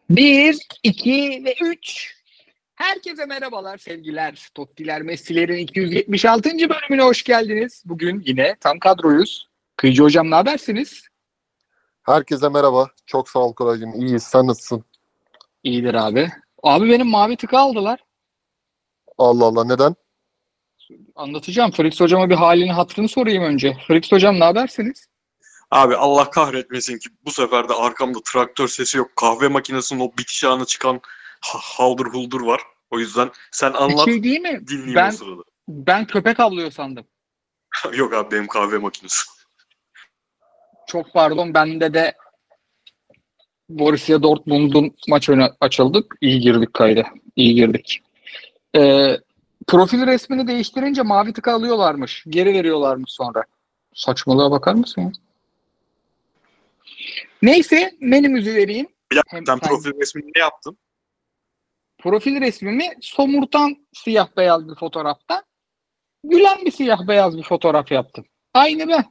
Bir, iki ve üç. Herkese merhabalar, sevgiler. Tottiler, Messi'lerin 276. bölümüne hoş geldiniz. Bugün yine tam kadroyuz. Kıyıcı hocam, ne habersiniz? Herkese merhaba. Çok sağ ol Koraycığım. İyiyiz. Sen nasılsın? İyidir abi. Abi benim mavi tıka aldılar. Allah Allah. Neden? Anlatacağım. Fritz hocama bir halini hatırını sorayım önce. Fritz hocam, ne habersiniz? Abi Allah kahretmesin ki bu sefer de arkamda traktör sesi yok. Kahve makinesinin o bitiş anı çıkan haldır huldur var. O yüzden sen Bir anlat, şey değil mi? dinleyeyim o sırada. Ben köpek avlıyor sandım. Yok abi, benim kahve makinesi. Çok pardon, bende de Borussia Dortmund'un maç önü açıldık. İyi girdik kayda. İyi girdik. Profil resmini değiştirince mavi tıka alıyorlarmış. Geri veriyorlarmış sonra. Saçmalığa bakar mısın ya? Neyse, menümüzü vereyim. Bir dakika, sen profil resmini ne yaptın? Profil resmimi somurtan siyah beyaz bir fotoğrafta gülen bir siyah beyaz bir fotoğraf yaptım. Aynı ben.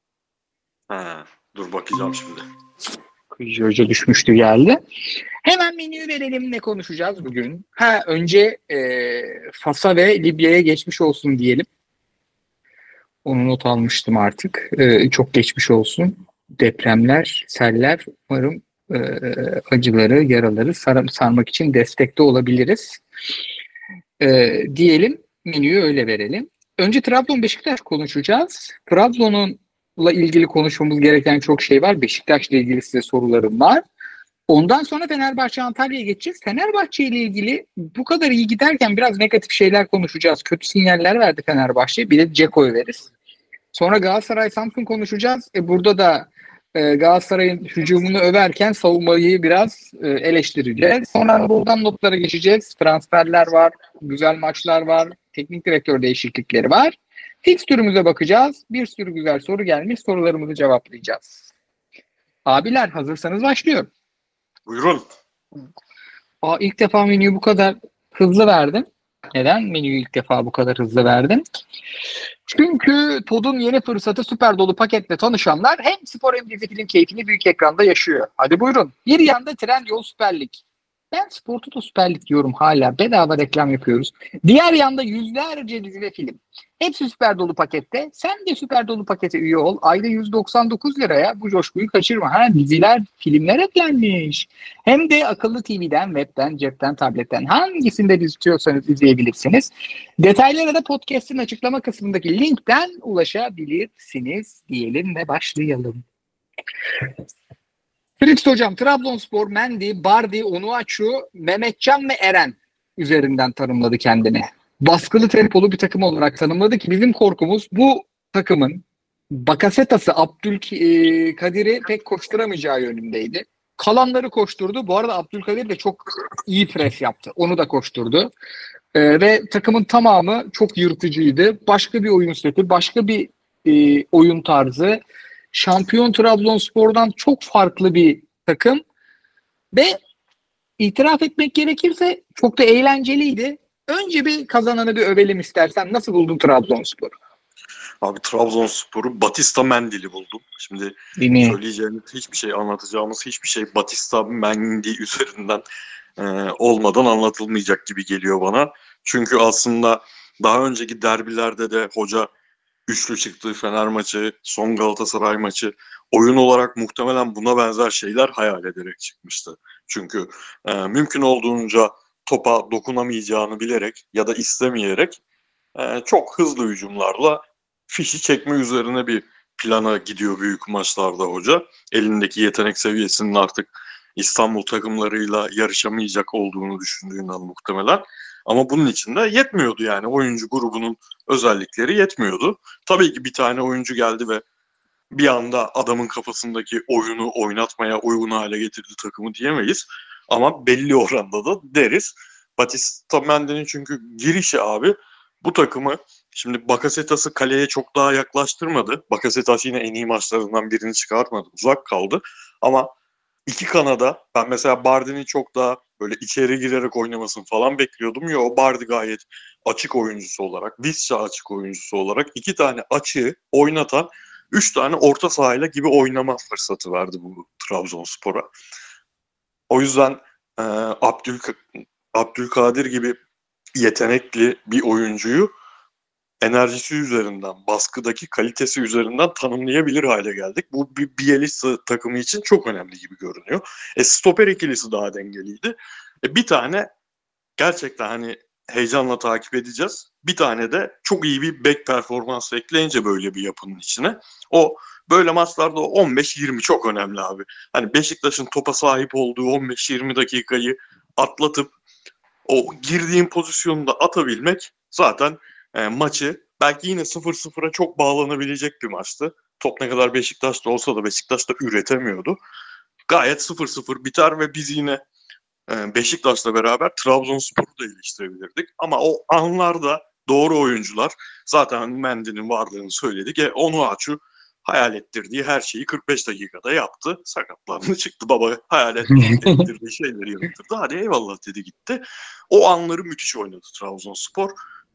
Dur bakacağım şimdi. Kıyıcı hoca düşmüştü geldi. Hemen menüyü verelim, ne konuşacağız bugün? Önce Fas'a ve Libya'ya geçmiş olsun diyelim. Onu not almıştım artık. Çok geçmiş olsun. Depremler, seller, umarım acıları, yaraları sarmak için destekte olabiliriz. Diyelim, menüyü öyle verelim. Önce Trabzon Beşiktaş konuşacağız. Trabzon'la ilgili konuşmamız gereken çok şey var. Beşiktaş'la ilgili size sorularım var. Ondan sonra Fenerbahçe Antalya'ya geçeceğiz. Fenerbahçe ile ilgili bu kadar iyi giderken biraz negatif şeyler konuşacağız. Kötü sinyaller verdi Fenerbahçe. Bir de Ceko'yu veririz. Sonra Galatasaray Samsun konuşacağız. Burada da Galatasaray'ın hücumunu överken savunmayı biraz eleştireceğiz. Sonra buradan notlara geçeceğiz. Transferler var, güzel maçlar var, teknik direktör değişiklikleri var. Fikstürümüze bakacağız. Bir sürü güzel soru gelmiş. Sorularımızı cevaplayacağız. Abiler, hazırsanız başlıyorum. Buyurun. İlk defa menüyü bu kadar hızlı verdim. Neden menüyü ilk defa bu kadar hızlı verdim? Çünkü Todd'un yeni fırsatı süper dolu paketle tanışanlar hem spor hem dizi film keyfini büyük ekranda yaşıyor. Hadi buyurun. Bir yanda Trendyol Süper Lig. Ben Spor Toto Süper Lig diyorum hala. Bedava reklam yapıyoruz. Diğer yanda yüzlerce dizi ve film. Hepsi süper dolu pakette. Sen de süper dolu pakete üye ol. Ayda 199 liraya bu coşkuyu kaçırma. Diziler, filmler eklenmiş. Hem de akıllı TV'den, webten, cepten, tabletten hangisinde istiyorsanız izleyebilirsiniz. Detaylara da podcast'in açıklama kısmındaki linkten ulaşabilirsiniz diyelim ve başlayalım. Fritz hocam, Trabzonspor, Mendy, Bardi, Onuachu, Mehmetcan ve Eren üzerinden tanımladı kendini. Baskılı tempolu bir takım olarak tanımladı ki bizim korkumuz bu takımın Bakasetas'ı, Abdülkadir'i pek koşturamayacağı yönündeydi. Kalanları koşturdu. Bu arada Abdülkadir de çok iyi pres yaptı. Onu da koşturdu. Ve takımın tamamı çok yırtıcıydı. Başka bir oyun seti, başka bir oyun tarzı. Şampiyon Trabzonspor'dan çok farklı bir takım ve itiraf etmek gerekirse çok da eğlenceliydi. Önce bir kazananı bir övelim istersen. Nasıl buldun Trabzonspor'u? Abi, Trabzonspor'u Batista Mendy'li buldum. Şimdi söyleyeceğimiz hiçbir şey, anlatacağımız hiçbir şey Batista Mendy üzerinden olmadan anlatılmayacak gibi geliyor bana. Çünkü aslında daha önceki derbilerde de hoca üçlü çıktığı Fener maçı, son Galatasaray maçı oyun olarak muhtemelen buna benzer şeyler hayal ederek çıkmıştı. Çünkü mümkün olduğunca topa dokunamayacağını bilerek ya da istemeyerek çok hızlı hücumlarla fişi çekme üzerine bir plana gidiyor büyük maçlarda hoca. Elindeki yetenek seviyesinin artık İstanbul takımlarıyla yarışamayacak olduğunu düşündüğünden muhtemelen. Ama bunun için de yetmiyordu yani. Oyuncu grubunun özellikleri yetmiyordu. Tabii ki bir tane oyuncu geldi ve bir anda adamın kafasındaki oyunu oynatmaya uygun hale getirdi takımı diyemeyiz. Ama belli oranda da deriz. Batista Mendy'nin çünkü girişi abi bu takımı, şimdi Bakasetas'ı kaleye çok daha yaklaştırmadı. Bakasetas yine en iyi maçlarından birini çıkartmadı. Uzak kaldı. Ama iki kanada ben mesela Bardi'nin çok daha böyle içeri girerek oynamasını falan bekliyordum. Ya o Bardi gayet açık oyuncusu olarak, Visca açık oyuncusu olarak iki tane açığı oynatan, üç tane orta sahayla gibi oynama fırsatı verdi bu Trabzonspor'a. O yüzden e, Abdülkadir gibi yetenekli bir oyuncuyu enerjisi üzerinden, baskıdaki kalitesi üzerinden tanımlayabilir hale geldik. Bu bir Bielitsa takımı için çok önemli gibi görünüyor. Stoper ikilisi daha dengeliydi. Bir tane gerçekten hani heyecanla takip edeceğiz. Bir tane de çok iyi bir bek performansı ekleyince böyle bir yapının içine. O böyle maçlarda 15-20 çok önemli abi. Hani Beşiktaş'ın topa sahip olduğu 15-20 dakikayı atlatıp o girdiğin pozisyonu da atabilmek zaten maçı belki yine 0-0'a çok bağlanabilecek bir maçtı. Top ne kadar Beşiktaş'ta olsa da Beşiktaş da üretemiyordu. Gayet 0-0 biter ve biz yine Beşiktaş'la beraber Trabzonspor'u da eleştirebilirdik. Ama o anlarda doğru oyuncular, zaten Mendy'nin varlığını söyledik. Onuachu hayal ettirdiği her şeyi 45 dakikada yaptı. Sakatlandı çıktı. Baba hayal ettirdiği şeyleri yaptırdı. Hadi eyvallah dedi gitti. O anları müthiş oynadı Trabzonspor.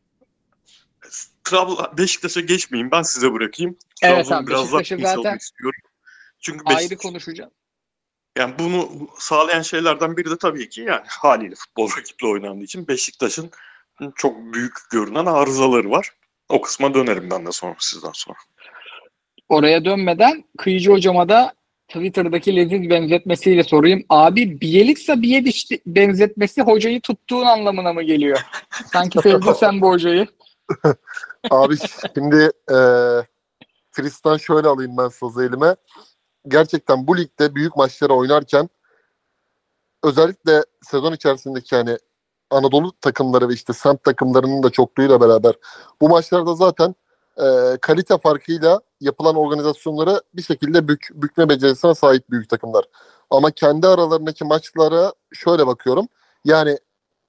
Beşiktaş'a geçmeyeyim, ben size bırakayım. Evet Trabzon'u abi, biraz daha Beşiktaş'ı konuşalım zaten istiyorum. Çünkü ayrı konuşacağım. yani bunu sağlayan şeylerden biri de tabii ki yani haliyle futbol rakiple oynandığı için Beşiktaş'ın çok büyük görünen arızaları var. O kısma dönerim ben de sonra sizden sonra. Oraya dönmeden Kıyıcı hocama da Twitter'daki leziz benzetmesiyle sorayım. Abi Bielitsa Bieliç benzetmesi hocayı tuttuğun anlamına mı geliyor? Sanki sevdin sen bu hocayı. Abi şimdi Tristan şöyle alayım ben sazı elime. Gerçekten bu ligde büyük maçları oynarken özellikle sezon içerisindeki hani Anadolu takımları ve işte semt takımlarının da çokluğuyla beraber bu maçlarda zaten kalite farkıyla yapılan organizasyonlara bir şekilde bükme becerisine sahip büyük takımlar. Ama kendi aralarındaki maçlara şöyle bakıyorum. Yani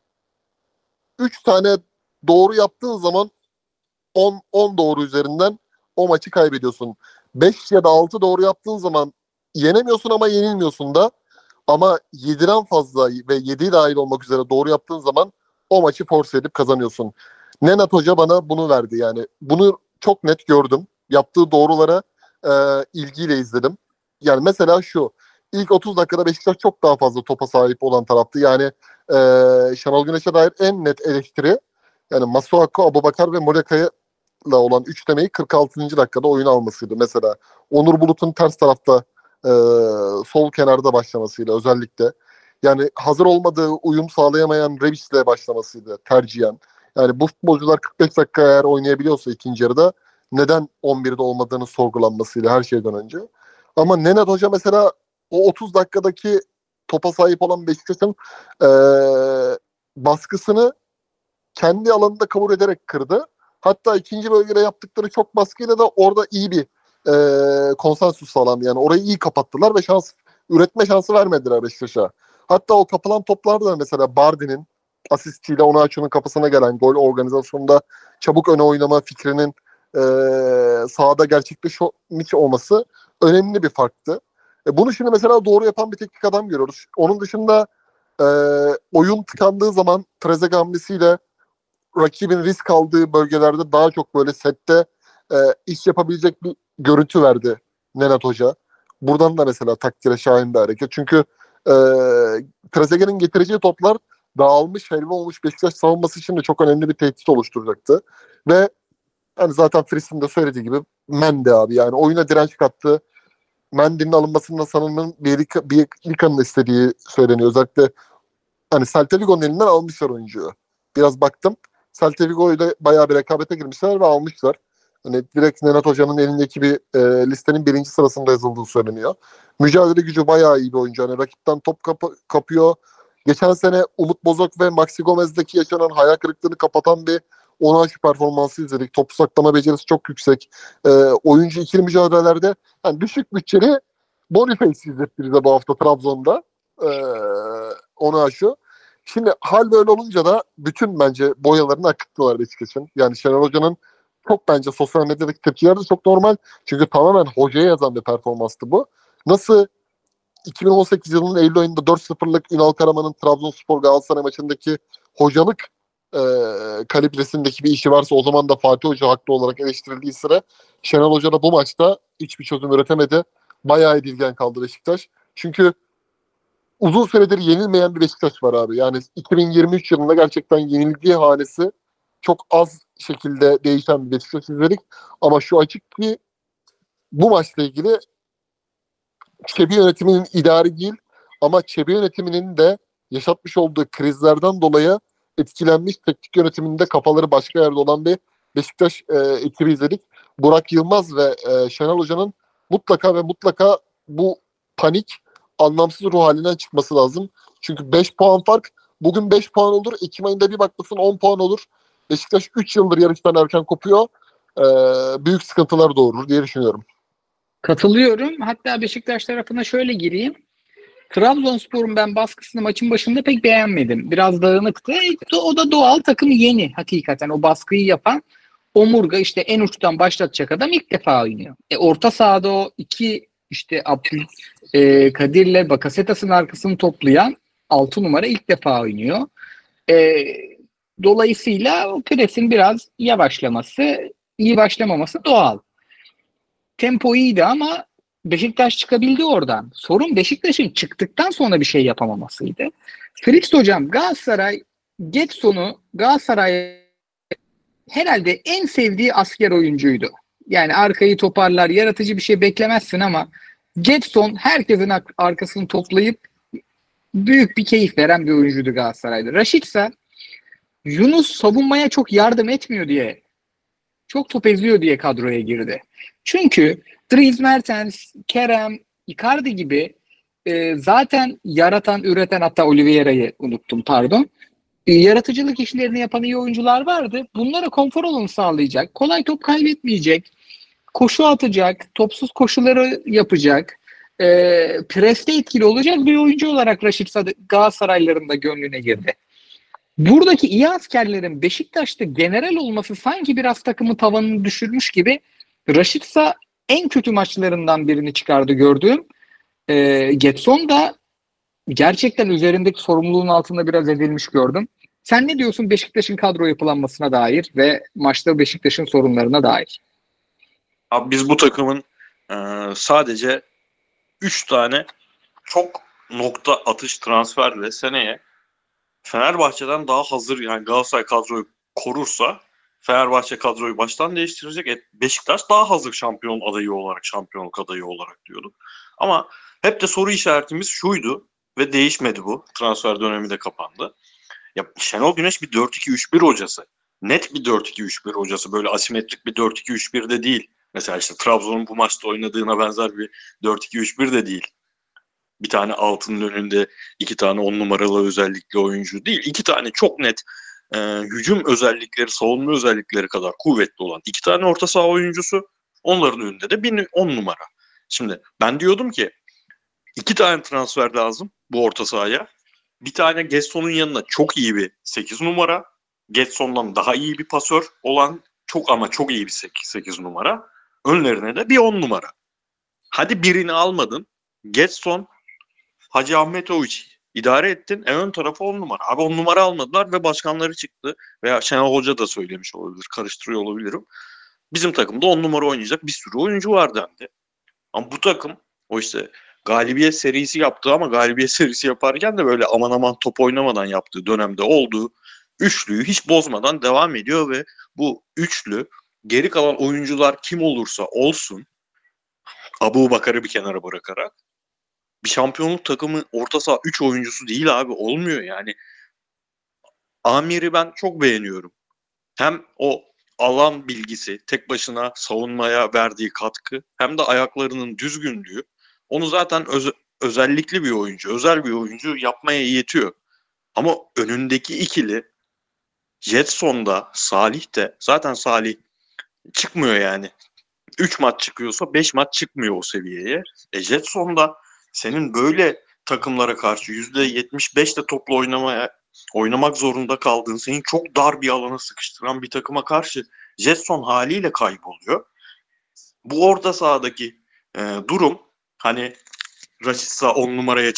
3 tane doğru yaptığın zaman 10 doğru üzerinden o maçı kaybediyorsun. 5 ya da 6 doğru yaptığın zaman yenemiyorsun ama yenilmiyorsun da. Ama 7'den fazla ve 7 dahil olmak üzere doğru yaptığın zaman o maçı force edip kazanıyorsun. Nenad Hoca bana bunu verdi yani. Bunu çok net gördüm. Yaptığı doğrulara ilgiyle izledim. Yani mesela şu. İlk 30 dakikada Beşiktaş çok daha fazla topa sahip olan taraftı. Yani Şenol Güneş'e dair en net eleştiri yani Masuaku, Abubakar ve Muleka'yla olan üçlemeyi 46. dakikada oyun almasıydı. Mesela Onur Bulut'un ters tarafta e, sol kenarda başlamasıyla özellikle. Yani hazır olmadığı, uyum sağlayamayan Rebiç'le başlamasıydı tercihen. Yani bu futbolcular 45 dakika eğer oynayabiliyorsa ikinci yarıda neden 11'de olmadığını sorgulanmasıyla her şeyden önce. Ama Nenad Hoca mesela o 30 dakikadaki topa sahip olan Beşiktaş'ın baskısını kendi alanında kabul ederek kırdı. Hatta ikinci bölgede yaptıkları çok baskıyla da orada iyi bir konsensus sağlandı. Yani orayı iyi kapattılar ve üretme şansı vermediler Beşiktaş'a. Hatta o kapılan toplarda mesela Bardi'nin asistiyle Onaçu'nun kafasına gelen gol organizasyonunda çabuk öne oynama fikrinin sahada gerçekleşmiş olması önemli bir farktı. Bunu şimdi mesela doğru yapan bir teknik adam görüyoruz. Onun dışında oyun tıkandığı zaman Trezeguet hamlesiyle rakibin risk aldığı bölgelerde daha çok böyle sette iş yapabilecek bir görüntü verdi Nenad Hoca. Buradan da mesela takdire şahin bir hareket. Çünkü Trezeguet'in getireceği toplar dağılmış, helva olmuş Beşiktaş savunması için de çok önemli bir tehdit oluşturacaktı. Ve hani zaten Fris'in de söylediği gibi Mendy abi yani oyuna direnç kattı. Mendy'nin alınmasında sanırım Bielika'nın istediği söyleniyor. Özellikle hani Celta Vigo'nun elinden almışlar oyuncuyu. Biraz baktım. Celta Vigo ile bayağı bir rekabete girmişler ve almışlar. Hani direkt Nenad Hoca'nın elindeki bir listenin birinci sırasında yazıldığı söyleniyor. Mücadele gücü bayağı iyi bir oyuncu. Hani rakipten top kapıyor. Geçen sene Umut Bozok ve Maxi Gomez'deki yaşanan hayal kırıklığını kapatan bir Onaçu performansı izledik. Topu saklama becerisi çok yüksek. Oyuncu ikili mücadelelerde yani düşük bütçeli Boniface izletti bize bu hafta Trabzon'da. Onaçu. Şimdi hal böyle olunca da bütün bence boyalarını akıttılar Beşiktaş'ın. Yani Şenol Hoca'nın çok bence sosyal medyadaki tepkiler de çok normal. Çünkü tamamen hocaya yazan bir performanstı bu. Nasıl 2018 yılının Eylül ayında 4-0'lık Ünal Karaman'ın Trabzonspor Galatasaray maçındaki hocalık kalibresindeki bir işi varsa o zaman da Fatih Hoca haklı olarak eleştirildiği sıra Şenol Hoca da bu maçta hiçbir çözüm üretemedi. Bayağı edilgen kaldı Beşiktaş. Çünkü uzun süredir yenilmeyen bir Beşiktaş var abi. Yani 2023 yılında gerçekten yenilgi hanesi çok az şekilde değişen bir Beşiktaş izledik. Ama şu açık ki bu maçla ilgili Çebi yönetiminin idari değil ama Çebi yönetiminin de yaşatmış olduğu krizlerden dolayı etkilenmiş, teknik yönetiminde kafaları başka yerde olan bir Beşiktaş ekibi izledik. Burak Yılmaz ve Şenol Hoca'nın mutlaka ve mutlaka bu panik, anlamsız ruh halinden çıkması lazım. Çünkü 5 puan fark, bugün 5 puan olur, Ekim ayında bir bakmışsın 10 puan olur. Beşiktaş 3 yıldır yarıştan erken kopuyor. Büyük sıkıntılar doğurur diye düşünüyorum. Katılıyorum. Hatta Beşiktaş tarafına şöyle gireyim. Trabzonspor'un ben baskısını maçın başında pek beğenmedim. Biraz dağınıktı. O da doğal, takım yeni hakikaten. O baskıyı yapan omurga, işte en uçtan başlatacak adam ilk defa oynuyor. Orta sahada o iki işte Kadir'le Bakasetas'ın arkasını toplayan 6 numara ilk defa oynuyor. Dolayısıyla o presin biraz yavaşlaması, iyi başlamaması doğal. Tempo iyiydi ama Beşiktaş çıkabildi oradan. Sorun Beşiktaş'ın çıktıktan sonra bir şey yapamamasıydı. Fritz hocam Galatasaray herhalde en sevdiği asker oyuncuydu. Yani arkayı toparlar, yaratıcı bir şey beklemezsin ama Getson herkesin arkasını toplayıp büyük bir keyif veren bir oyuncuydu Galatasaray'da. Raşitsa Yunus savunmaya çok yardım etmiyor diye, çok top eziyor diye kadroya girdi. Çünkü Dries Mertens, Kerem, Icardi gibi zaten yaratan, üreten, hatta Oliveira'yı unuttum pardon. Yaratıcılık işlerini yapan iyi oyuncular vardı. Bunlara konfor alanı sağlayacak, kolay top kaybetmeyecek, koşu atacak, topsuz koşuları yapacak, preste etkili olacak bir oyuncu olarak Raşit Galatasaraylıların da gönlüne girdi. Buradaki iyi askerlerin Beşiktaş'ta general olması sanki biraz takımın tavanını düşürmüş gibi. Raşitsa en kötü maçlarından birini çıkardı gördüğüm. Getson da gerçekten üzerindeki sorumluluğun altında biraz ezilmiş gördüm. Sen ne diyorsun Beşiktaş'ın kadro yapılanmasına dair ve maçta Beşiktaş'ın sorunlarına dair? Abi biz bu takımın sadece 3 tane çok nokta atış transferle seneye Fenerbahçe'den daha hazır, yani Galatasaray kadroyu korursa Fenerbahçe kadroyu baştan değiştirecek. Beşiktaş daha hazır şampiyon adayı olarak, şampiyonluk adayı olarak diyorduk. Ama hep de soru işaretimiz şuydu ve değişmedi bu. Transfer dönemi de kapandı. Ya Şenol Güneş bir 4-2-3-1 hocası. Net bir 4-2-3-1 hocası. Böyle asimetrik bir 4-2-3-1 de değil. Mesela işte Trabzon'un bu maçta oynadığına benzer bir 4-2-3-1 de değil. Bir tane altının önünde 2 tane 10 numaralı özellikli oyuncu değil. 2 tane çok net hücum özellikleri, savunma özellikleri kadar kuvvetli olan 2 tane orta saha oyuncusu. Onların önünde de bir 10 numara. Şimdi ben diyordum ki 2 tane transfer lazım bu orta sahaya. Bir tane Getson'un yanına çok iyi bir 8 numara. Getson'dan daha iyi bir pasör olan çok ama çok iyi bir 8 numara. Önlerine de bir 10 numara. Hadi birini almadın. Getson, Hacı Ahmetoviç idare ettin. Ön tarafı 10 numara. Abi 10 numara almadılar ve başkanları çıktı. Veya Şenol Hoca da söylemiş olabilir. Karıştırıyor olabilirim. Bizim takımda 10 numara oynayacak bir sürü oyuncu var dendi. Ama bu takım o işte galibiyet serisi yaptı ama galibiyet serisi yaparken de böyle aman aman top oynamadan yaptığı dönemde olduğu üçlüyü hiç bozmadan devam ediyor ve bu üçlü geri kalan oyuncular kim olursa olsun Abubakar'ı bir kenara bırakarak bir şampiyonluk takımı orta saha 3 oyuncusu değil abi, olmuyor yani. Amir'i ben çok beğeniyorum. Hem o alan bilgisi, tek başına savunmaya verdiği katkı, hem de ayaklarının düzgünlüğü onu zaten özellikli bir oyuncu, özel bir oyuncu yapmaya yetiyor. Ama önündeki ikili Jetson'da, Salih de, zaten Salih çıkmıyor yani. 3 maç çıkıyorsa 5 maç çıkmıyor o seviyeye. Jetson'da senin böyle takımlara karşı %75'te topla oynamak zorunda kaldığın, seni çok dar bir alana sıkıştıran bir takıma karşı Jetson haliyle kayboluyor. Bu orta sahadaki durum, hani Rashica 10 numaraya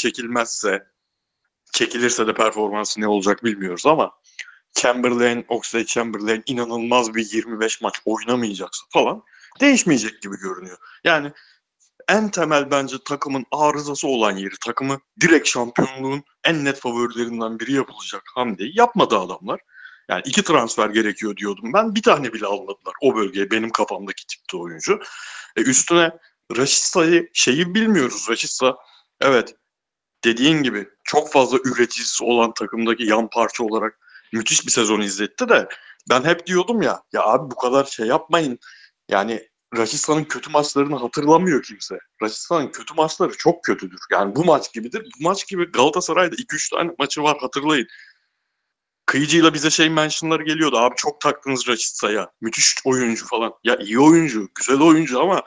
çekilirse de performansı ne olacak bilmiyoruz ama Oxlade-Chamberlain inanılmaz bir 25 maç oynamayacaksa falan değişmeyecek gibi görünüyor. Yani en temel bence takımın arızası olan yeri, takımı direkt şampiyonluğun en net favorilerinden biri yapılacak hamleyi yapmadı adamlar. Yani 2 transfer gerekiyor diyordum ben. Bir tane bile almadılar o bölgeye, benim kafamdaki tipte oyuncu. Üstüne Raşitsa'yı bilmiyoruz. Raşitsa evet, dediğin gibi çok fazla üreticisi olan takımdaki yan parça olarak müthiş bir sezon izletti de ben hep diyordum ya abi bu kadar şey yapmayın. Yani Raşitsa'nın kötü maçlarını hatırlamıyor kimse. Raşitsa'nın kötü maçları çok kötüdür. Yani bu maç gibidir. Bu maç gibi Galatasaray'da 2-3 tane maçı var, hatırlayın. Kıyıcıyla bize mentionları geliyordu. Abi çok taktınız Raşitsa'ya. Müthiş oyuncu falan. Ya iyi oyuncu, güzel oyuncu ama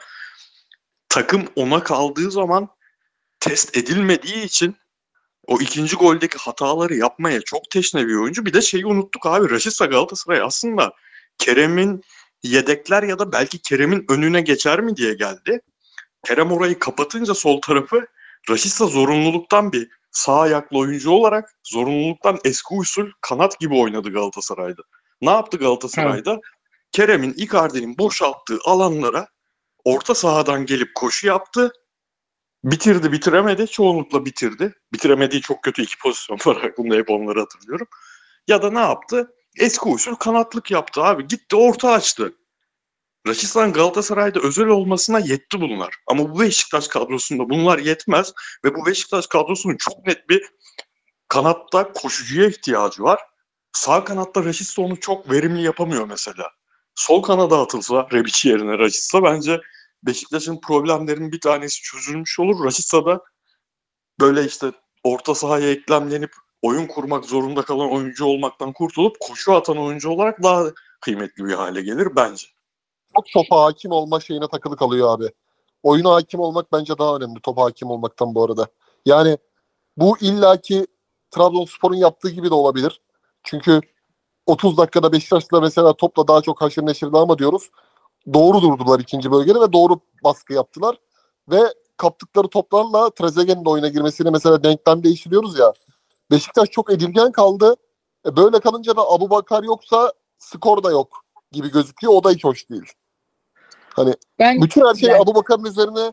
takım ona kaldığı zaman test edilmediği için o ikinci goldeki hataları yapmaya çok teşne bir oyuncu. Bir de unuttuk abi. Rashica Galatasaray aslında Kerem'in yedekler ya da belki Kerem'in önüne geçer mi diye geldi. Kerem orayı kapatınca sol tarafı, Rashica zorunluluktan bir sağ ayaklı oyuncu olarak zorunluluktan eski usul kanat gibi oynadı Galatasaray'da. Ne yaptı Galatasaray'da? Evet. Kerem'in, Icardi'nin boşalttığı alanlara orta sahadan gelip koşu yaptı. Bitirdi, bitiremedi. Çoğunlukla bitirdi. Bitiremediği çok kötü 2 pozisyon var aklımda, hep onları hatırlıyorum. Ya da ne yaptı? Eski usul kanatlık yaptı abi. Gitti orta açtı. Rashica Galatasaray'da özel olmasına yetti bunlar. Ama bu Beşiktaş kadrosunda bunlar yetmez. Ve bu Beşiktaş kadrosunun çok net bir kanatta koşucuya ihtiyacı var. Sağ kanatta Rashica onu çok verimli yapamıyor mesela. Sol kanada atılsa, Rebic yerine Rashica, bence Beşiktaş'ın problemlerinin bir tanesi çözülmüş olur. Rashica da böyle orta sahaya eklemlenip oyun kurmak zorunda kalan oyuncu olmaktan kurtulup koşu atan oyuncu olarak daha kıymetli bir hale gelir bence. Çok topa hakim olma şeyine takılı kalıyor abi. Oyuna hakim olmak bence daha önemli topa hakim olmaktan bu arada. Yani bu illaki Trabzonspor'un yaptığı gibi de olabilir. Çünkü 30 dakikada Beşiktaş'la mesela topla daha çok haşır neşirdi ama diyoruz. Doğru durdular ikinci bölgede ve doğru baskı yaptılar. Ve kaptıkları toplarla Trezeguet'in de oyuna girmesiyle mesela denklem değiştiriyoruz ya. Beşiktaş çok edilgen kaldı. Böyle kalınca da Abubakar yoksa skor da yok gibi gözüküyor. O da hiç hoş değil. Hani bütün her şey Abubakar'ın üzerine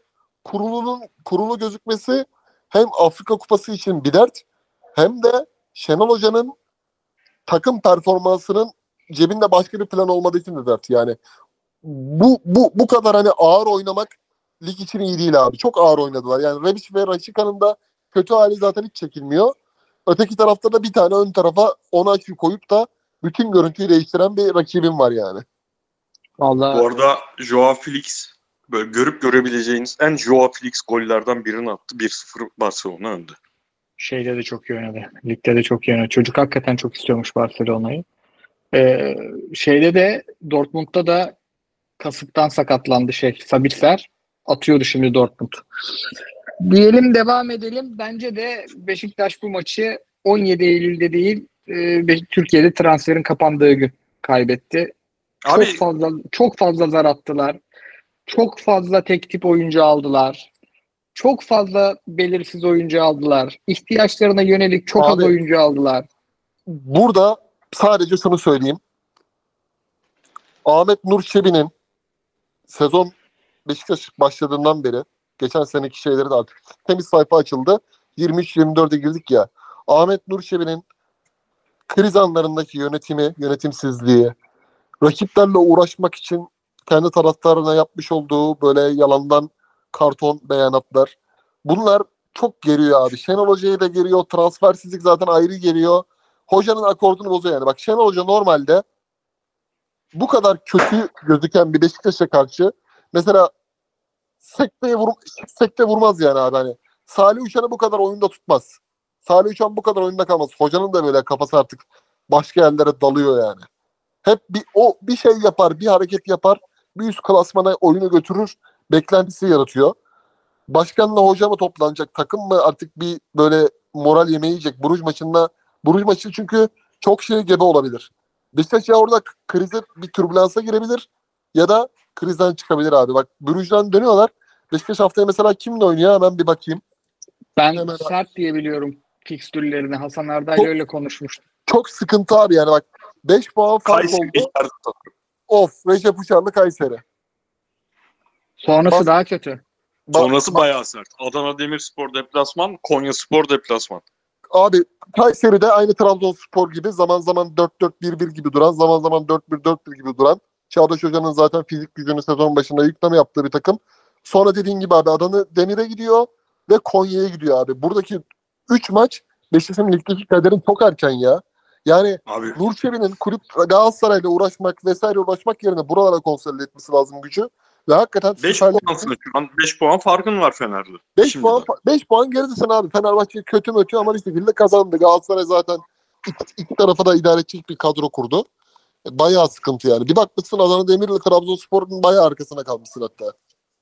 kurulu gözükmesi hem Afrika Kupası için bir dert, hem de Şenol Hoca'nın takım performansının cebinde başka bir plan olmadığı için de dert. Yani bu kadar hani ağır oynamak lig için iyi değil abi. Çok ağır oynadılar. Yani Rebic ve Raşika'nın da kötü hali zaten hiç çekilmiyor. Öteki tarafta da bir tane ön tarafa Onaçu'yu koyup da bütün görüntüyü değiştiren bir rakibim var yani. Vallahi... Bu arada Joao Felix böyle görüp görebileceğiniz en Joao Felix gollerden birini attı. 1-0 Barcelona önde. Şeyde de çok iyi oynadı. Ligde de çok iyi oynadı. Çocuk hakikaten çok istiyormuş Barcelona'yı. Şeyde de Dortmund'da da kasıktan sakatlandı Sabitzer. Atıyordu şimdi Dortmund. Diyelim, devam edelim. Bence de Beşiktaş bu maçı 17 Eylül'de değil, Türkiye'de transferin kapandığı gün kaybetti. Abi, çok fazla zar attılar. Çok fazla tek tip oyuncu aldılar. Çok fazla belirsiz oyuncu aldılar. İhtiyaçlarına yönelik çok az oyuncu aldılar. Burada sadece şunu söyleyeyim. Ahmet Nur Çebi'nin sezon Beşiktaş başladığından beri, geçen seneki şeyleri de artık temiz sayfa açıldı. 23-24'e girdik ya. Ahmet Nur Çebi'nin kriz anlarındaki yönetimsizliği, rakiplerle uğraşmak için kendi taraftarına yapmış olduğu böyle yalandan karton beyanatlar. Bunlar çok geriyor abi. Şenol Hoca'yı da geriyor. Transfersizlik zaten ayrı geriyor. Hocanın akordunu bozuyor yani. Bak, Şenol Hoca normalde bu kadar kötü gözüken bir Beşiktaş'a karşı mesela sekte vurmaz yani abi. Hani Salih Uçan'ı bu kadar oyunda tutmaz. Salih Uçan bu kadar oyunda kalmaz. Hocanın da böyle kafası artık başka yerlere dalıyor yani. Hep bir şey yapar, bir hareket yapar, bir üst klasmana oyunu götürür, beklentisi yaratıyor. Başkanla hoca mı toplanacak, takım mı artık bir böyle moral yemeği yiyecek Bruges maçı çünkü çok gebe olabilir. Beşiktaş ya orada krize, bir türbülansa girebilir ya da krizden çıkabilir abi. Bak, Bruges'den dönüyorlar. Beşiktaş haftaya mesela kimle oynuyor? Hemen bir bakayım. Ben sert diye biliyorum fikstürlerini. Hasan Arda'yla öyle konuşmuştum. Çok sıkıntı abi yani bak. 5 puan fark oldu. Recep Uçarlı Kayseri. Sonrası daha kötü. Sonrası bayağı sert. Adana Demirspor deplasman, Konyaspor deplasman. Abi Kayseri'de aynı Trabzonspor gibi zaman zaman 4-4-1-1 gibi duran, zaman zaman 4-1-4-1 gibi duran. Çağdaş Hoca'nın zaten fizik gücünü sezon başında yükleme yaptığı bir takım. Sonra dediğin gibi abi Adana Demir'e gidiyor ve Konya'ya gidiyor abi. Buradaki 3 maç Beşiktaş'ın ligdeki kaderin çok erken ya. Yani Abi Nur Çebi'nin kulüp Galatasaray'la uğraşmak vesaire uğraşmak yerine buralara konsolide etmesi lazım gücü. Ve hakikaten 5 Süper puansın şu an. 5 puan farkın var Fener'de. 5 puan geridesin abi. Fenerbahçe kötü mötü ama bir şekilde kazandı. Galatasaray zaten iki tarafa da idare edecek bir kadro kurdu. Bayağı sıkıntı yani. Bir bakmışsın Adana Demir'le Trabzonspor'un bayağı arkasına kalmışsın hatta.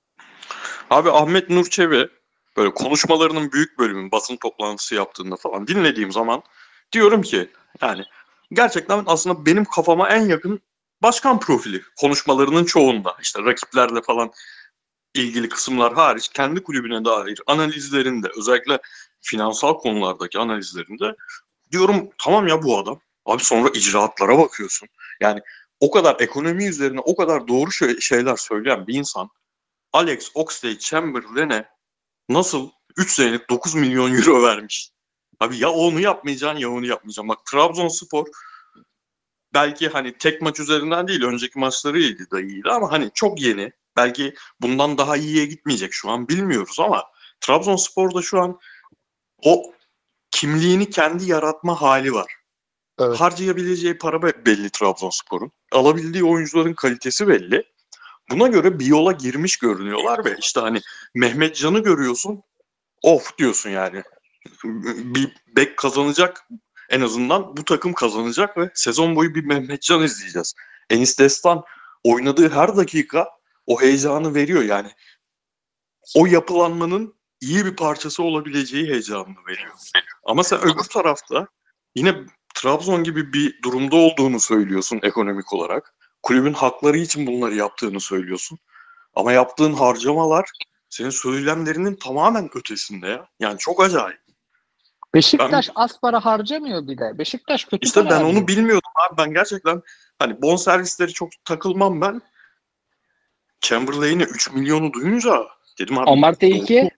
Abi Ahmet Nur Çebi böyle konuşmalarının büyük bölümünü basın toplantısı yaptığında falan dinlediğim zaman diyorum ki yani gerçekten aslında benim kafama en yakın başkan profili konuşmalarının çoğunda. İşte rakiplerle falan ilgili kısımlar hariç kendi kulübüne dair analizlerinde özellikle finansal konulardaki analizlerinde diyorum tamam ya bu adam. Abi sonra icraatlara bakıyorsun. Yani o kadar ekonomi üzerine o kadar doğru şeyler söyleyen bir insan Alex Oxlade-Chamberlain'e nasıl 3 senelik 9 milyon euro vermiş? Abi ya onu yapmayacaksın ya onu yapmayacaksın. Bak Trabzonspor belki hani tek maç üzerinden değil önceki maçlarıydı da iyiydi ama hani çok yeni. Belki bundan daha iyiye gitmeyecek şu an bilmiyoruz ama Trabzonspor'da şu an o kimliğini kendi yaratma hali var. Evet. Harcayabileceği para belli Trabzonspor'un. Alabildiği oyuncuların kalitesi belli. Buna göre bir yola girmiş görünüyorlar ve işte hani Mehmet Can'ı görüyorsun. Of diyorsun yani. Bir bek kazanacak en azından bu takım kazanacak ve sezon boyu bir Mehmet Can izleyeceğiz. Enis Destan oynadığı her dakika o heyecanı veriyor yani. O yapılanmanın iyi bir parçası olabileceği heyecanını veriyor. Ama sen öbür tarafta yine Trabzon gibi bir durumda olduğunu söylüyorsun ekonomik olarak. Kulübün hakları için bunları yaptığını söylüyorsun. Ama yaptığın harcamalar senin söylemlerinin tamamen ötesinde ya. Yani çok acayip. Ben Beşiktaş az para harcamıyor bir de. Beşiktaş kötü işte para ben onu harcıyor. bilmiyordum abi. Ben gerçekten hani bonservisleri çok takılmam ben. Chamberlain'e 3 milyonu duyunca dedim abi Amartya doğru mu? 2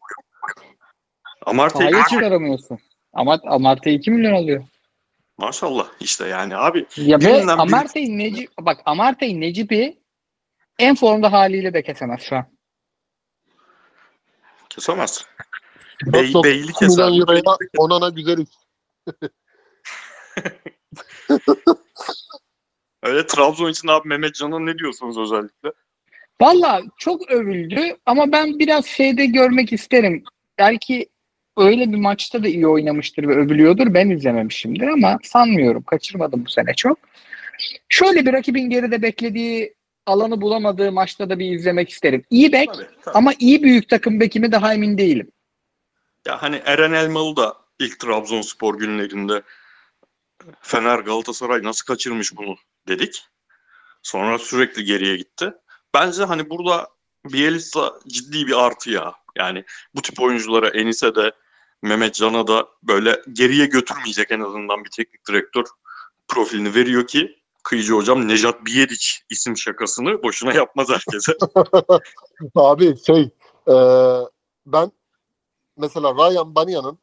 Amartya sahaya 2 çıkaramıyorsun. Ama Amartya 2 milyon alıyor. maşallah işte yani abi Ya ve birinden biri Amartya Necip'i en formda haliyle de kesemez şu an. kesemez. 4.2 Beyli keser milyon mi? euroya Onana güzel iş. Öyle Trabzon için abi Mehmet Can'a ne diyorsunuz özellikle? Valla çok övüldü ama ben biraz şeyde görmek isterim. Belki öyle bir maçta da iyi oynamıştır ve övülüyordur. Ben izlememişimdir ama sanmıyorum. Kaçırmadım bu sene çok. Şöyle bir rakibin geride beklediği alanı bulamadığı maçta da bir izlemek isterim. İyi bek Tabii. ama iyi büyük takım beki mi daha emin değilim. Ya hani Eren Elmalı da ilk Trabzonspor günlerinde Fener Galatasaray nasıl kaçırmış bunu dedik. Sonra sürekli geriye gitti. Bence hani burada Bielsa ciddi bir artı ya. Yani bu tip oyunculara Enis'e de Mehmet Can'a da böyle geriye götürmeyecek en azından bir teknik direktör profilini veriyor ki Kıyıcı hocam Nejat Bielic isim şakasını boşuna yapmaz herkese. Abi e, ben mesela Ryan Banya'nın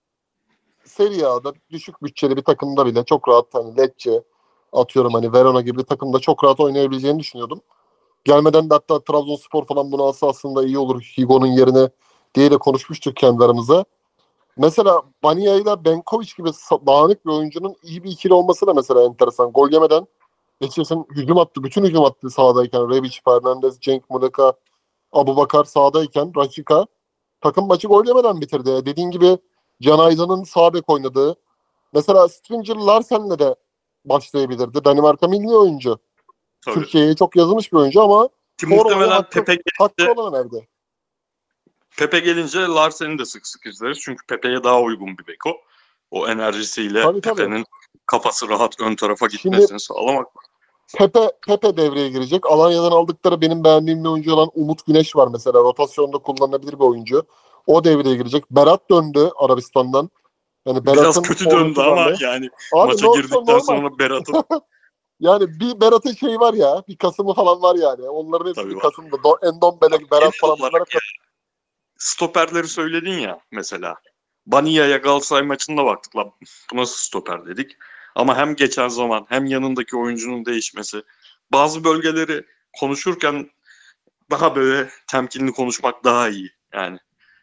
Serie A'da düşük bütçeli bir takımda bile çok rahat hani Lecce atıyorum hani Verona gibi bir takımda çok rahat oynayabileceğini düşünüyordum. Gelmeden de hatta Trabzonspor falan bunu alsa aslında iyi olur Higo'nun yerine diye de konuşmuştuk kendi aramızda. Mesela Banya ile Benkovic gibi dağınık bir oyuncunun iyi bir ikili olması da mesela enteresan. Gol yemeden Beşiktaş'ın hücum attı. Bütün hücum attı sahadayken. Rebic, Fernandez, Cenk Muleka, Abubakar sahadayken Rashica takım maçı gol yemeden bitirdi. Dediğin gibi Can Aydan'ın sağ bek oynadığı. Mesela Stringer Larsen'le de başlayabilirdi. Danimarka milli oyuncu. Tabii. Türkiye'ye çok yazılmış bir oyuncu ama Ki formayı muhtemelen hakkı olan verdi. Pepe gelince Larsen'i de sık sık izleriz. Çünkü Pepe'ye daha uygun bir bek o. O enerjisiyle Tabii. Pepe'nin kafası rahat ön tarafa Şimdi gitmesini sağlamak. Pepe devreye girecek. Alanya'dan aldıkları benim beğendiğim bir oyuncu olan Umut Güneş var mesela. Rotasyonda kullanılabilir bir oyuncu. O devreye girecek. Berat döndü Arabistan'dan. Yani Biraz Berat'ın kötü döndü forveti ama belli. yani Abi maça girdikten sonra Berat'ın yani bir Berat'ın şeyi var ya. Bir Kasım'ı falan var yani. Onların hepsi tabii bir var. Kasım'da. Endombele, Tabii Berat genel falan bunlara olarak yani. stoperleri söyledin ya mesela. Bania'ya Galatasaray maçında baktık. Lan, bu nasıl stoper dedik. Ama hem geçen zaman hem yanındaki oyuncunun değişmesi. Bazı bölgeleri konuşurken daha böyle temkinli konuşmak daha iyi. Yani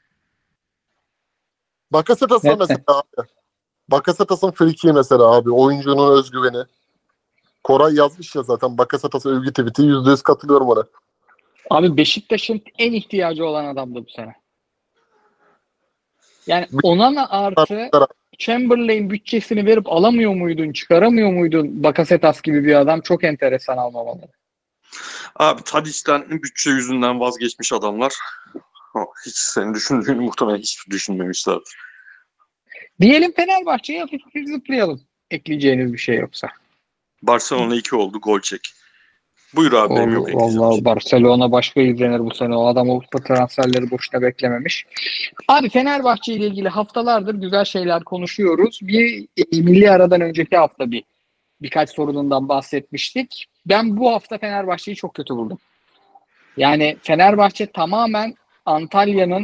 Bakasetas'ın Evet. mesela abi. Bakasetas'ın friki mesela abi. Oyuncunun özgüveni. Koray yazmış ya zaten Bakasetas'a övgü tweet'i. %100 katılıyorum ona. Abi Beşiktaş'ın en ihtiyacı olan adamdı bu sene. Yani Onana artı Chamberlain bütçesini verip alamıyor muydun, çıkaramıyor muydun Bakasetas gibi bir adam? Çok enteresan almamalı. abi Tadic'ten bütçe yüzünden vazgeçmiş adamlar. Hiç senin düşündüğünü muhtemelen hiç düşünmemişlerdir. Diyelim Fenerbahçe'ye hafif hafif zıplayalım. Ekleyeceğiniz bir şey yoksa. Barcelona 2 oldu, gol çek. Buyur abi, benim yok ekleyeceğim. Vallahi Barcelona başka izlenir bu sene. O adam Avrupa transferleri boşuna beklememiş. Abi Fenerbahçe ile ilgili haftalardır güzel şeyler konuşuyoruz. Bir milli aradan önceki hafta birkaç sorunundan bahsetmiştik. Ben bu hafta Fenerbahçe'yi çok kötü buldum. Yani Fenerbahçe tamamen Antalya'nın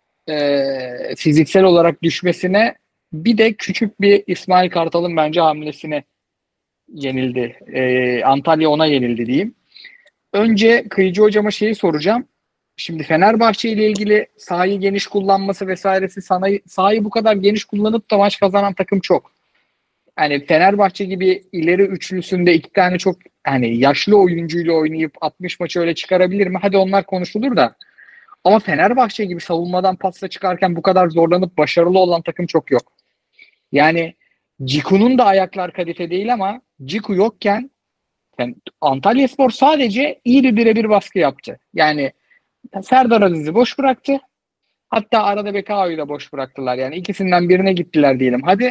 fiziksel olarak düşmesine bir de küçük bir İsmail Kartal'ın bence hamlesine yenildi. Antalya ona yenildi diyeyim. Önce Kıyıcı hocama şeyi soracağım. Şimdi Fenerbahçe ile ilgili sahayı geniş kullanması vesairesi sahayı bu kadar geniş kullanıp da maç kazanan takım çok. Yani Fenerbahçe gibi ileri üçlüsünde iki tane çok hani yaşlı oyuncuyla oynayıp 60 maçı öyle çıkarabilir mi? Hadi onlar konuşulur da. Ama Fenerbahçe gibi savunmadan pasla çıkarken bu kadar zorlanıp başarılı olan takım çok yok. Yani Ciku'nun da ayaklar kadife değil ama Ciku yokken yani Antalyaspor sadece iyi bir birebir baskı yaptı. Yani Serdar Aziz'i boş bıraktı. Hatta arada Bekao'yu da boş bıraktılar. Yani ikisinden birine gittiler diyelim. Hadi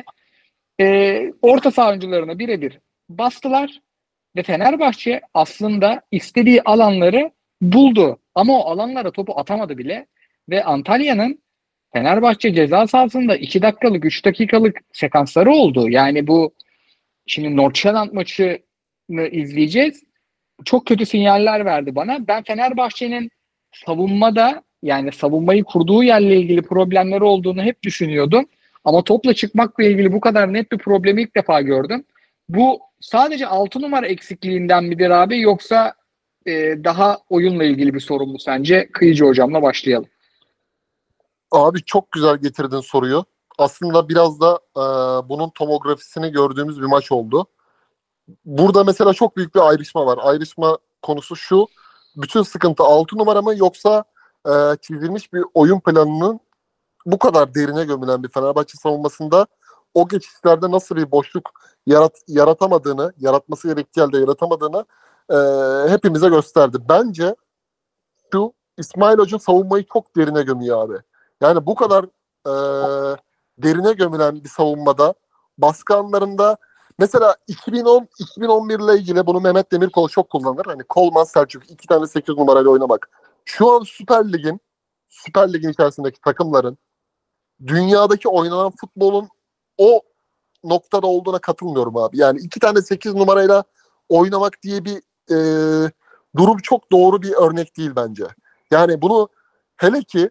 orta saha oyuncularına birebir bastılar ve Fenerbahçe aslında istediği alanları buldu. Ama o alanlara topu atamadı bile ve Antalya'nın Fenerbahçe ceza sahasında 2 dakikalık 3 dakikalık sekansları oldu. Yani bu şimdi Nordsjælland maçını izleyeceğiz. Çok kötü sinyaller verdi bana. Ben Fenerbahçe'nin savunmada yani savunmayı kurduğu yerle ilgili problemleri olduğunu hep düşünüyordum. Ama topla çıkmakla ilgili bu kadar net bir problemi ilk defa gördüm. Bu sadece 6 numara eksikliğinden midir abi yoksa daha oyunla ilgili bir sorun mu sence? Kıyıcı hocamla başlayalım. Abi çok güzel getirdin soruyu. Aslında biraz da bunun tomografisini gördüğümüz bir maç oldu. Burada mesela çok büyük bir ayrışma var. Ayrışma konusu şu. Bütün sıkıntı 6 numara mı yoksa çizilmiş bir oyun planının bu kadar derine gömülen bir Fenerbahçe savunmasında o geçişlerde nasıl bir boşluk yaratamadığını, yaratması gerektiği halde yaratamadığını hepimize gösterdi. Bence şu İsmail Hoca savunmayı çok derine gömüyor abi. Yani bu kadar derine gömülen bir savunmada baskı anlarında mesela 2010-2011 ile ilgili bunu Mehmet Demirkol çok kullanır. Hani Kolman Selçuk 2 tane 8 numarayla oynamak. Şu an Süper Lig'in içerisindeki takımların dünyadaki oynanan futbolun o noktada olduğuna katılmıyorum abi. Yani 2 tane 8 numarayla oynamak diye bir durum çok doğru bir örnek değil bence. Yani bunu hele ki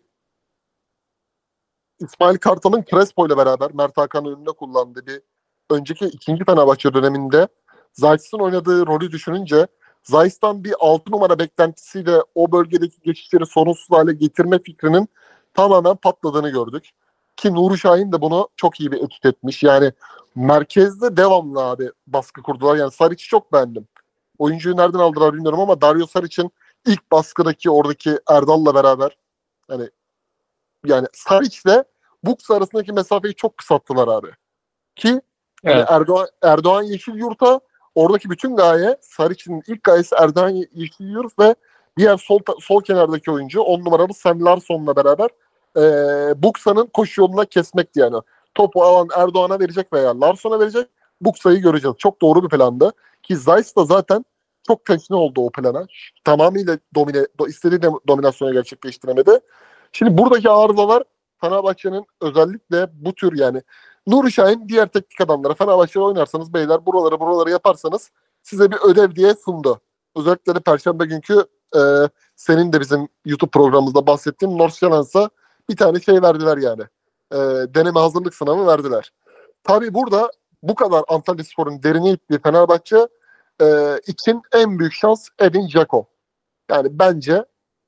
İsmail Kartal'ın Crespo ile beraber Mert Hakan'ın önünde kullandığı bir önceki ikinci Fenerbahçe döneminde Zayt'sın oynadığı rolü düşününce Zayt'tan bir 6 numara beklentisiyle o bölgedeki geçişleri sorunsuz hale getirme fikrinin tamamen patladığını gördük. Ki Nuri Şahin de bunu çok iyi bir etüt etmiş. Yani merkezde devamlı abi baskı kurdular. Yani Saric'i çok beğendim. Oyuncuyu nereden aldılar bilmiyorum ama Dario Saric'in ilk baskıdaki oradaki Erdal'la beraber yani Saric'le Buks arasındaki mesafeyi çok kısalttılar abi. Ki Evet. hani Erdoğan Yeşilyurt'a oradaki bütün gaye Saric'in ilk gayesi Erdoğan Yeşilyurt ve diğer sol kenardaki oyuncu 10 numaralı Sam Larsson'la beraber Buksa'nın koşu yoluna kesmekti yani. Topu alan Erdoğan'a verecek veya Larsson'a verecek. Buksa'yı göreceğiz. Çok doğru bir plandı. Ki Zeiss da zaten çok teşne oldu o plana. Tamamıyla istediği dominasyonu gerçekleştiremedi. Şimdi buradaki arızalar Fenerbahçe'nin özellikle bu tür yani Nuri Şahin diğer teknik adamlara Fenerbahçe'de oynarsanız beyler buraları yaparsanız size bir ödev diye sundu. Özellikle de Perşembe günkü senin de bizim YouTube programımızda bahsettiğin Nordsjælland'a bir tane şey verdiler yani. Deneme hazırlık sınavı verdiler. Tabii burada bu kadar Antalyaspor'un derine ittiği Fenerbahçe için en büyük şans Edin Dzeko. Yani bence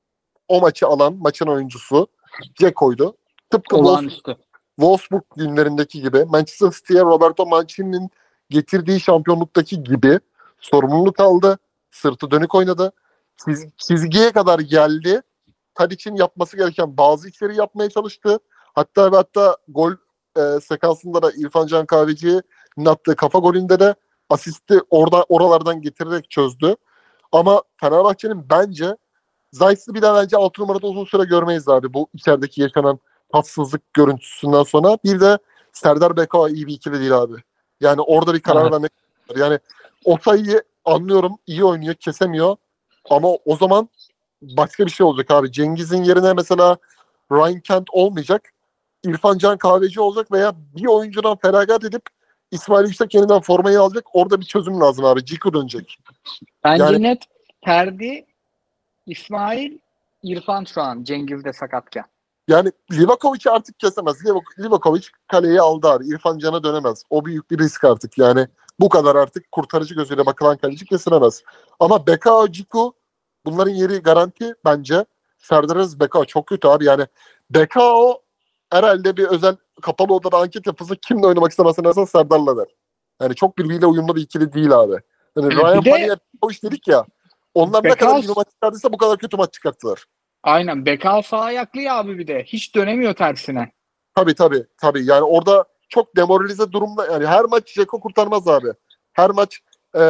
o maçı alan maçın oyuncusu Dzeko'ydu. Tıpkı Olağanüstü. Wolfsburg günlerindeki gibi, Manchester City'ye Roberto Mancini'nin getirdiği şampiyonluktaki gibi sorumluluk aldı. Sırtı dönük oynadı. Çizgiye kadar geldi. Tadic'in yapması gereken bazı işleri yapmaya çalıştı. Hatta gol sekansında da İrfan Can Kahveci'nin attığı kafa golünde de asisti oralardan getirerek çözdü. Ama Fenerbahçe'nin bence Zayt'sı bir daha bence 6 numarada uzun süre görmeyiz abi. Bu içerideki yaşanan tatsızlık görüntüsünden sonra. Bir de Serdar Beka iyi bir ikili değil abi. Yani orada bir karar vermek var. Yani Osayi'yi anlıyorum, iyi oynuyor, kesemiyor. Ama o zaman başka bir şey olacak abi. Cengiz'in yerine mesela Ryan Kent olmayacak. İrfan Can Kahveci olacak veya bir oyuncudan feragat edip İsmail Yüksek yeniden formayı alacak. Orada bir çözüm lazım abi. Ciku dönecek. Bence Yani- net Ferdi, İsmail, İrfan şu an Cengiz'de sakatken. Yani Livakovic'i artık kesemez. Livakovic kaleyi aldı abi. İrfan Can'a dönemez. O büyük bir risk artık. Yani bu kadar artık kurtarıcı gözüyle bakılan kaleci kesilemez. Ama Bekao, Ciku bunların yeri garanti bence. Serdar Aziz, Bekao çok kötü abi. Yani Bekao herhalde bir özel kapalı odada anket yapılsa kimle oynamak istemezsin dersen Serdar'la der. Yani çok birbiriyle uyumlu bir ikili değil abi. Yani Ryan de- Panier o iş dedik ya. Onlar ne kadar Bekao- iyi bir maç çıkardıysa bu kadar kötü maç çıkarttılar. Aynen. Bekal sağ ayaklı ya abi bir de. Hiç dönemiyor tersine. Tabii. Yani orada çok demoralize durumda. Yani her maç Dzeko kurtarmaz abi. Her maç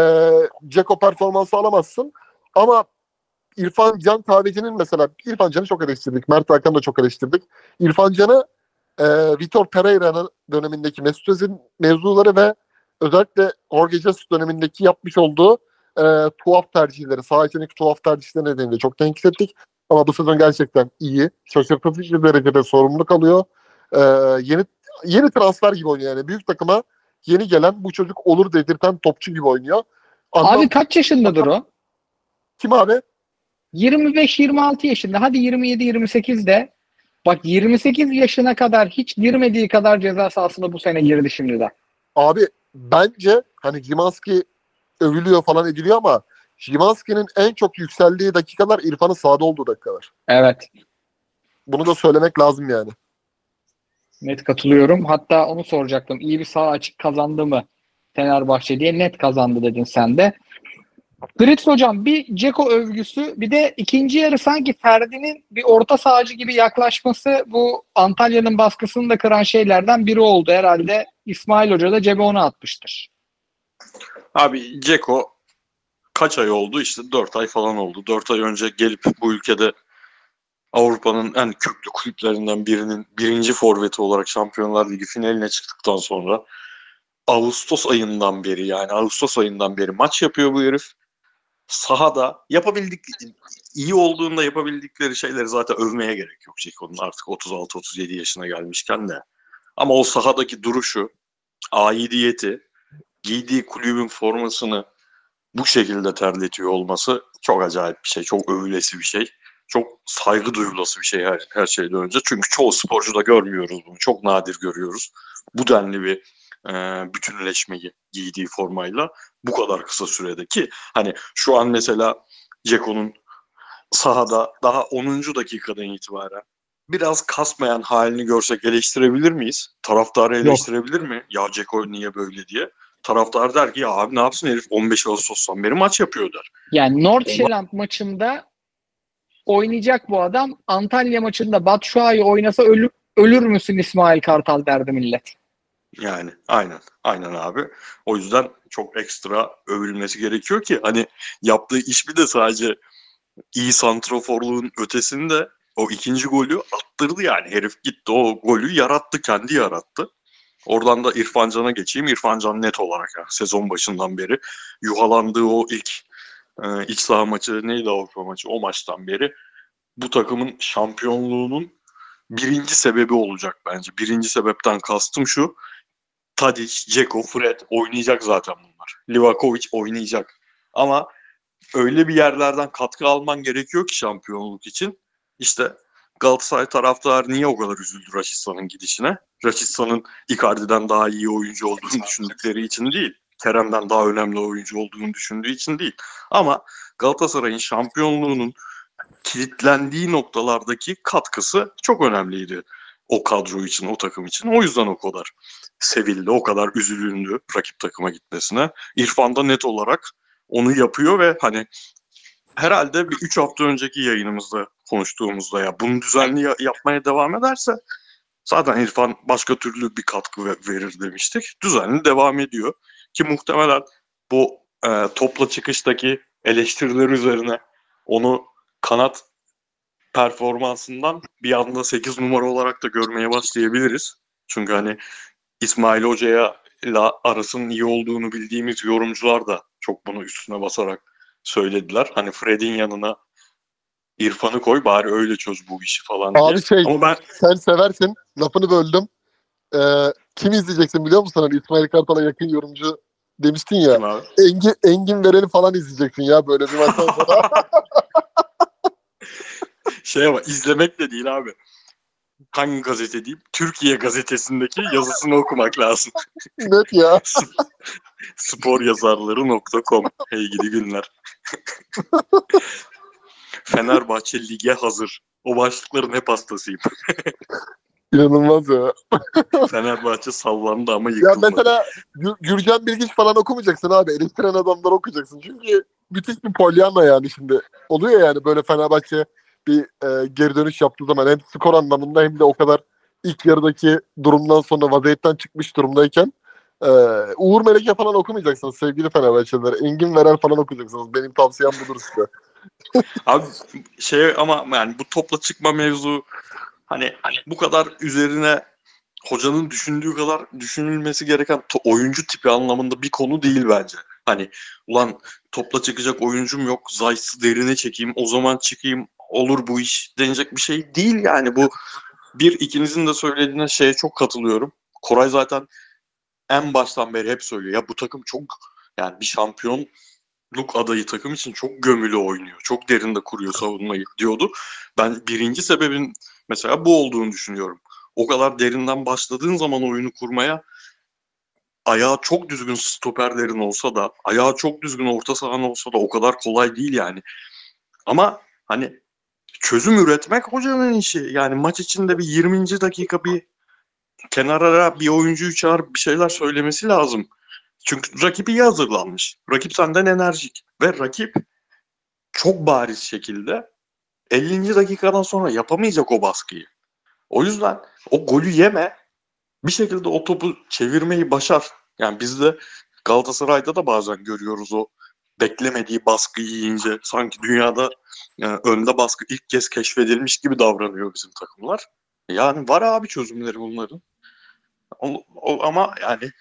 Dzeko performansı alamazsın. Ama İrfan Can Kahveci'nin mesela İrfan Can'ı çok eleştirdik. Mert Hakan'ı da çok eleştirdik. İrfan Can'ı Vitor Pereira'nın dönemindeki Mesut Özil mevzuları ve özellikle Jorge Jesus dönemindeki yapmış olduğu tuhaf tercihleri, saha içindeki tuhaf tercihleri nedeniyle çok tenkit ettik. Ama bu sezon gerçekten iyi. Şaşırtıcı derecede sorumluluk alıyor. Yeni transfer gibi oynuyor yani. Büyük takıma yeni gelen bu çocuk olur dedirten topçu gibi oynuyor. Abi kaç yaşındadır o? Kim abi? 25-26 yaşında. Hadi 27-28 de. Bak 28 yaşına kadar hiç girmediği kadar ceza sahasına bu sene girdi şimdi de. Abi bence hani Szymański övülüyor falan ediliyor ama Szymański'nin en çok yükseldiği dakikalar İrfan'ın sahada olduğu dakikalar. Evet. Bunu da söylemek lazım yani. Net katılıyorum. Hatta onu soracaktım. İyi bir sağ açık kazandı mı Fenerbahçe diye. Net kazandı dedin sen de. Fritz hocam bir Dzeko övgüsü, bir de ikinci yarı sanki Ferdi'nin bir orta sahacı gibi yaklaşması bu Antalya'nın baskısını da kıran şeylerden biri oldu. Herhalde İsmail Hoca da cebe onu atmıştır. Abi Dzeko kaç ay oldu? İşte 4 ay falan oldu. 4 ay önce gelip bu ülkede Avrupa'nın en köklü kulüplerinden birinin birinci forveti olarak Şampiyonlar Ligi finaline çıktıktan sonra Ağustos ayından beri maç yapıyor bu herif. Sahada iyi olduğunda yapabildikleri şeyleri zaten övmeye gerek yok Ceko'nun artık 36-37 yaşına gelmişken de. Ama o sahadaki duruşu, aidiyeti, giydiği kulübün formasını bu şekilde terletiyor olması çok acayip bir şey. Çok övülesi bir şey. Çok saygı duyulası bir şey her şeyden önce. Çünkü çoğu sporcuda görmüyoruz bunu. Çok nadir görüyoruz. Bu denli bir bütünleşmeyi giydiği formayla bu kadar kısa sürede ki hani şu an mesela Ceko'nun sahada daha 10. dakikadan itibaren biraz kasmayan halini görsek eleştirebilir miyiz? Taraftarı eleştirebilir mi? Ya Ceko niye böyle diye. Taraftar der ki ya abi ne yapsın herif 15 Ağustos'tan beri maç yapıyor der. Yani Nordsjælland maçında oynayacak bu adam. Antalya maçında Batshuayi oynasa ölür müsün İsmail Kartal derdi millet. Yani aynen abi. O yüzden çok ekstra övülmesi gerekiyor ki hani yaptığı iş bir de sadece iyi santraforluğun ötesinde o ikinci golü attırdı yani. Herif gitti o golü yarattı, kendi yarattı. Oradan da İrfan Can'a geçeyim. İrfan Can net olarak yani sezon başından beri yuhalandığı o ilk iç saha maçı neydi Avrupa maçı o maçtan beri bu takımın şampiyonluğunun birinci sebebi olacak bence. Birinci sebepten kastım şu. Tadic, Dzeko, Fred oynayacak zaten bunlar. Livakovic oynayacak. Ama öyle bir yerlerden katkı alman gerekiyor ki şampiyonluk için. İşte Galatasaray taraftarı niye o kadar üzüldü Raşitsa'nın gidişine? Raşitsa'nın Icardi'den daha iyi oyuncu olduğunu düşündükleri için değil. Kerem'den daha önemli oyuncu olduğunu düşündüğü için değil. Ama Galatasaray'ın şampiyonluğunun kilitlendiği noktalardaki katkısı çok önemliydi. O kadro için, o takım için. O yüzden o kadar sevildi, o kadar üzülündü rakip takıma gitmesine. İrfan da net olarak onu yapıyor ve hani herhalde bir 3 hafta önceki yayınımızda konuştuğumuzda ya bunu düzenli yapmaya devam ederse zaten İrfan başka türlü bir katkı verir demiştik. Düzenli devam ediyor ki muhtemelen bu topla çıkıştaki eleştiriler üzerine onu kanat performansından bir anda 8 numara olarak da görmeye başlayabiliriz. Çünkü hani İsmail Hoca'ya arasının iyi olduğunu bildiğimiz yorumcular da çok bunu üstüne basarak söylediler. Hani Fred'in yanına İrfan'ı koy bari öyle çöz bu işi falan diye. Abi Ama ben sen seversin. Lafını böldüm. Kim izleyeceksin biliyor musun? Hani İsmail Kartal'a yakın yorumcu demiştin ya. kim abi? Engin Veren'i falan izleyeceksin ya böyle bir maçtan sonra. Ama izlemek de değil abi. Hangi gazete diyeyim? Türkiye gazetesindeki yazısını okumak lazım. Net ya. Sporyazarları.com. Hey gidi günler. Fenerbahçe lige hazır. O başlıkların hep hastasıyım. İnanılmaz ya. Fenerbahçe sallandı ama Ya yıkılmadı. mesela Gürcan Bilgiç falan okumayacaksın abi. Eleştiren adamları okuyacaksın. Çünkü müthiş bir polyanla yani şimdi. Oluyor yani böyle Fenerbahçe bir geri dönüş yaptığı zaman hem skor anlamında hem de o kadar ilk yarıdaki durumdan sonra vaziyetten çıkmış durumdayken Uğur Meleke falan okumayacaksınız sevgili Fenerbahçeliler. Engin Veren falan okuyacaksınız. Benim tavsiyem budur size. Abi ama yani bu topla çıkma mevzu hani bu kadar üzerine hocanın düşündüğü kadar düşünülmesi gereken oyuncu tipi anlamında bir konu değil bence. Hani ulan topla çıkacak oyuncum yok. Zayt'sı derine çekeyim. O zaman çıkayım. Olur bu iş denecek bir şey değil yani. Bu ikinizin de söylediğine şeye çok katılıyorum. Koray zaten en baştan beri hep söylüyor. Ya bu takım çok yani bir şampiyonluk adayı takım için çok gömülü oynuyor. Çok derinde kuruyor savunmayı diyordu. Ben birinci sebebin mesela bu olduğunu düşünüyorum. O kadar derinden başladığın zaman oyunu kurmaya ayağı çok düzgün stoperlerin olsa da ayağı çok düzgün orta sahan olsa da o kadar kolay değil yani. Ama hani çözüm üretmek hocanın işi. Yani maç içinde bir 20. dakika bir kenara bir oyuncuyu çağırıp bir şeyler söylemesi lazım. Çünkü rakip iyi hazırlanmış. Rakip senden enerjik. Ve rakip çok bariz şekilde 50. dakikadan sonra yapamayacak o baskıyı. O yüzden o golü yeme, bir şekilde o topu çevirmeyi başar. Yani biz de Galatasaray'da da bazen görüyoruz o beklemediği baskıyı yiyince sanki dünyada önde baskı ilk kez keşfedilmiş gibi davranıyor bizim takımlar. Yani var abi çözümleri bunların. Ama yani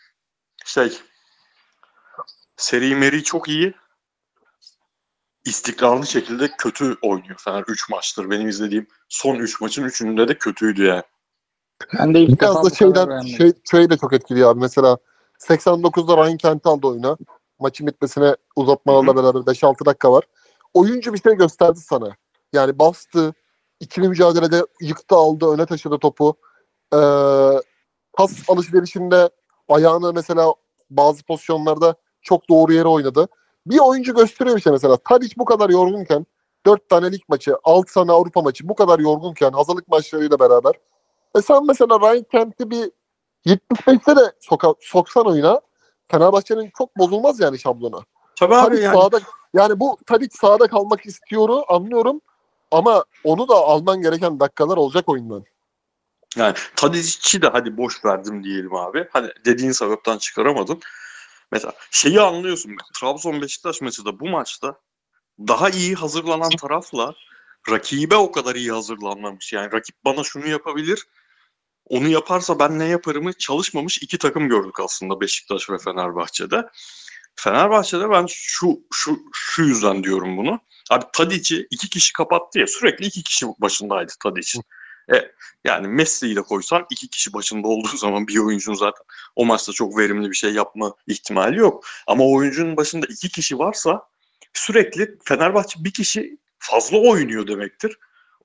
seri meri çok iyi. İstikrarlı şekilde kötü oynuyor Fener 3 maçtır. Benim izlediğim son 3 maçın 3'ünde de kötüydü yani. Ben de ilk Biraz defa da bu kadar beğendim. şey de çok etkiliyor abi. Mesela 89'da Ryan Kent'i aldı oyuna. Maçın bitmesine uzatmalarla beraber 5-6 dakika var. Oyuncu bir şey gösterdi sana. Yani bastı. İkili mücadelede yıktı aldı. Öne taşıdı topu. Pas alışverişinde ayağını mesela bazı pozisyonlarda çok doğru yere oynadı. Bir oyuncu gösteriyor bir şey mesela. Tadic bu kadar yorgunken 4 tane lig maçı, 6 tane Avrupa maçı bu kadar yorgunken hazırlık maçlarıyla beraber sen mesela Ryan Kent'i bir 75'te de soksan oyuna Fenerbahçe'nin çok bozulmaz yani şablonu. Tabii abi Tadic yani. sahada, yani bu Tadic sahada kalmak istiyoru anlıyorum ama onu da alman gereken dakikalar olacak oyundan. Yani Tadic'i de hadi boş verdim diyelim abi. Hani dediğin sebepten çıkaramadın. Mesela şeyi anlıyorsun. Trabzon Beşiktaş maçı da bu maçta daha iyi hazırlanan tarafla rakibe o kadar iyi hazırlanmamış. Yani rakip bana şunu yapabilir, onu yaparsa ben ne yaparımı çalışmamış iki takım gördük aslında Beşiktaş ve Fenerbahçe'de. Fenerbahçe'de ben şu yüzden diyorum bunu. Abi Tadic'i 2 kişi kapattı ya, sürekli 2 kişi başındaydı Tadic. Yani Messi'yi de koysan 2 kişi başında olduğu zaman bir oyuncunun zaten o maçta çok verimli bir şey yapma ihtimali yok. Ama o oyuncunun başında 2 kişi varsa sürekli Fenerbahçe bir kişi fazla oynuyor demektir.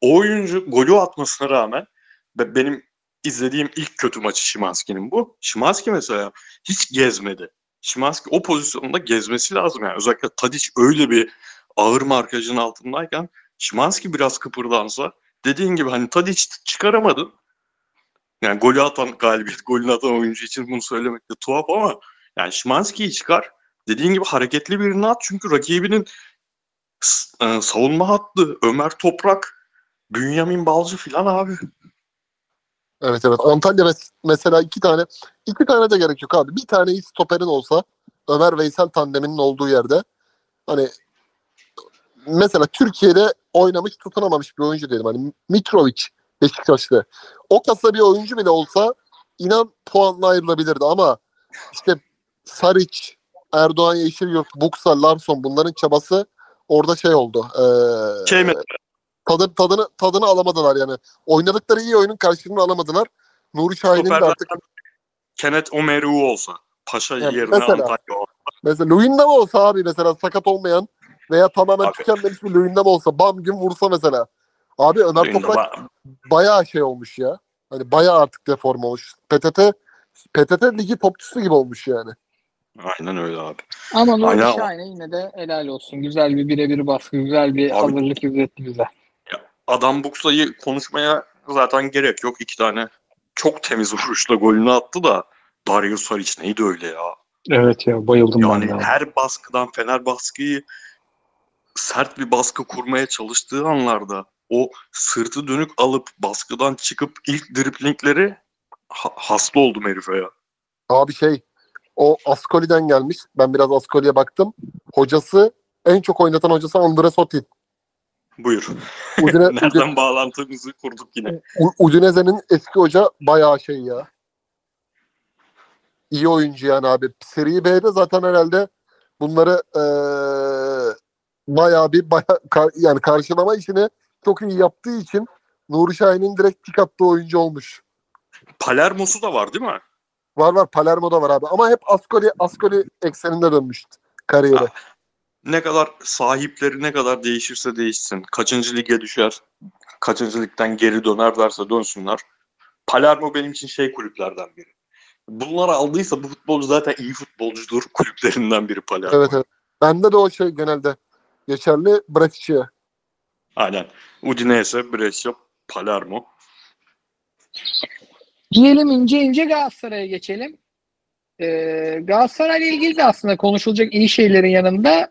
o oyuncu golü atmasına rağmen benim izlediğim ilk kötü maçı Szymański'nin bu. Szymański mesela hiç gezmedi. Szymański o pozisyonda gezmesi lazım yani. Özellikle Tadić öyle bir ağır markajın altındayken Szymański biraz kıpırdansa, dediğin gibi hani Tadić çıkaramadın. Yani golünü atan oyuncu için bunu söylemek de tuhaf ama yani Szymański'yi çıkar. Dediğin gibi hareketli birini at, çünkü rakibinin savunma hattı Ömer Toprak, Bünyamin Balcı filan abi. Evet. Antalya mesela iki tane de gerek yok abi. Bir tane iyi stoperin olsa, Ömer Veysel tandeminin olduğu yerde, hani mesela Türkiye'de oynamış tutunamamış bir oyuncu diyelim. Hani Mitrovic Beşiktaş'ta. O kasa bir oyuncu bile olsa inan puanla ayrılabilirdi ama işte Saric, Erdoğan Yeşilyurt, Buksa, Larsson, bunların çabası orada şey oldu. Tadını alamadılar yani. Oynadıkları iyi oyunun karşılığını alamadılar. Nuri Şahin'in de artık Kenneth Omeru olsa Paşa yani yerine mesela Antalya olsa. Mesela Luyendam olsa abi, mesela sakat olmayan veya tamamen Abi, tükenmemiş bir Luyendam olsa, bam gün vursa mesela. Abi Ömer Toprak bayağı şey olmuş ya. Hani bayağı artık deform olmuş. PTT ligi topçusu gibi olmuş yani. Aynen öyle abi. Ama Nuri Şahin'e yine de helal olsun. Güzel bir birebir baskı, güzel bir abi, hazırlık izletti bize. Adam Buksa'yı konuşmaya zaten gerek yok. 2 tane çok temiz vuruşla golünü attı da Dario Saric neydi öyle ya? Evet ya, bayıldım Yani ben de. her baskıdan Fener baskıyı sert bir baskı kurmaya çalıştığı anlarda o sırtı dönük alıp baskıdan çıkıp ilk driplingleri hasta oldum herife ya. Abi o Ascoli'den gelmiş. Ben biraz Ascoli'ye baktım. En çok oynatan hocası Andre Sotin. Buyur. Udine, Nereden bağlantımızı kurduk yine. Udinese'nin eski hoca bayağı şey ya. İyi oyuncu yani abi. Serie B'de zaten herhalde bunları yani karşılama işini çok iyi yaptığı için Nuri Şahin'in direkt pik attığı oyuncu olmuş. Palermo'su da var değil mi? Var, Palermo'da var abi. Ama hep Ascoli ekseninde dönmüş kariyeri. Ne kadar sahipleri ne kadar değişirse değişsin. Kaçıncı lige düşer, kaçıncı ligden geri dönerlerse dönsünler. Palermo benim için kulüplerden biri. Bunları aldıysa bu futbolcu zaten iyi futbolcudur kulüplerinden biri Palermo. Evet. Bende de o genelde geçerli. Brescia. Aynen. Udinese, Brescia, Palermo. Diyelim ince Galatasaray'a geçelim. Galatasaray'la ilgili de aslında konuşulacak iyi şeylerin yanında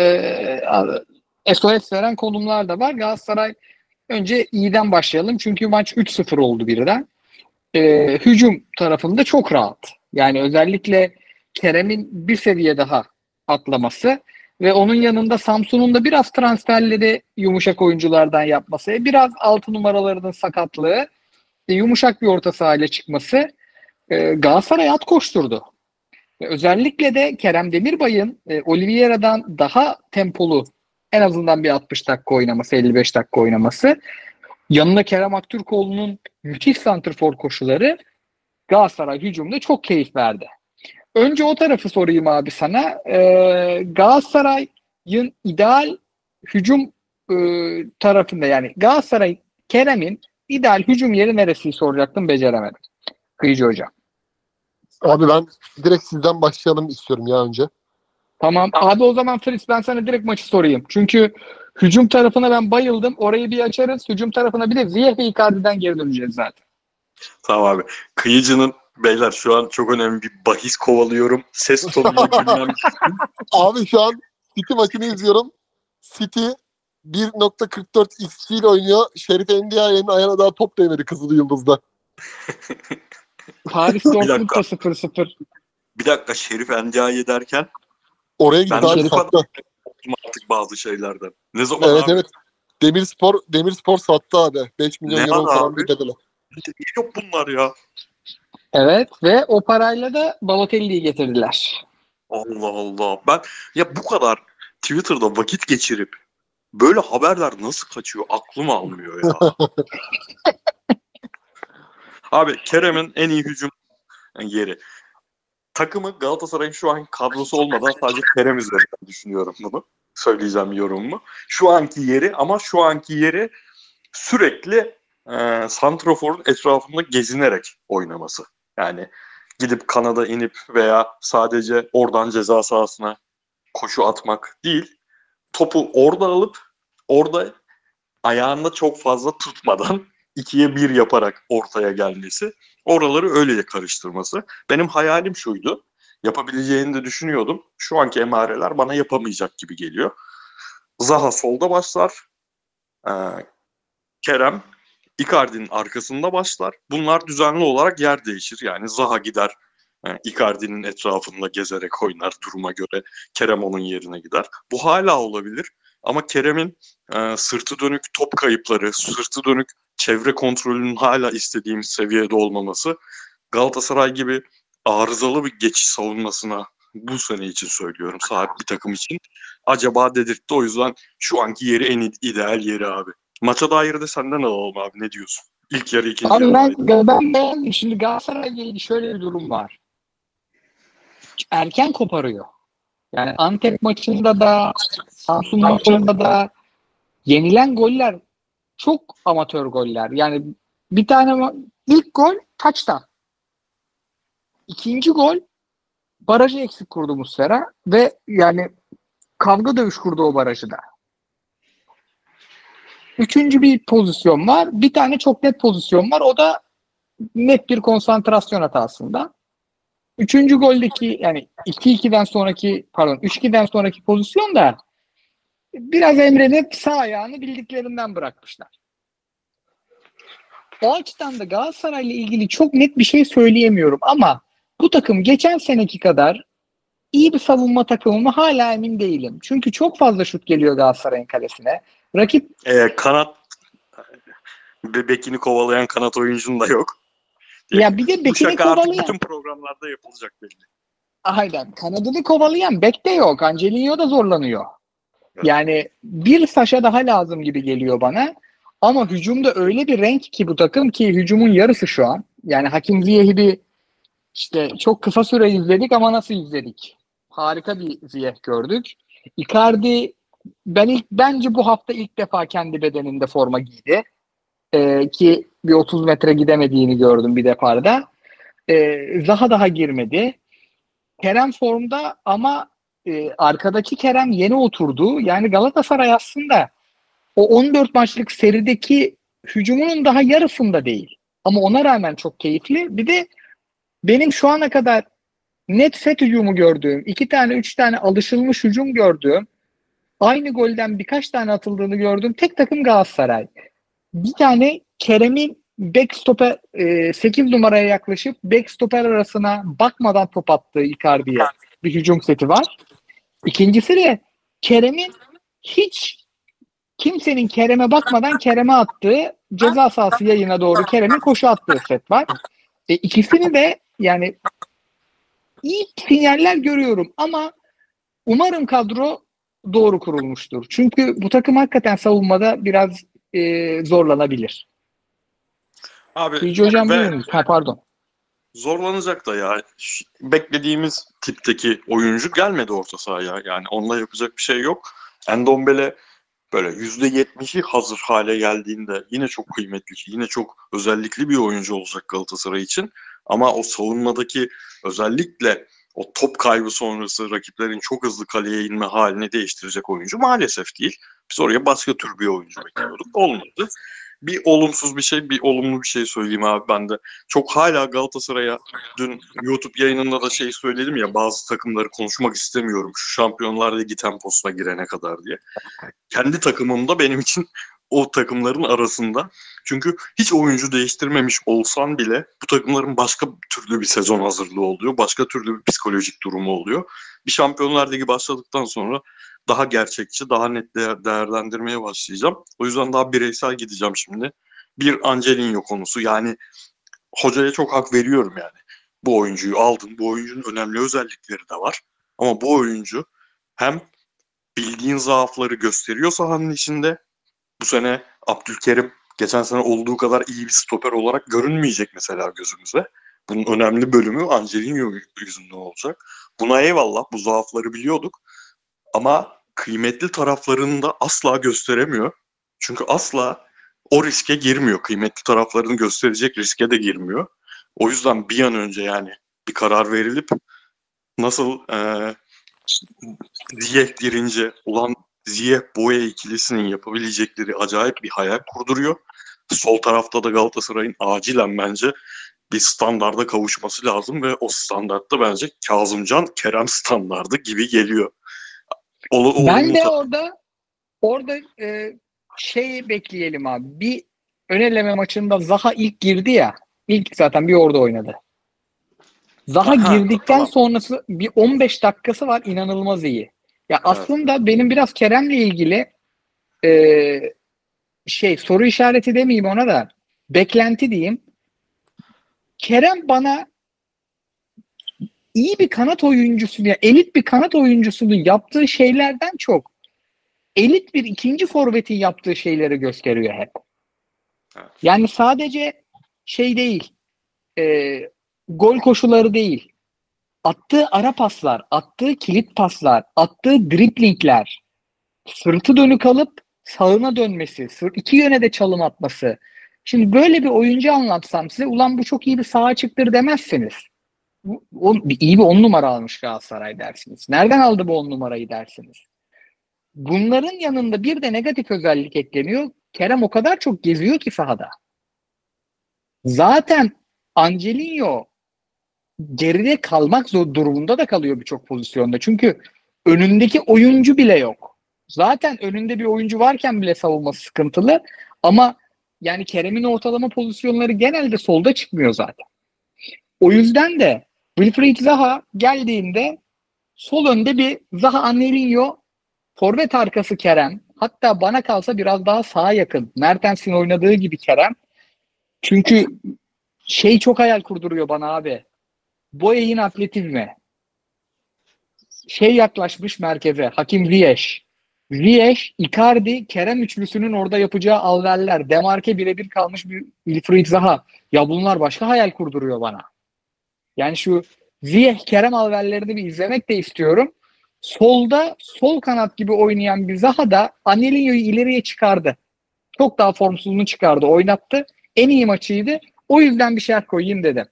SOS veren konumlar da var. Galatasaray, önce iyiden başlayalım. Çünkü maç 3-0 oldu birden. Hücum tarafında çok rahat. Yani özellikle Kerem'in bir seviye daha atlaması ve onun yanında Samsun'un da biraz transferleri yumuşak oyunculardan yapması, biraz 6 numaralarının sakatlığı, yumuşak bir orta sahayla çıkması Galatasaray at koşturdu. Özellikle de Kerem Demirbay'ın Oliveira'dan daha tempolu, en azından bir 60 dakika oynaması, 55 dakika oynaması, yanına Kerem Aktürkoğlu'nun müthiş santrfor koşuları Galatasaray hücumda çok keyif verdi. Önce o tarafı sorayım abi sana. Galatasaray'ın ideal hücum tarafında, yani Galatasaray Kerem'in ideal hücum yeri neresi soracaktım, beceremedim. Kıyıcı hocam. Abi ben direkt sizden başlayalım istiyorum ya önce. Tamam. Abi o zaman Fritz, ben sana direkt maçı sorayım. Çünkü hücum tarafına ben bayıldım. Orayı bir açarız. Hücum tarafına bir de Ziyech ve Icardi'den geri döneceğiz zaten. Tamam abi. Kıyıcı'nın, beyler şu an çok önemli bir bahis kovalıyorum. Ses tonunu bilmem. Abi şu an City maçını izliyorum. City 1.44 XG ile oynuyor. Şerif Endiaye'nin ayağına daha top değmedi Kızıl Yıldız'da. Paris Dortmund da 0-0. Bir dakika, Şerif Endiaye derken oraya gitti abi, sattı. Artık bazı şeylerden. Ne zaman abi? Evet. Demirspor sattı abi. 5 milyon euro falan bir bedeli. Yok bunlar ya. Evet ve o parayla da Balotelli'yi getirdiler. Allah Allah. Ben bu kadar Twitter'da vakit geçirip böyle haberler nasıl kaçıyor aklım almıyor ya. Abi Kerem'in en iyi hücum yeri. Takımı Galatasaray'ın şu an kadrosu olmadan sadece Kerem üzerinden düşünüyorum bunu. Söyleyeceğim yorumumu. Şu anki yeri sürekli santraforun etrafında gezinerek oynaması. Yani gidip kanada inip veya sadece oradan ceza sahasına koşu atmak değil, topu orada alıp orada ayağında çok fazla tutmadan 2'ye 1 yaparak ortaya gelmesi, oraları öyle karıştırması. Benim hayalim şuydu. Yapabileceğini de düşünüyordum. Şu anki emareler bana yapamayacak gibi geliyor. Zaha solda başlar. Ee, Kerem Icardi'nin arkasında başlar. Bunlar düzenli olarak yer değişir. Yani Zaha gider Icardi'nin etrafında gezerek oynar duruma göre. Kerem onun yerine gider. Bu hala olabilir. Ama Kerem'in sırtı dönük top kayıpları, sırtı dönük çevre kontrolünün hala istediğimiz seviyede olmaması Galatasaray gibi arızalı bir geçiş savunmasına bu sene için söylüyorum, sahip bir takım için acaba dedirtti. O yüzden şu anki yeri en ideal yeri abi. Maça dair de senden alalım abi, ne diyorsun? İlk yarı, ikinci Abi yarı dair. ben beğendim. Şimdi Galatasaray'la ilgili şöyle bir durum var. Erken koparıyor. Yani Antep maçında da, Samsun maçında da yenilen goller çok amatör goller. Yani bir tane ilk gol touchdown. İkinci gol barajı eksik kurdu Muslera ve yani kavga dövüş kurdu o barajı da. Üçüncü bir pozisyon var. Bir tane çok net pozisyon var. O da net bir konsantrasyon hatasında. Üçüncü goldeki yani 2-2'den sonraki 3-2'den sonraki pozisyon da biraz Emre'nin sağ ayağını bildiklerinden bırakmışlar. O açıdan da Galatasaray'la ilgili çok net bir şey söyleyemiyorum ama bu takım geçen seneki kadar iyi bir savunma takımı mı hala emin değilim. Çünkü çok fazla şut geliyor Galatasaray'ın kalesine. Rakip Kanat bekini kovalayan kanat oyuncun da yok. ya bir de Bu bekini şaka artık kovalayan bütün programlarda yapılacak belli. aynen kanadını kovalayan bek de yok. Angelino da zorlanıyor. Evet. Yani bir Saşa daha lazım gibi geliyor bana. Ama hücumda öyle bir renk ki bu takım ki hücumun yarısı şu an. Yani Hakim Ziyech'i bir işte çok kısa süre izledik ama nasıl izledik? Harika bir Ziyech gördük. Icardi bence bu hafta ilk defa kendi bedeninde forma giydi. Ki bir 30 metre gidemediğini gördüm bir defarda. Zaha daha girmedi. Kerem formda ama arkadaki Kerem yeni oturdu. Yani Galatasaray aslında o 14 maçlık serideki hücumunun daha yarısında değil. Ama ona rağmen çok keyifli. Bir de benim şu ana kadar net set hücumu gördüğüm, 2 tane 3 tane alışılmış hücum gördüğüm, aynı golden birkaç tane atıldığını gördüğüm tek takım Galatasaray. Bir tane Kerem'in backstop'e 8 numaraya yaklaşıp backstopper arasına bakmadan top attığı Icardi'ye bir hücum seti var. İkincisi de Kerem'in hiç kimsenin Kerem'e bakmadan Kerem'e attığı ceza sahası yayına doğru Kerem'in koşu attığı set var. İkisini de yani iyi sinyaller görüyorum ama umarım kadro doğru kurulmuştur. Çünkü bu takım hakikaten savunmada biraz zorlanabilir. Abi Yüce Hocam ve buyurun. Pardon. zorlanacak da ya. Beklediğimiz tipteki oyuncu gelmedi orta sahaya. Yani onunla yapacak bir şey yok. Endombele böyle %70'i hazır hale geldiğinde yine çok kıymetli, yine çok özellikli bir oyuncu olacak Galatasaray için. Ama o savunmadaki özellikle o top kaybı sonrası rakiplerin çok hızlı kaleye inme halini değiştirecek oyuncu maalesef değil. Biz oraya başka tür bir oyuncu bekliyorduk. Olmadı. Bir olumsuz bir şey, bir olumlu bir şey söyleyeyim abi ben de. Çok hala Galatasaray'a dün YouTube yayınında da şey söyledim ya, bazı takımları konuşmak istemiyorum şu Şampiyonlar Ligi temposuna girene kadar diye. Kendi takımımda benim için o takımların arasında. Çünkü hiç oyuncu değiştirmemiş olsan bile bu takımların başka türlü bir sezon hazırlığı oluyor. Başka türlü bir psikolojik durumu oluyor. Bir Şampiyonlar Ligi başladıktan sonra daha gerçekçi, daha net değerlendirmeye başlayacağım. O yüzden daha bireysel gideceğim şimdi. Bir Angelino konusu, yani hocaya çok hak veriyorum yani. Bu oyuncuyu aldın, bu oyuncunun önemli özellikleri de var. Ama bu oyuncu hem bildiğin zaafları gösteriyor sahanın içinde. Bu sene Abdülkerim geçen sene olduğu kadar iyi bir stoper olarak görünmeyecek mesela gözümüze. Bunun önemli bölümü Angelino yüzünden olacak. Buna eyvallah, bu zaafları biliyorduk. Ama kıymetli taraflarını da asla gösteremiyor. Çünkü asla o riske girmiyor. Kıymetli taraflarını gösterecek riske de girmiyor. O yüzden bir an önce yani bir karar verilip nasıl Ziyech girince ulan Ziyech Boye ikilisinin yapabilecekleri acayip bir hayal kurduruyor. Sol tarafta da Galatasaray'ın acilen bence bir standarda kavuşması lazım ve o standartta bence Kazımcan Kerem standardı gibi geliyor. Ben de orada şey bekleyelim abi. Bir ön eleme maçında Zaha ilk girdi ya. İlk zaten bir orada oynadı. Zaha girdikten sonrası bir 15 dakikası var, inanılmaz iyi. Ya aslında benim biraz Kerem'le ilgili soru işareti demeyeyim ona da, beklenti diyeyim. Kerem bana iyi bir kanat oyuncusu, ya elit bir kanat oyuncusunun yaptığı şeylerden çok elit bir ikinci forvetin yaptığı şeyleri gösteriyor hep. Yani sadece şey değil, gol koşuları değil, attığı ara paslar, attığı kilit paslar, attığı driplingler, sırtı dönük alıp sağına dönmesi, iki yöne de çalım atması. Şimdi böyle bir oyuncu anlatsam size, ulan bu çok iyi bir saha çıktır demezsiniz. İyi bir 10 numara almış Galatasaray dersiniz. Nereden aldı bu 10 numarayı dersiniz. Bunların yanında bir de negatif özellik ekleniyor. Kerem o kadar çok geziyor ki sahada. Zaten Angelino geride kalmak zor durumunda da kalıyor birçok pozisyonda. Çünkü önündeki oyuncu bile yok. Zaten önünde bir oyuncu varken bile savunması sıkıntılı. Ama yani Kerem'in ortalama pozisyonları genelde solda çıkmıyor zaten. O yüzden de Wilfried Zaha geldiğinde sol önde bir Zaha, Angelino, forvet arkası Kerem. Hatta bana kalsa biraz daha sağa yakın. Mertens'in oynadığı gibi Kerem. Çünkü çok hayal kurduruyor bana abi. Boye'nin atletizmi. Yaklaşmış merkeze. Hakim Ziyech. Ziyech, Icardi, Kerem üçlüsünün orada yapacağı alverler. Demarke birebir kalmış bir Wilfried Zaha. Ya bunlar başka hayal kurduruyor bana. Yani şu Ziyech, Kerem alverlerini bir izlemek de istiyorum. Solda sol kanat gibi oynayan bir Zaha da Angelino'yu ileriye çıkardı. Çok daha formsuzunu çıkardı, oynattı. En iyi maçıydı. O yüzden bir şart koyayım dedim.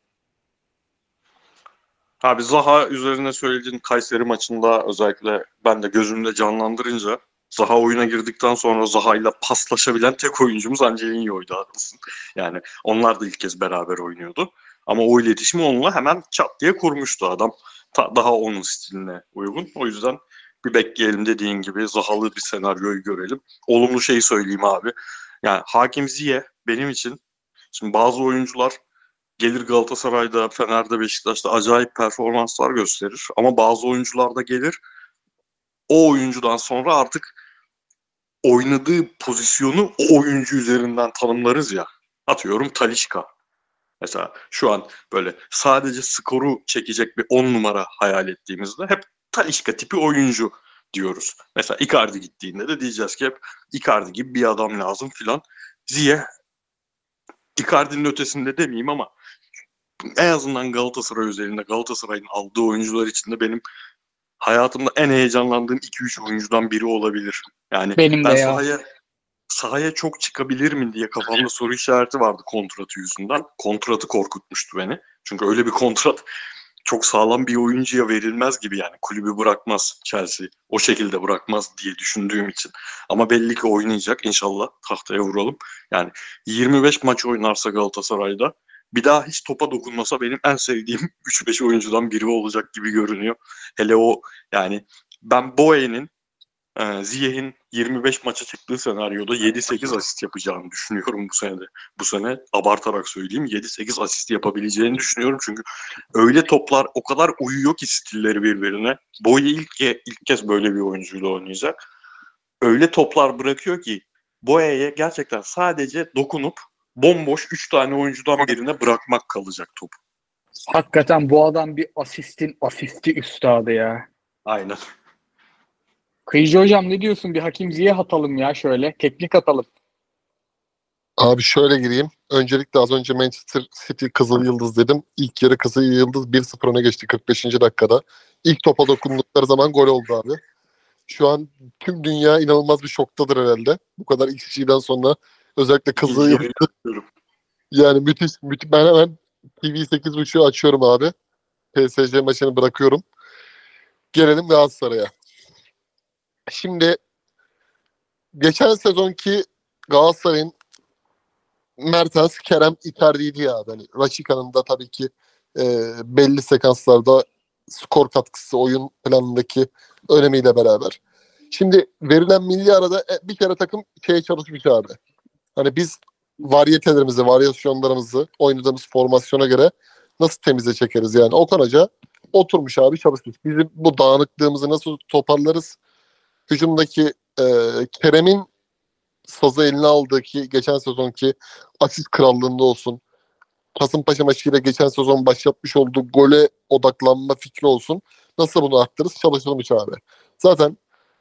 Abi Zaha üzerine söylediğin Kayseri maçında özellikle ben de gözümde canlandırınca Zaha oyuna girdikten sonra Zaha'yla paslaşabilen tek oyuncumuz Angelino'ydu, haklısın. Yani onlar da ilk kez beraber oynuyordu. Ama o iletişimi onunla hemen çat diye kurmuştu adam. Daha onun stiline uygun. O yüzden bir bekleyelim, dediğin gibi Zaha'lı bir senaryoyu görelim. Olumlu şeyi söyleyeyim abi. Yani Hakim Ziyech benim için, şimdi bazı oyuncular gelir Galatasaray'da, Fener'de, Beşiktaş'ta acayip performanslar gösterir. Ama bazı oyuncular da gelir, o oyuncudan sonra artık oynadığı pozisyonu o oyuncu üzerinden tanımlarız ya. Atıyorum Talisca. Mesela şu an böyle sadece skoru çekecek bir 10 numara hayal ettiğimizde hep Talisca tipi oyuncu diyoruz. Mesela Icardi gittiğinde de diyeceğiz ki hep Icardi gibi bir adam lazım filan. Ziyech Icardi'nin ötesinde demeyeyim ama en azından Galatasaray özelinde, Galatasaray'ın aldığı oyuncular içinde benim hayatımda en heyecanlandığım 2-3 oyuncudan biri olabilir. Yani benim ben de ya. sahaya çok çıkabilir mi diye kafamda soru işareti vardı kontratı yüzünden. Kontratı korkutmuştu beni. Çünkü öyle bir kontrat çok sağlam bir oyuncuya verilmez gibi, yani kulübü bırakmaz Chelsea. O şekilde bırakmaz diye düşündüğüm için. Ama belli ki oynayacak, inşallah tahtaya vuralım. Yani 25 maç oynarsa Galatasaray'da, bir daha hiç topa dokunmasa benim en sevdiğim 3-5 oyuncudan biri olacak gibi görünüyor. Hele o, yani ben Boye'nin Ziyech'in 25 maça çıktığı senaryoda 7-8 asist yapacağını düşünüyorum bu sene de. Bu sene abartarak söyleyeyim 7-8 asist yapabileceğini düşünüyorum. Çünkü öyle toplar o kadar uyuyor ki stilleri birbirine. Boye ilk kez böyle bir oyuncuyla oynayacak. Öyle toplar bırakıyor ki Boye'ye gerçekten sadece dokunup bomboş 3 tane oyuncudan birine bırakmak kalacak top. Hakikaten bu adam bir asisti üstadı ya. Aynen. Kıyıcı hocam ne diyorsun? Bir Hakim Ziyech atalım ya şöyle. Teknik atalım. Abi şöyle gireyim. Öncelikle az önce Manchester City Kızıl Yıldız dedim. İlk yarı Kızıl Yıldız 1-0 öne geçti 45. dakikada. İlk topa dokundukları zaman gol oldu abi. Şu an tüm dünya inanılmaz bir şoktadır herhalde. Bu kadar XG'den sonra Özellikle kızı İlgiyi yapıyorum. yani müthiş. Ben hemen TV 8.5'u açıyorum abi. PSG maçını bırakıyorum. Gelelim Galatasaray'a. Şimdi geçen sezonki Galatasaray'ın Mertens, Kerem, Icardi'ydi ya. Hani Raşika'nın da tabii ki belli sekanslarda skor katkısı, oyun planındaki önemiyle beraber. Şimdi verilen milli arada bir kere takım şeye çalışmış abi. Hani biz varyetelerimizi, varyasyonlarımızı oynadığımız formasyona göre nasıl temize çekeriz yani. Okan Hoca oturmuş abi çalışmış. Bizim bu dağınıklığımızı nasıl toparlarız? Hücumdaki Kerem'in sazı eline aldığı ki geçen sezonki asist krallığında olsun. Kasımpaşa maçıyla geçen sezon başlatmış olduğu gole odaklanma fikri olsun. Nasıl bunu arttırırız? Çalışılmış abi. Zaten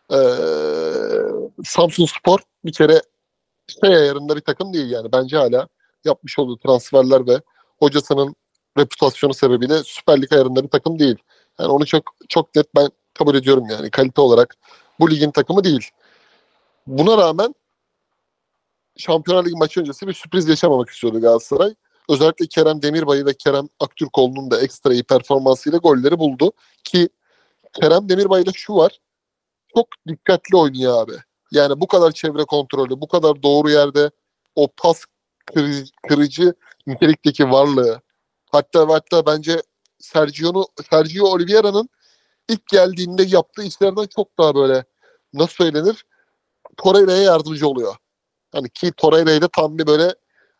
Samsunspor bir kere şey ayarında bir takım değil yani. Bence hala yapmış olduğu transferler ve hocasının reputasyonu sebebiyle Süper Lig ayarında bir takım değil. Yani onu çok çok net ben kabul ediyorum yani. Kalite olarak bu ligin takımı değil. Buna rağmen Şampiyonlar Ligi maçı öncesi bir sürpriz yaşamamak istiyordu Galatasaray. Özellikle Kerem Demirbay'ı ve Kerem Aktürkoğlu'nun da ekstra iyi performansıyla golleri buldu. Ki Kerem Demirbay'da şu var. Çok dikkatli oynuyor abi. Yani bu kadar çevre kontrolü, bu kadar doğru yerde o pas kırıcı nitelikteki varlığı. Hatta bence Sergio Oliveira'nın ilk geldiğinde yaptığı işlerden çok daha böyle nasıl söylenir? Torreira'ya yardımcı oluyor. Hani ki Torreira'yı da tam bir böyle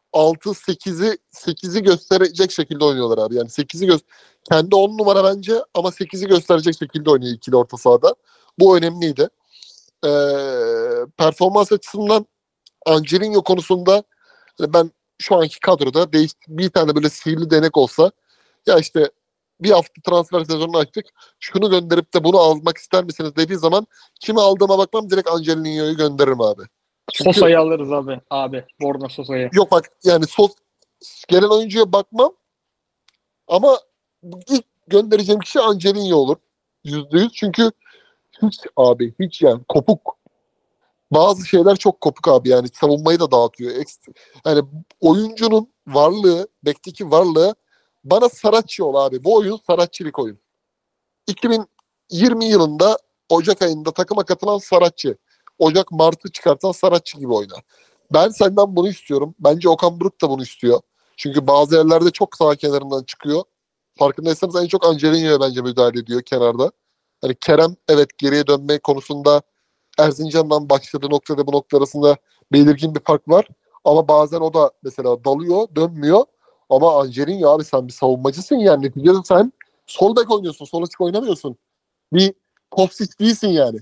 6-8'i gösterecek şekilde oynuyorlar abi. Yani kendi 10 numara bence ama 8'i gösterecek şekilde oynuyor ikili orta sahada. Bu önemliydi. Performans açısından Angelino konusunda hani ben şu anki kadroda bir tane böyle sihirli denek olsa ya işte bir hafta transfer sezonunu açtık. Şunu gönderip de bunu almak ister misiniz dediği zaman kimi aldığıma bakmam direkt Angelino'yu gönderirim abi. Çünkü, Sosa'yı alırız abi. Abi. Borna Sosa'yı. yok bak yani gelen oyuncuya bakmam ama ilk göndereceğim kişi Angelino olur. %100 çünkü hiç yani kopuk. Bazı şeyler çok kopuk abi yani savunmayı da dağıtıyor. Yani oyuncunun varlığı, bekteki varlığı bana Saratçı ol abi. Bu oyun Saratçılık oyun. 2020 yılında Ocak ayında takıma katılan Saratçı. Ocak Mart'ı çıkartan Saratçı gibi oynar. Ben senden bunu istiyorum. Bence Okan Buruk da bunu istiyor. Çünkü bazı yerlerde çok sağ kenarından çıkıyor. Farkındaysanız en çok Angelino'ya bence müdahale ediyor kenarda. Hani Kerem evet geriye dönme konusunda Erzincan'dan başladığı noktada bu nokta arasında belirgin bir fark var. Ama bazen o da mesela dalıyor, dönmüyor. Ama Angelino abi sen bir savunmacısın yani. Neticede sen sol bek oynuyorsun, sol açık oynamıyorsun. Bir Kostić değilsin yani.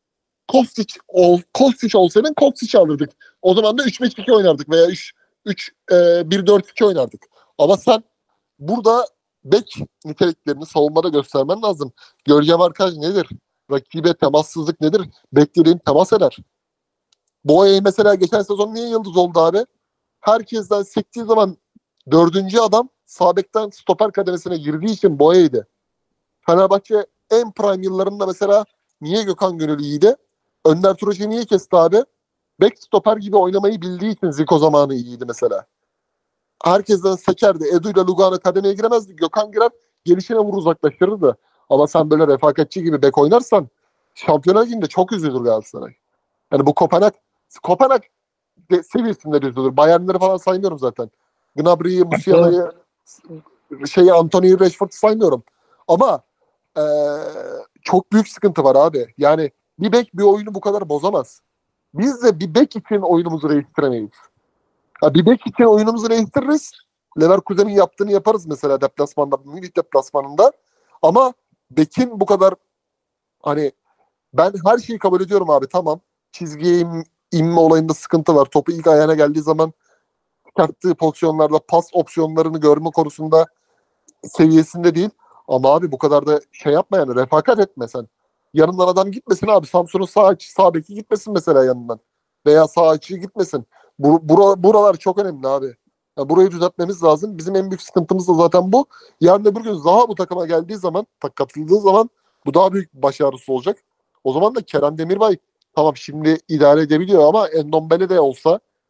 Kostić olsaydın Kostić'i alırdık. O zaman da 3-5-2 oynardık veya 1-4-2 oynardık. Ama sen burada bek niteliklerini savunmada göstermen lazım. Gölge markaj nedir? Rakibe temassızlık nedir? Beklediğin temas eder. Boya'yı mesela geçen sezon niye yıldız oldu abi? Herkesten sektiği zaman dördüncü adam sağ bekten stoper kademesine girdiği için Boya'ydı. Fenerbahçe en prime yıllarında mesela niye Gökhan Gönül iyiydi? Önder Turaç'ı niye kesti abi? Bek stoper gibi oynamayı bildiği için Zico zamanı iyiydi mesela. Herkesten sekerdi. Edu ile Lugano kademeye giremezdi. Gökhan girer gelişine vurur uzaklaştırırdı. Ama sen böyle refakatçi gibi bek oynarsan Şampiyonlar Ligi'nde çok üzülür Galatasaray. Yani bu Kopenhag seviyesinde üzülür. Bayernleri falan saymıyorum zaten. Gnabry'yi, Musiala'yı, Anthony'yi, Rashford'u saymıyorum. Ama çok büyük sıkıntı var abi. Yani bir bek bir oyunu bu kadar bozamaz. Biz de bir bek için oyunumuzu değiştiremeyiz. Bir bek için oyunumuzu değiştiririz. Leverkusen'in yaptığını yaparız mesela deplasmanda, Münih deplasmanında. Ama bekin bu kadar hani ben her şeyi kabul ediyorum abi tamam. Çizgiye inme olayında sıkıntı var. Topu ilk ayağına geldiği zaman çıkarttığı pozisyonlarda pas opsiyonlarını görme konusunda seviyesinde değil. Ama abi bu kadar da şey yapma yani refakat etme sen. Yanından adam gitmesin abi. Samsun'un sağ beki gitmesin mesela yanından. Veya sağ açığı gitmesin. Buralar çok önemli abi. Yani burayı düzeltmemiz lazım. Bizim en büyük sıkıntımız da zaten bu. Yarın öbür gün Zaha bu takıma geldiği zaman, katıldığı zaman bu daha büyük başarısı olacak. O zaman da Kerem Demirbay tamam şimdi idare edebiliyor ama Endombele de olsa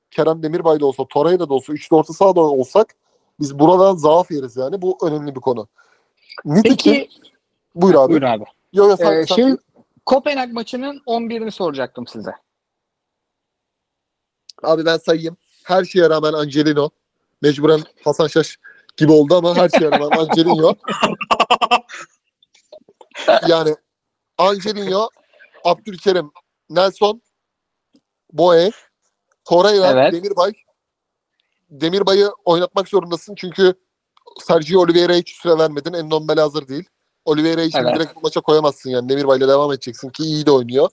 Kerem Demirbay'da olsa, Torreira'da olsa, üçlü orta sahada olsak biz buradan zaaf yeriz yani. Bu önemli bir konu. Nitekim Peki buyur abi. buyur abi. Yo, yo, sen buyur. Kopenhag maçının 11'ini soracaktım size. Abi ben sayayım. Her şeye rağmen Angelino. Mecburen Hasan Şaş gibi oldu ama her şeye rağmen Angelino. Yani Angelino, Abdülkerim, Nelson, Boye, Torreira, Evet. Demirbay. Demirbay'ı oynatmak zorundasın çünkü Sergio Oliveira'ya hiç süre vermedin. Endombele hazır değil. Oliveira'yı şimdi Evet. direkt bu maça koyamazsın yani. Demirbay'la devam edeceksin ki iyi de oynuyor.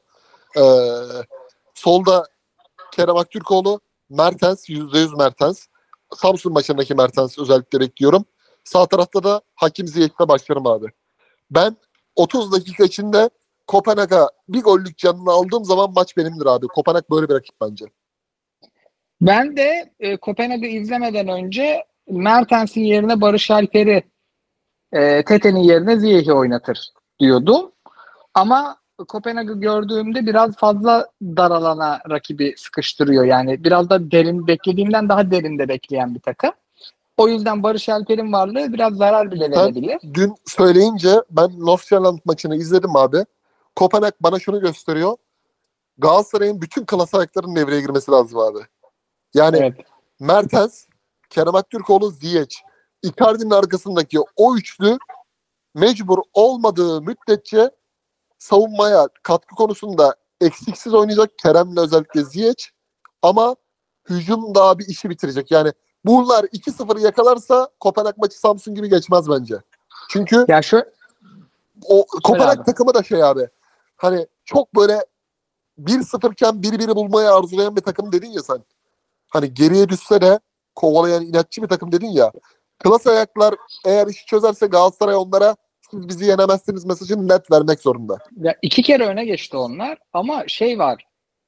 Solda Kerem Aktürkoğlu, Mertens, %100 Mertens. Samsun maçındaki Mertens özellikle bekliyorum. Sağ tarafta da Hakim Ziyech'le başlarım abi. Ben 30 dakika içinde Kopenhag'a bir gollük canını aldığım zaman maç benimdir abi. Kopenhag böyle bir rakip bence. Ben de Kopenhag'ı izlemeden önce Mertens'in yerine Barış Alper'i, Tete'nin yerine Ziyech'i oynatır diyordum. Ama Kopenhag'ı gördüğümde biraz fazla dar alana rakibi sıkıştırıyor. Yani biraz da derin, beklediğimden daha derinde bekleyen bir takım. O yüzden Barış Alper'in varlığı biraz zarar bile Sen verebilir. dün söyleyince ben Nordsjælland maçını izledim abi. Kopenhag bana şunu gösteriyor. Galatasaray'ın bütün klas ayaklarının devreye girmesi lazım abi. Yani Evet. Mertens, Kerem Aktürkoğlu, Ziyech, Icardi'nin arkasındaki o üçlü mecbur olmadığı müddetçe savunmaya katkı konusunda eksiksiz oynayacak. Kerem'le özellikle Ziyech. Ama hücum daha bir işi bitirecek. Yani bunlar 2-0 yakalarsa Kopenhag maçı Samsun gibi geçmez bence. Çünkü Ya şu o Kopenhag abi. takımı da şey abi. Hani çok böyle 1-0 iken 1-1'i bulmayı arzulayan bir takım dedin ya sen. Hani geriye düşse de kovalayan inatçı bir takım dedin ya. Klas ayaklar eğer işi çözerse Galatasaray onlara siz bizi yenemezsiniz mesajını net vermek zorunda. Ya 2 kere öne geçti onlar ama şey var.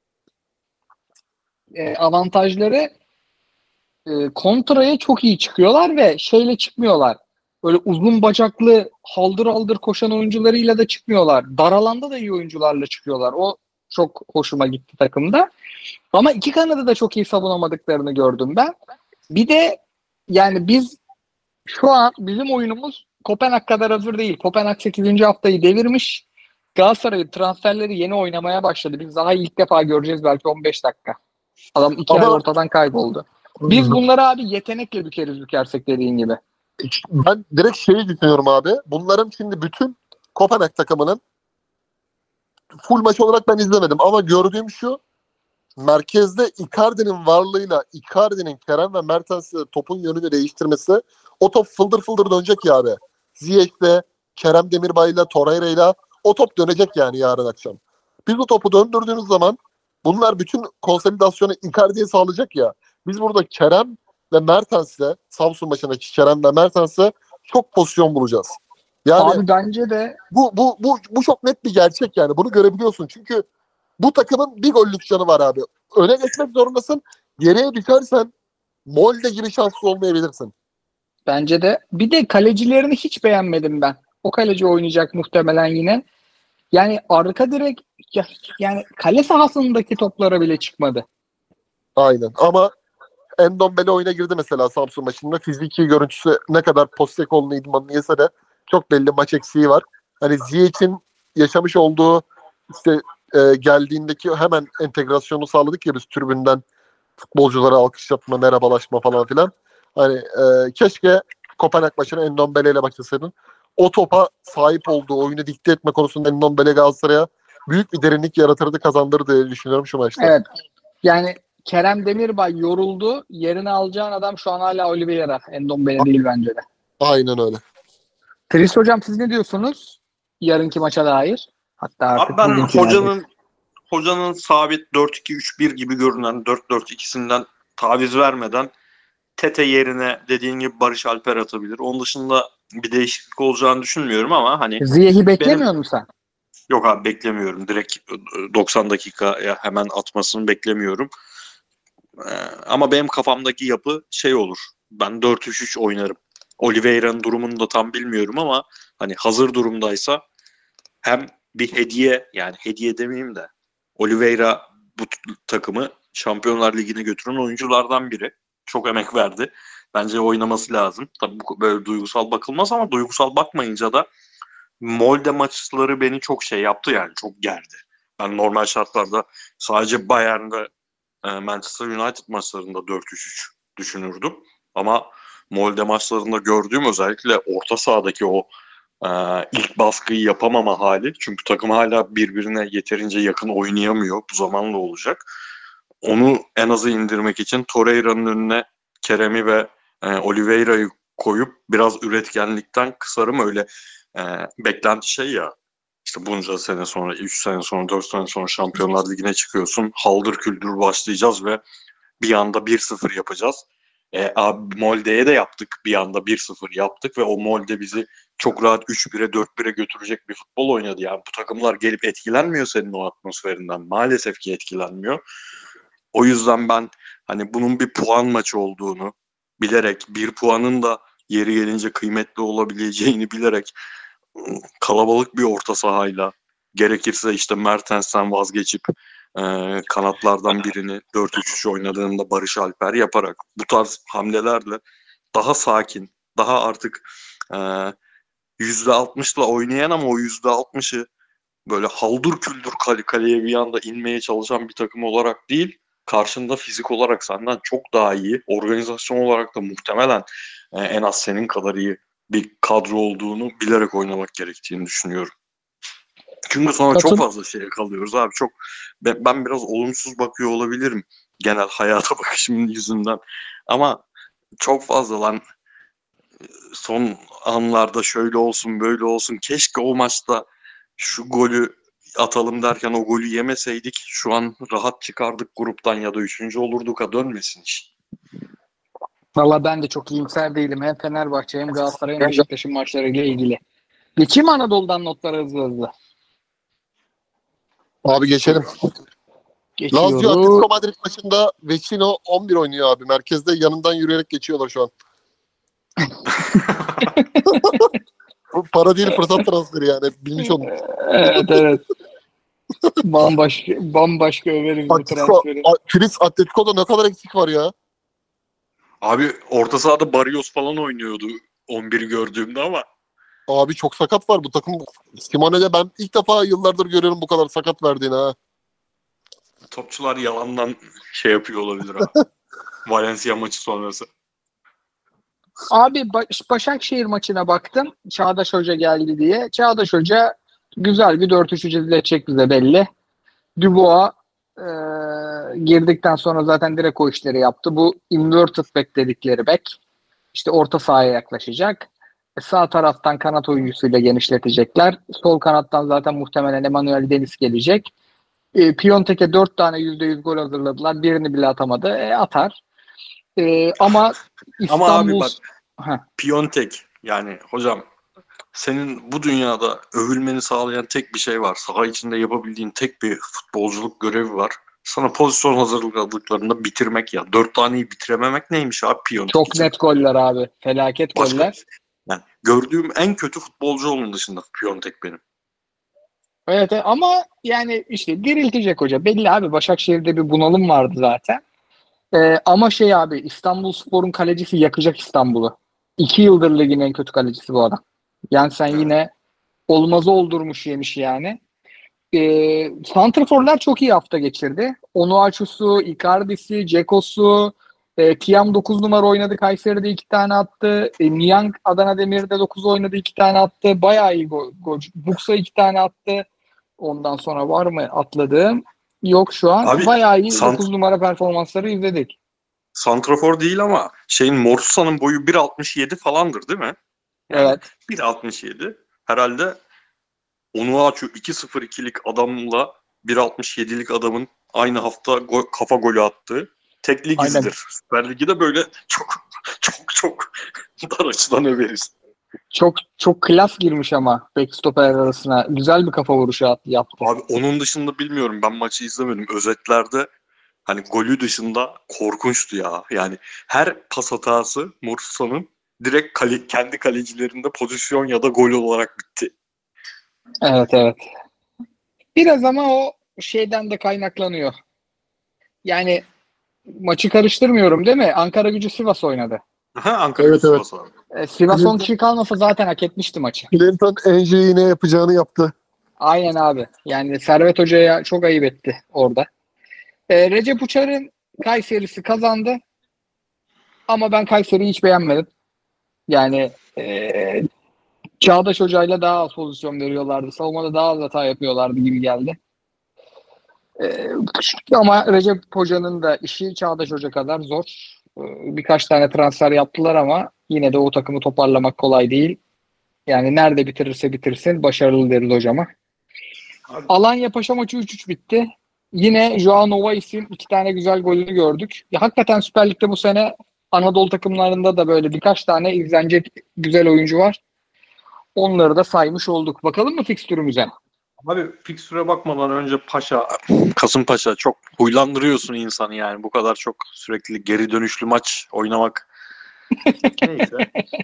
Avantajları kontraya çok iyi çıkıyorlar ve şeyle çıkmıyorlar. Böyle uzun bacaklı haldır haldır koşan oyuncularıyla da çıkmıyorlar. Dar alanda da iyi oyuncularla çıkıyorlar. O çok hoşuma gitti takımda. Ama iki kanadı da çok iyi savunamadıklarını gördüm ben. Bir de yani biz şu an bizim oyunumuz Kopenhag kadar hazır değil. Kopenhag 8. haftayı devirmiş. Galatasaray'ın transferleri yeni oynamaya başladı. Biz daha ilk defa göreceğiz belki 15 dakika. Adam 2 ay Ama ortadan kayboldu. Biz bunları abi yetenekle bükersek dediğin gibi. ben direkt şeyi düşünüyorum abi. Bunların şimdi bütün Kopenhag takımının full maç olarak ben izlemedim ama gördüğüm şu: merkezde Icardi'nin varlığıyla Icardi'nin Kerem ve Mertens'le topun yönünü değiştirmesi, o top fıldır fıldır dönecek ya abi. Ziyech'le, Kerem Demirbay'la, Torreira'yla o top dönecek yani yarın akşam. Biz o topu döndürdüğümüz zaman bunlar bütün konsolidasyonu Icardi'ye sağlayacak ya. Biz burada Kerem ve Mertens'le, Samsun maçındaki Kerem ve Mertens'le çok pozisyon bulacağız. Yani Abi bence de bu çok net bir gerçek yani. Bunu görebiliyorsun. Çünkü bu takımın bir gollük canı var abi. Öne geçmek zorundasın. Geriye düşersen Molde gibi şanslı olmayabilirsin. bence de bir de kalecilerini hiç beğenmedim ben. O kaleci oynayacak muhtemelen yine. Yani arka direk yani kale sahasındaki toplara bile çıkmadı. Aynen. Ama Endombele oyuna girdi mesela Samsun maçında. Fiziki görüntüsü ne kadar Postecoglou idmanını yese de çok belli maç eksiği var. Hani Ziyech'in yaşamış olduğu işte geldiğindeki hemen entegrasyonu sağladık ya biz tribünden futbolculara alkış yapma, merhabalaşma falan filan. Hani keşke Kopenhag maçını Endombele ile başlasaydın. O topa sahip olduğu, oyunu dikte etme konusunda Endombele Galatasaray'a büyük bir derinlik yaratırdı, kazandırdı diye düşünüyorum şu maçta. Evet. Yani Kerem Demirbay yoruldu. Yerine alacağın adam şu an hala Oliveira. Endombele değil bence de. Aynen öyle. Tris hocam siz ne diyorsunuz? Yarınki maça dair. Hatta artık Abi ben bugünkü hocanın sabit 4-2-3-1 gibi görünen 4-4-2'sinden taviz vermeden Tete yerine dediğin gibi Barış Alper atabilir. Onun dışında bir değişiklik olacağını düşünmüyorum ama hani Ziyech'i beklemiyor musun sen? yok abi beklemiyorum. Direkt 90 dakikaya hemen atmasını beklemiyorum. Ama benim kafamdaki yapı şey olur. Ben 4-3-3 oynarım. Oliveira'nın durumunu da tam bilmiyorum ama hani hazır durumdaysa hem bir hediye, yani hediye demeyeyim de Oliveira bu takımı Şampiyonlar Ligi'ne götüren oyunculardan biri. Çok emek verdi. Bence oynaması lazım. Tabii bu böyle duygusal bakılmaz ama duygusal bakmayınca da Molde maçları beni çok şey yaptı yani çok gerdi. Ben normal şartlarda sadece Bayern'de Manchester United maçlarında 4-3-3 düşünürdüm. Ama Molde maçlarında gördüğüm özellikle orta sahadaki o e, ilk baskıyı yapamama hali. Çünkü takım hala birbirine yeterince yakın oynayamıyor. Bu zamanla olacak. Onu en aza indirmek için Torreira'nın önüne Kerem'i ve Oliveira'yı koyup biraz üretkenlikten kısarım öyle beklenti şey ya işte bunca sene sonra, 3 sene sonra, 4 sene sonra Şampiyonlar Ligi'ne çıkıyorsun. Haldır küldür başlayacağız ve bir anda 1-0 yapacağız. Abi Molde'ye de yaptık. Bir anda 1-0 yaptık ve o Molde bizi çok rahat 3-1'e 4-1'e götürecek bir futbol oynadı. Yani bu takımlar gelip etkilenmiyor senin o atmosferinden. Maalesef ki etkilenmiyor. O yüzden ben hani bunun bir puan maçı olduğunu bilerek, bir puanın da yeri gelince kıymetli olabileceğini bilerek kalabalık bir orta sahayla gerekirse işte Mertens'ten vazgeçip kanatlardan birini 4-3-3 oynadığında Barış Alper yaparak bu tarz hamlelerle daha sakin, daha artık %60'la oynayan ama o %60'ı böyle haldır küldür kaleye bir anda inmeye çalışan bir takım olarak değil, karşında fizik olarak senden çok daha iyi, organizasyon olarak da muhtemelen en az senin kadar iyi bir kadro olduğunu bilerek oynamak gerektiğini düşünüyorum. Çünkü sonra çok fazla şeye kalıyoruz abi. Çok ben biraz olumsuz bakıyor olabilirim genel hayata bakışımın yüzünden. Ama çok fazla lan son anlarda şöyle olsun böyle olsun. Keşke o maçta şu golü atalım derken o golü yemeseydik şu an rahat çıkardık gruptan ya da 3. olurduk'a dönmesin iş. Valla ben de çok iyimser değilim. Hem Fenerbahçe hem Galatasaray hem Beşiktaş'ın maçlarıyla ilgili. Geçeyim Anadolu'dan notları hızlı hızlı. Abi geçelim. Geçiyoruz. Lazio Atletico Madrid maçında Vecino 11 oynuyor abi. Merkezde yanından yürüyerek geçiyorlar şu an. Para değil fırsat transferi yani. Bilmiş olun. Evet evet. Bambaşka överiz bu transferi. Chris Atletico'da ne kadar eksik var ya. Abi orta sahada Barrios falan oynuyordu 11'i gördüğümde ama. Abi çok sakat var bu takım. Simone'de ben ilk defa yıllardır görüyorum bu kadar sakat verdiğini ha. Topçular yalandan şey yapıyor olabilir ha. Valencia maçı sonrası. Abi Başakşehir maçına baktım. Çağdaş Hoca geldi diye. Çağdaş Hoca güzel bir 4-3-3 izletecek bize belli. Dubois girdikten sonra zaten direkt o işleri yaptı. Bu inverted back dedikleri back. İşte orta sahaya yaklaşacak. Sağ taraftan kanat oyuncusuyla genişletecekler. Sol kanattan zaten muhtemelen Emmanuel Deniz gelecek. Piontek'e 4 tane %100 gol hazırladılar. Birini bile atamadı. Atar. Ama İstanbul... Ama abi bak Piontek yani hocam senin bu dünyada övülmeni sağlayan tek bir şey var. Saha içinde yapabildiğin tek bir futbolculuk görevi var. Sana pozisyon hazırladıklarında bitirmek ya. 4 taneyi bitirememek neymiş abi Piontek Çok için? net goller abi. Felaket goller. Yani gördüğüm en kötü futbolcu onun dışında Piontek benim. Evet ama yani işte diriltecek hoca. Belli abi Başakşehir'de bir bunalım vardı zaten. Ama abi İstanbulspor'un kalecisi yakacak İstanbul'u. 2 yıldır ligin en kötü kalecisi bu adam. Yani sen yine olmazı oldurmuş yemiş yani. Santrforlar çok iyi hafta geçirdi. Onuachu'su, Icardi'si, Ceko'su, Tiam 9 numara oynadı. Kayseri'de 2 tane attı. Niang Adana Demir'de 9 oynadı. 2 tane attı. Bayağı iyi gol. Buksa 2 tane attı. Ondan sonra var mı atladığım? Yok şu an. Abi, bayağı iyi 9 numara performansları izledik. Santrafor değil ama Morsa'nın boyu 1.67 falandır değil mi? Yani Evet. 1.67. Herhalde Onuachu 2.02'lik adamla 1.67'lik adamın aynı hafta kafa golü attığı tek lig Aynen. izidir. Süper Lig'i de böyle çok dar açıdan överiz. Çok klas girmiş ama bek stoper arasına. Güzel bir kafa vuruşu yaptı. Abi onun dışında bilmiyorum. Ben maçı izlemedim. Özetlerde hani golü dışında korkunçtu ya. Yani her pas hatası Morsa'nın direkt kendi kalecilerinde pozisyon ya da gol olarak bitti. Evet evet. Biraz ama o şeyden de kaynaklanıyor. Yani maçı karıştırmıyorum değil mi? Ankara Gücü Sivas oynadı. Ankara Evet, Sivas abi. Sivas 10 kişi kalmasa zaten hak etmişti maçı. Clinton Enje'yi ne yapacağını yaptı. Aynen abi. Yani Servet Hoca'ya çok ayıp etti orada. Recep Uçar'ın Kayseri'si kazandı. Ama ben Kayseri'yi hiç beğenmedim. Yani Çağdaş Hoca'yla daha az pozisyon veriyorlardı. Savunmada daha az hata yapıyorlardı gibi geldi. E, Ama Recep Hoca'nın da işi Çağdaş Hoca kadar zor. Birkaç tane transfer yaptılar ama yine de o takımı toparlamak kolay değil. Yani nerede bitirirse bitirsin başarılı deriz hocama. Abi, Alanya Paşa maçı 3-3 bitti. Yine Joao Novaes'in 2 tane güzel golünü gördük. Ya hakikaten Süper Lig'de bu sene Anadolu takımlarında da böyle birkaç tane izlenecek güzel oyuncu var. Onları da saymış olduk. Bakalım mı fikstürümüze? abi fikstüre bakmadan önce Kasımpaşa çok huylandırıyorsun insanı yani. Bu kadar çok sürekli geri dönüşlü maç oynamak. Neyse.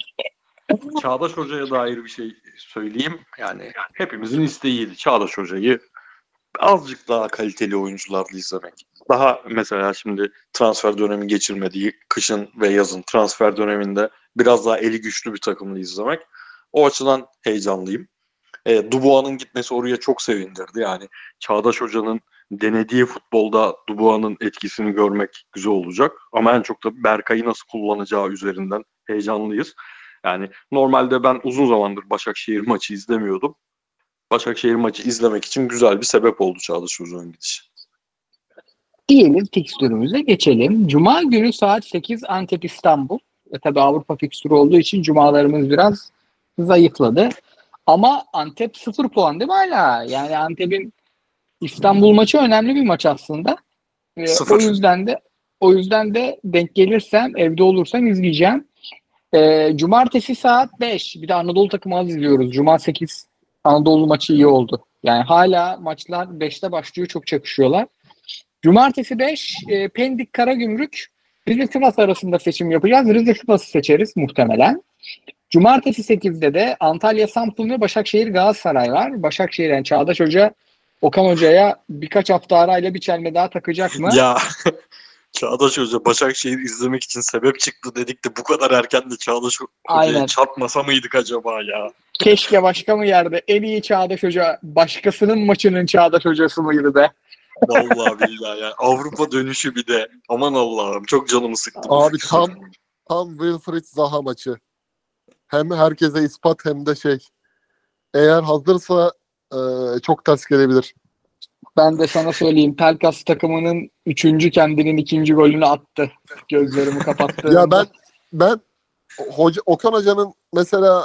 Çağdaş Hoca'ya dair bir şey söyleyeyim. Yani hepimizin isteğiydi Çağdaş Hoca'yı azıcık daha kaliteli oyuncularla izlemek. Daha mesela şimdi transfer dönemi geçirmediği kışın ve yazın transfer döneminde biraz daha eli güçlü bir takımla izlemek. O açıdan heyecanlıyım. Dubois'ın gitmesi oraya çok sevindirdi. Yani Çağdaş Hoca'nın denediği futbolda Dubois'ın etkisini görmek güzel olacak. Ama en çok da Berkay'ı nasıl kullanacağı üzerinden heyecanlıyız. Yani normalde ben uzun zamandır Başakşehir maçı izlemiyordum. Başakşehir maçı izlemek için güzel bir sebep oldu Çağdaş Hoca'nın gidişi. Diyelim fikstürümüze geçelim. Cuma günü saat 8 Antep İstanbul. Tabii Avrupa fikstürü olduğu için cumalarımız biraz zayıfladı. Ama Antep 0 puan değil mi hala? Yani Antep'in İstanbul maçı önemli bir maç aslında. O Sıfır. yüzden de denk gelirsem, evde olursam izleyeceğim. Cumartesi saat 5. Bir de Anadolu takımı az izliyoruz. Cuma 8 Anadolu maçı iyi oldu. Yani hala maçlar 5'te başlıyor. Çok çakışıyorlar. Cumartesi 5 Pendik Karagümrük Rize Sivas arasında seçim yapacağız. Rize Sivas'ı seçeriz muhtemelen. Cumartesi 8'de de Antalya Samsun ve Başakşehir Galatasaray var. Başakşehir'den Çağdaş Hoca Okan Hoca'ya birkaç hafta arayla bir çelme daha takacak mı? Ya Çağdaş Hoca Başakşehir izlemek için sebep çıktı dedik de bu kadar erken de Çağdaş Hoca'ya Aynen. çarpmasa mıydık acaba ya? Keşke başka mı yerde? En iyi Çağdaş Hoca başkasının maçının Çağdaş Hocası mıydı be? Vallahi billahi ya. Avrupa dönüşü bir de. Aman Allah'ım çok canımı sıktı bu Abi fikstür. tam Wilfried Zaha maçı. Hem herkese ispat hem de eğer hazırsa çok ters gelebilir. Ben de sana söyleyeyim. Pelkas takımının 3. kendinin 2. golünü attı. Gözlerimi kapattığımda. Ya ben Okan Hoca'nın mesela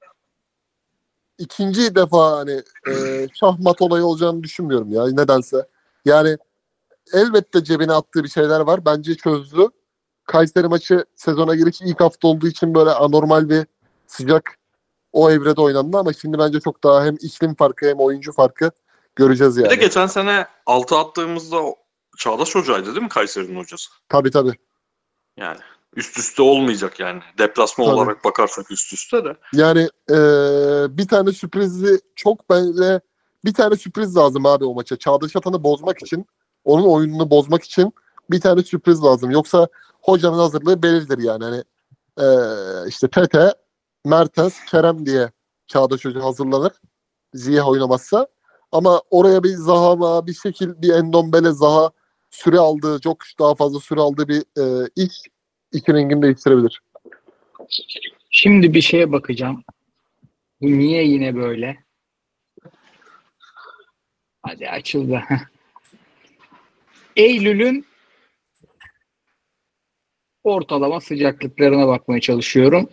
ikinci defa hani şahmat olayı olacağını düşünmüyorum ya nedense. Yani elbette cebine attığı bir şeyler var. Bence çözdü. Kayseri maçı sezona giriş ilk hafta olduğu için böyle anormal bir sıcak o evrede oynandı ama şimdi bence çok daha hem iklim farkı hem oyuncu farkı göreceğiz Bir de yani. geçen sene 6 attığımızda Çağdaş Hoca'ydı değil mi Kayseri'nin hocası? Tabii. Yani üst üste olmayacak yani. Deplasman Tabii. olarak bakarsak üst üste de. Yani bir tane sürprizi çok böyle bir tane sürpriz lazım abi o maça. Çağdaş Atan'ı bozmak için, onun oyununu bozmak için bir tane sürpriz lazım. Yoksa hocanın hazırlığı bellidir yani. Hani işte Tete, Mertens, Kerem diye Çağdaş Hoca hazırlanır. Ziyeh oynamazsa. Ama oraya bir Zaha bir şekil bir Endombele Zaha süre aldığı, çok daha fazla süre aldığı bir iş iki rengini değiştirebilir. Şimdi bir şeye bakacağım. Bu niye yine böyle? Hadi açıldı. Eylül'ün ortalama sıcaklıklarına bakmaya çalışıyorum.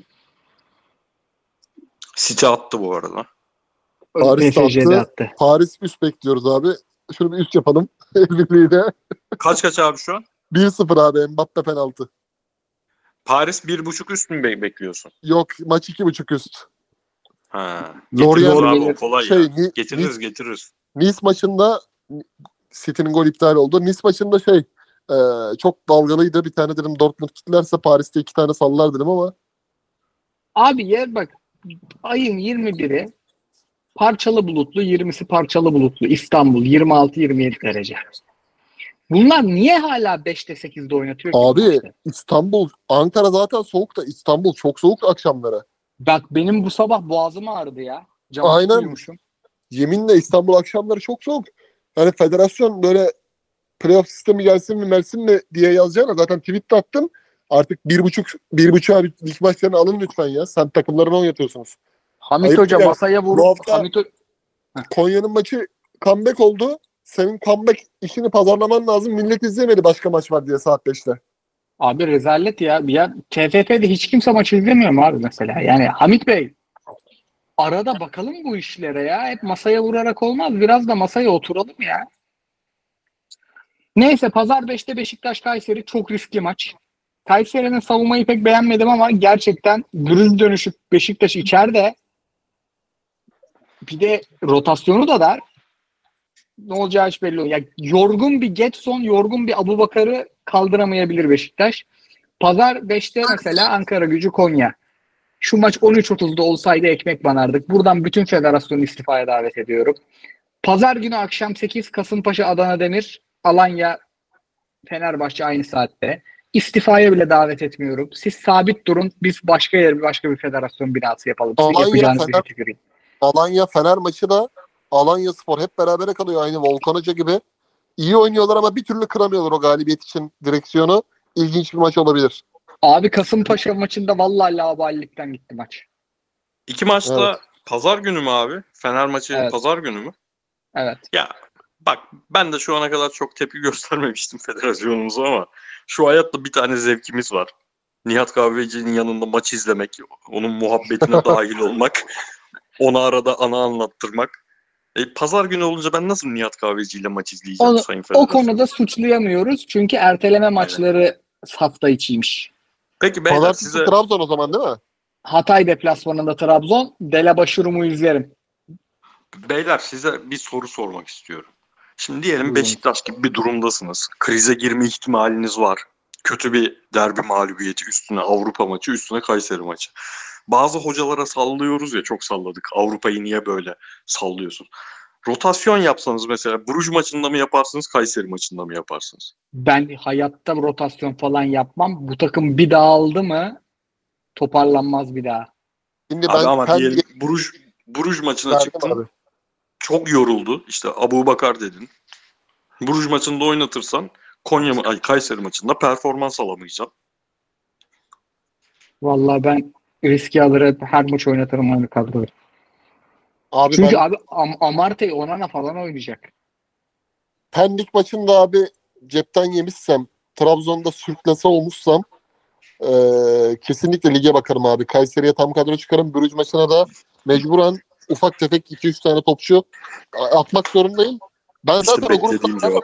City attı bu arada. Paris PSG'de attı. attı. Paris üst bekliyoruz abi. Şunu bir üst yapalım. Birliğiyle. Kaç abi şu an? 1-0 abi. Mbappe penaltı. Paris 1.5 üst mü bekliyorsun? Yok maç 2.5 üst. Ha. Lorient Getiririz abi gelir. o kolay ya. Nice, Getiririz. Nice maçında City'nin gol iptal oldu. Nice maçında çok dalgalıydı. Bir tane dedim Dortmund kitlerse Paris'te 2 tane sallar dedim ama Abi yer bak ayın 21'i parçalı bulutlu 20'si parçalı bulutlu İstanbul 26-27 derece. Bunlar niye hala 5'te 8'de oynatıyor ki bu Abi maçta? İstanbul, Ankara zaten soğuk da İstanbul çok soğuk akşamları. Bak benim bu sabah boğazım ağrıdı ya. Cam açık Aynen. uyumuşum. Yeminle İstanbul akşamları çok soğuk. Hani federasyon böyle playoff sistemi gelsin mi Mersin mi diye yazacağına zaten tweet de attım. Artık 1,5'a lig maçlarını alın lütfen ya. Sen takımlarını oynatıyorsunuz. Hamit Ayıp Hoca yani. masaya Bu vurup hafta Hamit Konya'nın maçı comeback oldu. Senin comeback işini pazarlaman lazım. Millet izlemedi başka maç var diye saat 5'te. abi rezalet ya. Ya TFF'de hiç kimse maç izlemiyor mu abi mesela? Yani Hamit Bey arada bakalım bu işlere ya. Hep masaya vurarak olmaz. Biraz da masaya oturalım ya. Neyse pazar 5'te Beşiktaş Kayseri çok riskli maç. Kayseri'nin savunmayı pek beğenmedim ama gerçekten gırız dönüşüp Beşiktaş içeride bir de rotasyonu da dar. Ne olacağı hiç belli olmuyor. Yani yorgun bir Getson, yorgun bir Abubakar'ı kaldıramayabilir Beşiktaş. Pazar 5'te mesela Ankara-Gücü Konya. Şu maç 13.30'da olsaydı ekmek banardık. Buradan bütün federasyonu istifaya davet ediyorum. Pazar günü akşam 8 Kasımpaşa Adana Demir, Alanya Fenerbahçe aynı saatte. İstifaya bile davet etmiyorum. Siz sabit durun. Biz başka bir federasyon binası yapalım. Sizin Alanya yapacağınız Fener, işi tüküreyim. Alanya Fener maçı da Alanya Spor hep berabere kalıyor aynı Volkan Hoca gibi. İyi oynuyorlar ama bir türlü kıramıyorlar o galibiyet için direksiyonu. İlginç bir maç olabilir. Abi Kasımpaşa maçında vallahi laubalilikten gitti maç. İki maçta Evet. pazar günü mü abi? Fener maçı Evet. pazar günü mü? Evet. Ya bak ben de şu ana kadar çok tepki göstermemiştim federasyonumuza ama şu hayatta bir tane zevkimiz var. Nihat Kahveci'nin yanında maç izlemek, onun muhabbetine dahil olmak, ona arada ana anlattırmak. Pazar günü olunca ben nasıl Nihat Kahveci ile maç izleyeceğim Sayın O Federasyon? konuda suçlayamıyoruz. Çünkü erteleme maçları hafta içiymiş. Peki beyler Pazartesi size Trabzon o zaman değil mi? Hatay deplasmanında Trabzon. Delebaşurumu izlerim. bir soru sormak istiyorum. Şimdi diyelim Buyurun. Beşiktaş gibi bir durumdasınız. Krize girme ihtimaliniz var. Kötü bir derbi mağlubiyeti üstüne Avrupa maçı, üstüne Kayseri maçı. Bazı hocalara sallıyoruz ya, çok salladık. Avrupa'yı niye böyle sallıyorsun? Rotasyon yapsanız mesela Bruges maçında mı yaparsınız, Kayseri maçında mı yaparsınız? Ben hayatta rotasyon falan yapmam. Bu takım bir dağıldı mı toparlanmaz bir daha. Şimdi Abi ben ama diyelim Pendik'e Bruges maçına verdim çıktın. abi. Çok yoruldu. İşte Abubakar dedin. Bruges maçında oynatırsan Kayseri maçında performans alamayacaksın. Vallahi ben riski alır her maç oynatırım aynı kadroyu. Abi Çünkü ben abi Amartey Onana falan oynayacak. Pendik maçında abi cepten yemişsem, Trabzon'da sürklase olmuşsam kesinlikle lige bakarım abi. Kayseri'ye tam kadro çıkarım. Bruges maçına da mecburen ufak tefek 2-3 tane topçu atmak zorundayım. Ben İşte zaten o grupta beklediğim cevap.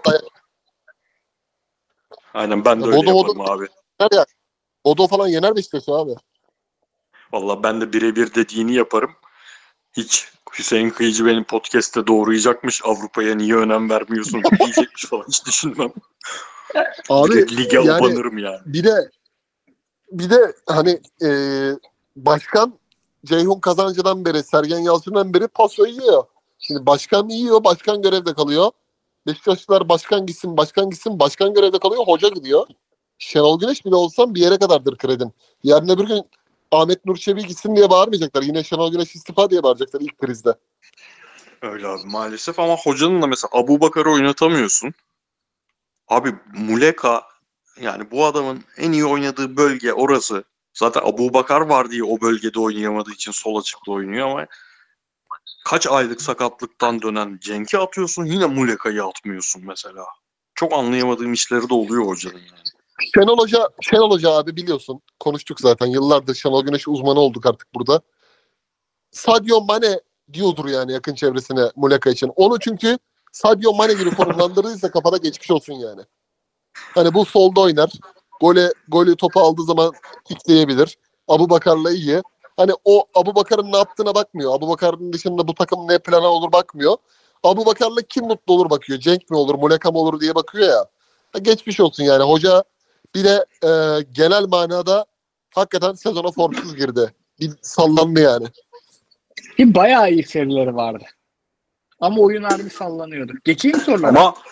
Aynen ben de öyle Bodo yaparım abi. yener ya. Bodo falan yener Beşiktaş'ı abi. Vallahi ben de birebir dediğini yaparım. Hiç Hüseyin Kıyıcı benim podcast'te doğrayacakmış. Avrupa'ya niye önem vermiyorsun diyecekmiş falan, hiç düşünmem. Abi Direkt lige yani abanırım yani. bir de hani başkan Ceyhun Kazancı'dan beri, Sergen Yalçın'dan beri paso yiyor. Şimdi başkan yiyor, başkan görevde kalıyor. Beşiktaşlılar başkan gitsin, başkan görevde kalıyor, hoca gidiyor. Şenol Güneş bile olsam bir yere kadardır kredin. Yarın öbür gün Ahmet Nur Çebi gitsin diye bağırmayacaklar. Yine Şenol Güneş istifa diye bağıracaklar ilk krizde. Öyle abi maalesef, ama hocanın da mesela Abubakar'ı oynatamıyorsun. Abi Muleka, yani bu adamın en iyi oynadığı bölge orası. Zaten Abubakar var diye o bölgede oynayamadığı için sol açıkta oynuyor ama kaç aylık sakatlıktan dönen Cenk'i atıyorsun, yine Muleka'yı atmıyorsun mesela. Çok anlayamadığım işleri de oluyor hocanın yani. Şenol Hoca abi biliyorsun. Konuştuk zaten. Yıllardır Şenol Güneş uzmanı olduk artık burada. Sadio Mane diyordur yani yakın çevresine Muleka için. Onu çünkü Sadio Mane gibi konumlandırırsa kafada geçmiş olsun yani. Hani bu solda oynar. Golü topu aldığı zaman kickleyebilir. Abubakar'la iyi. Hani o Abubakar'ın ne yaptığına bakmıyor. Abubakar'ın dışında bu takım ne plana olur bakmıyor. Abubakar'la kim mutlu olur bakıyor. Cenk mi olur, Muleka mı olur diye bakıyor ya. Geçmiş olsun yani. Hoca bir de genel manada hakikaten sezona formsuz girdi. Bir sallandı yani. Ki bayağı iyi serileri vardı. Ama oyun harbi sallanıyordu. Geçeyim sorulara. Ama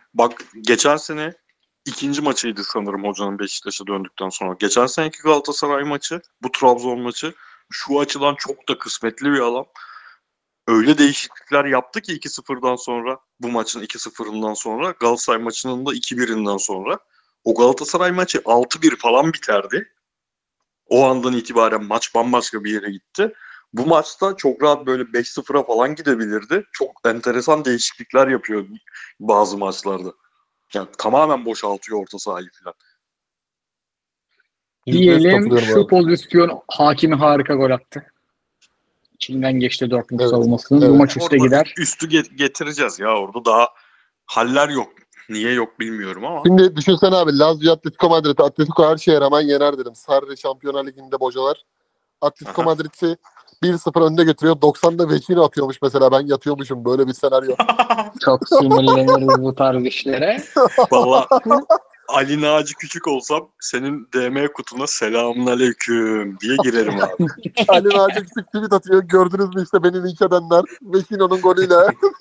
Bak geçen sene ikinci maçıydı sanırım hocanın Beşiktaş'a döndükten sonra. Geçen seneki Galatasaray maçı, bu Trabzon maçı şu açıdan çok da kısmetli bir alan. Öyle değişiklikler yaptı ki 2-0'dan sonra, bu maçın 2-0'ından sonra, Galatasaray maçının da 2-1'inden sonra. O Galatasaray maçı 6-1 falan biterdi. O andan itibaren maç bambaşka bir yere gitti. Bu maçta çok rahat böyle 5-0'a falan gidebilirdi. Çok enteresan değişiklikler yapıyor bazı maçlarda. Yani tamamen boşaltıyor orta sahayı falan. %100 Diyelim katılıyorum şu abi. pozisyon Hakimi harika gol attı. İçinden geçti Dortmund Evet, savunmasının. Bu evet. maç üste Orada gider. üstü getireceğiz ya. Orada daha haller yok. Niye yok bilmiyorum ama. Şimdi düşünsene abi, Lazio Atletico Madrid. Atletico her şeye rağmen yener dedim. Sarri Şampiyonlar Ligi'nde bocalar. Atletico Aha. Madrid'i 1-0 önde götürüyor. 90'da Vecino atıyormuş mesela. Ben yatıyormuşum, böyle bir senaryo. Çok sinirleniriz bu tarz işlere. Vallahi Ali Naci Küçük olsam senin DM kutuna selamünaleyküm diye girerim abi. Ali Naci Küçük tweet atıyor. Gördünüz mü işte beni linç edenler. Vecino'nun golüyle.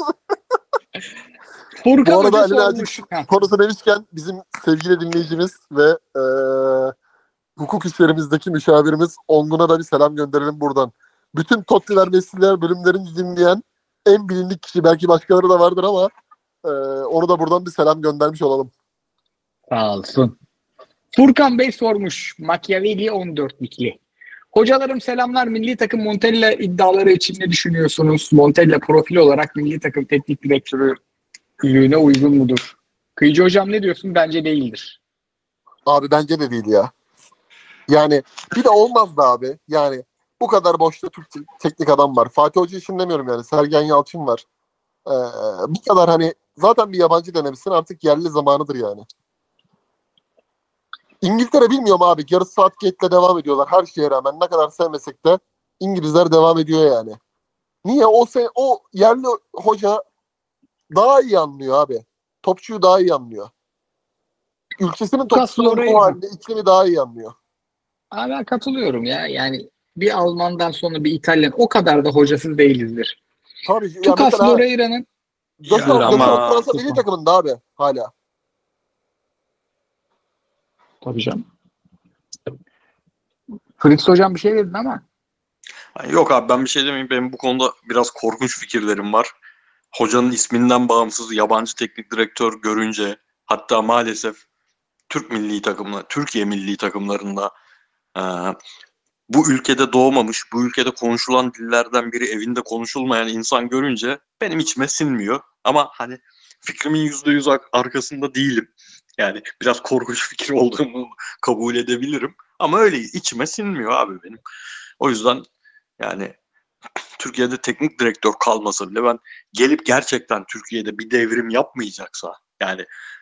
Furkan Bu arada Hoca Ali Naci sormuş. Küçük konusu demişken, bizim sevgili dinleyicimiz ve hukuk işlerimizdeki müşavirimiz Ongun'a da bir selam gönderelim buradan. Bütün Tottiler Messi'ler bölümlerini dinleyen en bilindik kişi, belki başkaları da vardır ama onu da buradan bir selam göndermiş olalım. Sağ olsun. Furkan Bey sormuş. Machiavelli 14'likli. Hocalarım selamlar. Milli takım Montella iddiaları için ne düşünüyorsunuz? Montella profil olarak milli takım teknik direktörlüğüne uygun mudur? Kıyıcı hocam ne diyorsun? Bence değildir. Abi bence de değil ya. Yani bir de olmaz da abi. Yani bu kadar boşta Türk teknik adam var. Fatih Hoca için demiyorum yani. Sergen Yalçın var. Bu kadar hani zaten bir yabancı denemişsin, artık yerli zamanıdır yani. İngiltere bilmiyorum abi. Yarı saat gate'le devam ediyorlar her şeye rağmen. Ne kadar sevmesek de İngilizler devam ediyor yani. Niye? O yerli hoca daha iyi anlıyor abi. Topçuyu daha iyi anlıyor. Ülkesinin topçusunun o halde iklimi daha iyi anlıyor. Abi ben katılıyorum ya. Yani bir Alman'dan sonra bir İtalyan o kadar da hocasız değilizdir. Tabii ya, Lucas mesela Moreira'nın Ya Gökhan ama Fransa milli takımında abi hala. tabii canım. Fritz hocam bir şey dedin ama yok abi ben bir şey demeyeyim. Benim bu konuda biraz korkunç fikirlerim var. Hocanın isminden bağımsız yabancı teknik direktör görünce, hatta maalesef Türkiye milli takımlarında e, bu ülkede doğmamış, bu ülkede konuşulan dillerden biri evinde konuşulmayan insan görünce benim içime sinmiyor. Ama hani fikrimin %100 arkasında değilim. Yani biraz korkunç fikir olduğunu kabul edebilirim. Ama öyle içime sinmiyor abi benim. O yüzden yani Türkiye'de teknik direktör kalmasa bile ben gelip gerçekten Türkiye'de bir devrim yapmayacaksa, yani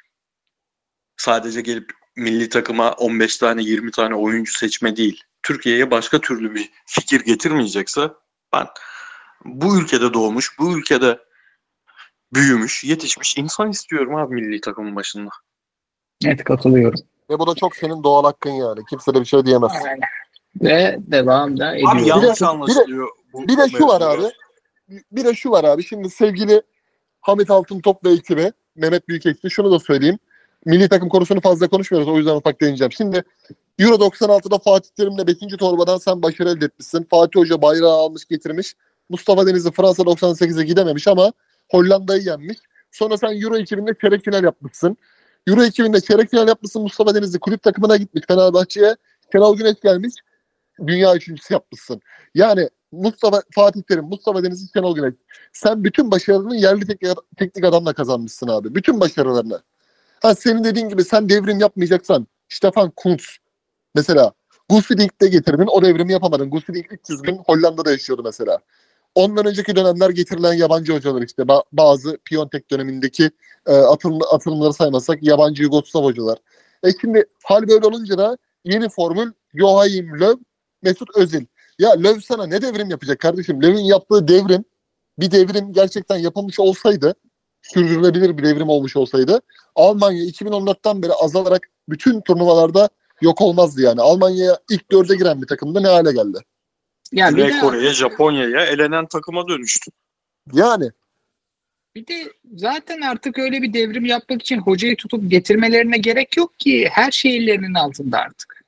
sadece gelip milli takıma 15 tane 20 tane oyuncu seçme değil, Türkiye'ye başka türlü bir fikir getirmeyecekse, ben bu ülkede doğmuş, bu ülkede büyümüş, yetişmiş insan istiyorum abi milli takımın başında. net katılıyorum. Ve bu da çok senin doğal hakkın yani. Kimse de bir şey diyemez. Aynen. Ve devam da Abi ediyoruz. yanlış anlaşılıyor bu Bir de şu var mevzular. abi. Bir de şu var abi. Şimdi sevgili Hamit Altıntop ve ekibi, Mehmet Büyükekşi, şunu da söyleyeyim. Milli takım konusunu fazla konuşmuyoruz. O yüzden ufak değineceğim. Şimdi Euro 96'da Fatih Terim'le 5. torbadan sen başarı elde etmişsin. Fatih Hoca bayrağı almış getirmiş. Mustafa Denizli Fransa 98'e gidememiş ama Hollanda'yı yenmiş. Sonra sen Euro 2000'de çeyrek final yapmışsın. Euro 2000'de çeyrek final yapmışsın. Mustafa Denizli kulüp takımına gitmiş Fenerbahçe'ye. Şenol Güneş gelmiş. Dünya üçüncüsü yapmışsın. Yani Fatih Terim, Mustafa Denizli, Şenol Güneş. Sen bütün başarılarını yerli teknik adamla kazanmışsın abi. Bütün başarılarını. Ha, senin dediğin gibi sen devrim yapmayacaksan Stefan Kuntz mesela Guus Hiddink getirdin, o devrimi yapamadın. Guus Hiddink 300 gün Hollanda'da yaşıyordu mesela. Ondan önceki dönemler getirilen yabancı hocalar işte bazı Piontek dönemindeki atılımları saymazsak yabancı Yugoslav hocalar. Şimdi hal böyle olunca da yeni formül Joachim Löw, Mesut Özil. Ya Löw sana ne devrim yapacak kardeşim? Löw'ün yaptığı devrim, bir devrim gerçekten yapılmış olsaydı, sürdürülebilir bir devrim olmuş olsaydı, Almanya 2014'ten beri azalarak bütün turnuvalarda yok olmazdı yani. Almanya'ya ilk 4'e giren bir takımda ne hale geldi? Ya bir Güney de Kore'ye, Japonya'ya elenen takıma dönüştü. Yani Bir de zaten artık öyle bir devrim yapmak için hocayı tutup getirmelerine gerek yok ki. Her şey ellerinin altında artık.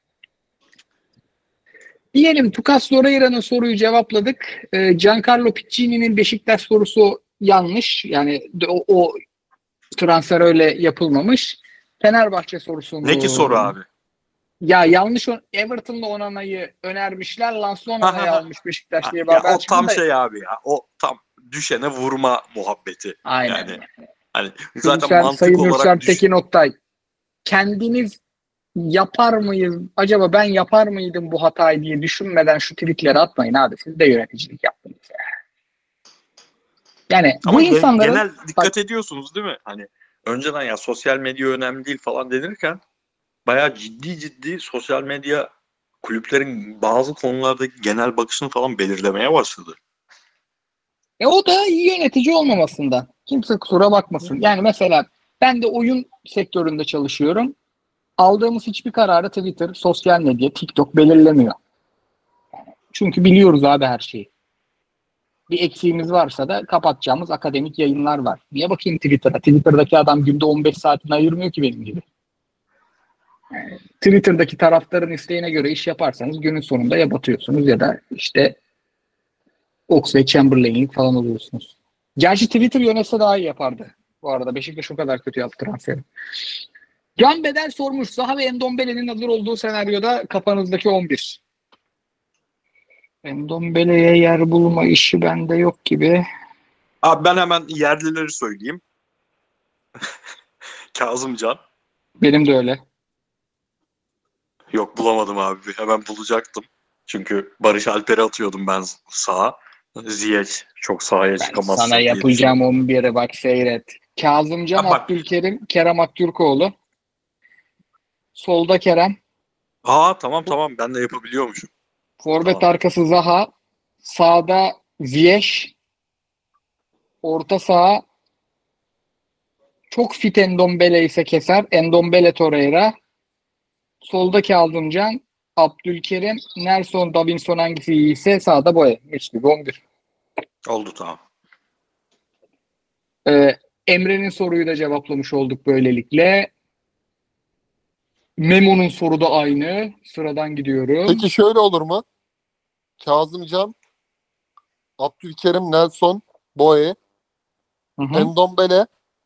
Diyelim Tukas Torreira'nın soruyu cevapladık. Giancarlo Piccini'nin Beşiktaş sorusu yanlış. Yani o transfer öyle yapılmamış. Fenerbahçe sorusunu... Ne ki soru abi? Ya yanlış, Everton'la Onana'yı önermişler. Lanslı Onana'yı almış Beşiktaş diye bir haber o çıktı tam da. şey abi ya. O tam düşene vurma muhabbeti. Aynen. Yani hani zaten mantık Sayın olarak Hürsem Tekin Oktay, kendiniz yapar mıyız? Acaba ben yapar mıydım bu hatayı diye düşünmeden şu tweetleri atmayın abi. Siz de yöneticilik yaptınız ya. Yani ama bu insanların genel dikkat ediyorsunuz değil mi? Hani önceden ya sosyal medya önemli değil falan denirken bayağı ciddi sosyal medya kulüplerin bazı konulardaki genel bakışını falan belirlemeye başladı. o da iyi yönetici olmamasından. Kimse kusura bakmasın. Yani mesela ben de oyun sektöründe çalışıyorum. Aldığımız hiçbir kararı Twitter, sosyal medya, TikTok belirlemiyor. Çünkü biliyoruz abi her şeyi. Bir eksiğimiz varsa da kapatacağımız akademik yayınlar var. Niye bakayım Twitter'a? Twitter'daki adam günde 15 saatini ayırmıyor ki benim gibi. Twitter'daki taraftarın isteğine göre iş yaparsanız günün sonunda ya batıyorsunuz ya da işte Oxlade Chamberlain'lik falan oluyorsunuz. Gerçi Twitter yönetse daha iyi yapardı. Bu arada Beşiktaş o kadar kötü yaptı transferi. Can Bedel sormuş. Zaha ve Endombele'nin hazır olduğu senaryoda kafanızdaki 11. Endombele'ye yer bulma işi bende yok gibi. Abi ben hemen yerlileri söyleyeyim. Kazımcan. Benim de öyle. Yok bulamadım abi. Hemen bulacaktım. Çünkü Barış Alper'e atıyordum ben sağa. Ziyech çok sahaya Ben çıkamazsa sana diye yapacağım 11'i bak seyret. Kazımcan, Ha, bak. Abdülkerim, Kerem Aktürkoğlu. Solda Kerem. Tamam ben de yapabiliyormuşum. Forvet Tamam. arkası Zaha. Sağda Ziyech. Orta saha çok fit Endombele ise keser. Endombele Torreira. Solda Kazımcan, Abdülkerim, Nelson, Davinson hangisi iyiyse sağda Boya. Mis gibi 11. Oldu tamam. Emre'nin soruyu da cevaplamış olduk böylelikle. Memo'nun soru da aynı. Sıradan gidiyorum. Peki şöyle olur mu? Kazımcan, Abdülkerim, Nelson, Boye, Hı-hı. Endombele,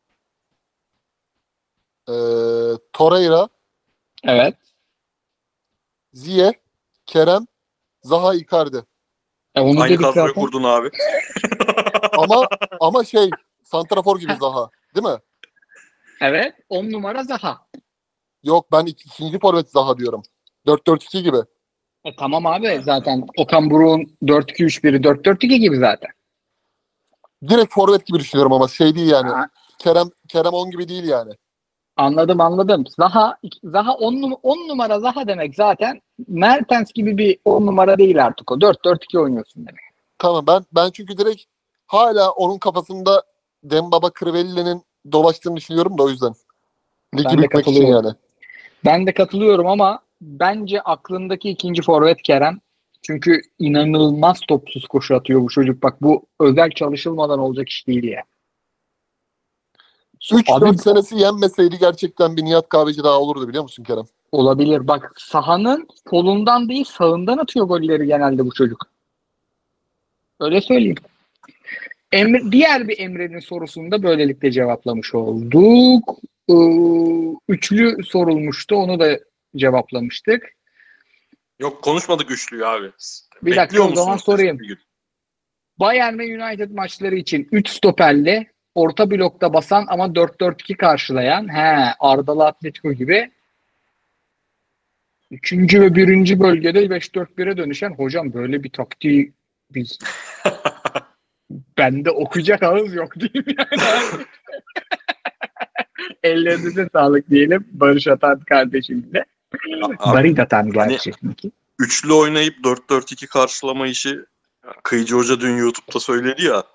Torreira, Evet. Ziyech, Kerem, Zaha, Icardi. Onu Aynı dedik kadroyu zaten. kurdun abi. Ama santrafor gibi Zaha. Değil mi? Evet. 10 numara Zaha. Yok ben ikinci forvet Zaha diyorum. 4-4-2 gibi. Tamam abi zaten Okan Buruk'un 4-2-3-1'i 4-4-2 gibi zaten. Direkt forvet gibi düşünüyorum ama şey değil yani. Ha, Kerem 10 gibi değil yani. anladım. Zaha 10 numara Zaha demek zaten Mertens gibi bir 10 numara değil artık o. 4-4-2 oynuyorsun demek. Tamam ben çünkü direkt hala onun kafasında Dembaba Crivelli'nin dolaştığını düşünüyorum da o yüzden. Ligi Ben de bükmek için katılıyorum. yani. Ben de katılıyorum ama bence aklındaki ikinci forvet Kerem. Çünkü inanılmaz topsuz koşu atıyor bu çocuk. Bak bu özel çalışılmadan olacak iş değil ya. 3-4 Abi senesi yenmeseydi gerçekten bir Nihat Kahveci daha olurdu biliyor musun Kerem? olabilir. Bak sahanın solundan değil sağından atıyor golleri genelde bu çocuk. Öyle söyleyeyim. Diğer bir Emre'nin sorusunu da böylelikle cevaplamış olduk. Üçlü sorulmuştu. Onu da cevaplamıştık. Yok konuşmadık üçlüyü abi. Bir Bekliyor dakika o zaman musunuz sorayım. bir gün? Bayern ve United maçları için 3 stoperli orta blokta basan ama 4-4-2 karşılayan Ardalı Atletico gibi 3. ve 1. bölgede 5-4-1'e dönüşen hocam böyle bir taktiği biz bende okuyacak ağız yok diyeyim yani. Ellerinize sağlık diyelim Barış Atan kardeşimle. Barış Atan Hani gerçi. üçlü oynayıp 4-4-2 karşılama işi Kıyıcı Hoca dün YouTube'da söyledi ya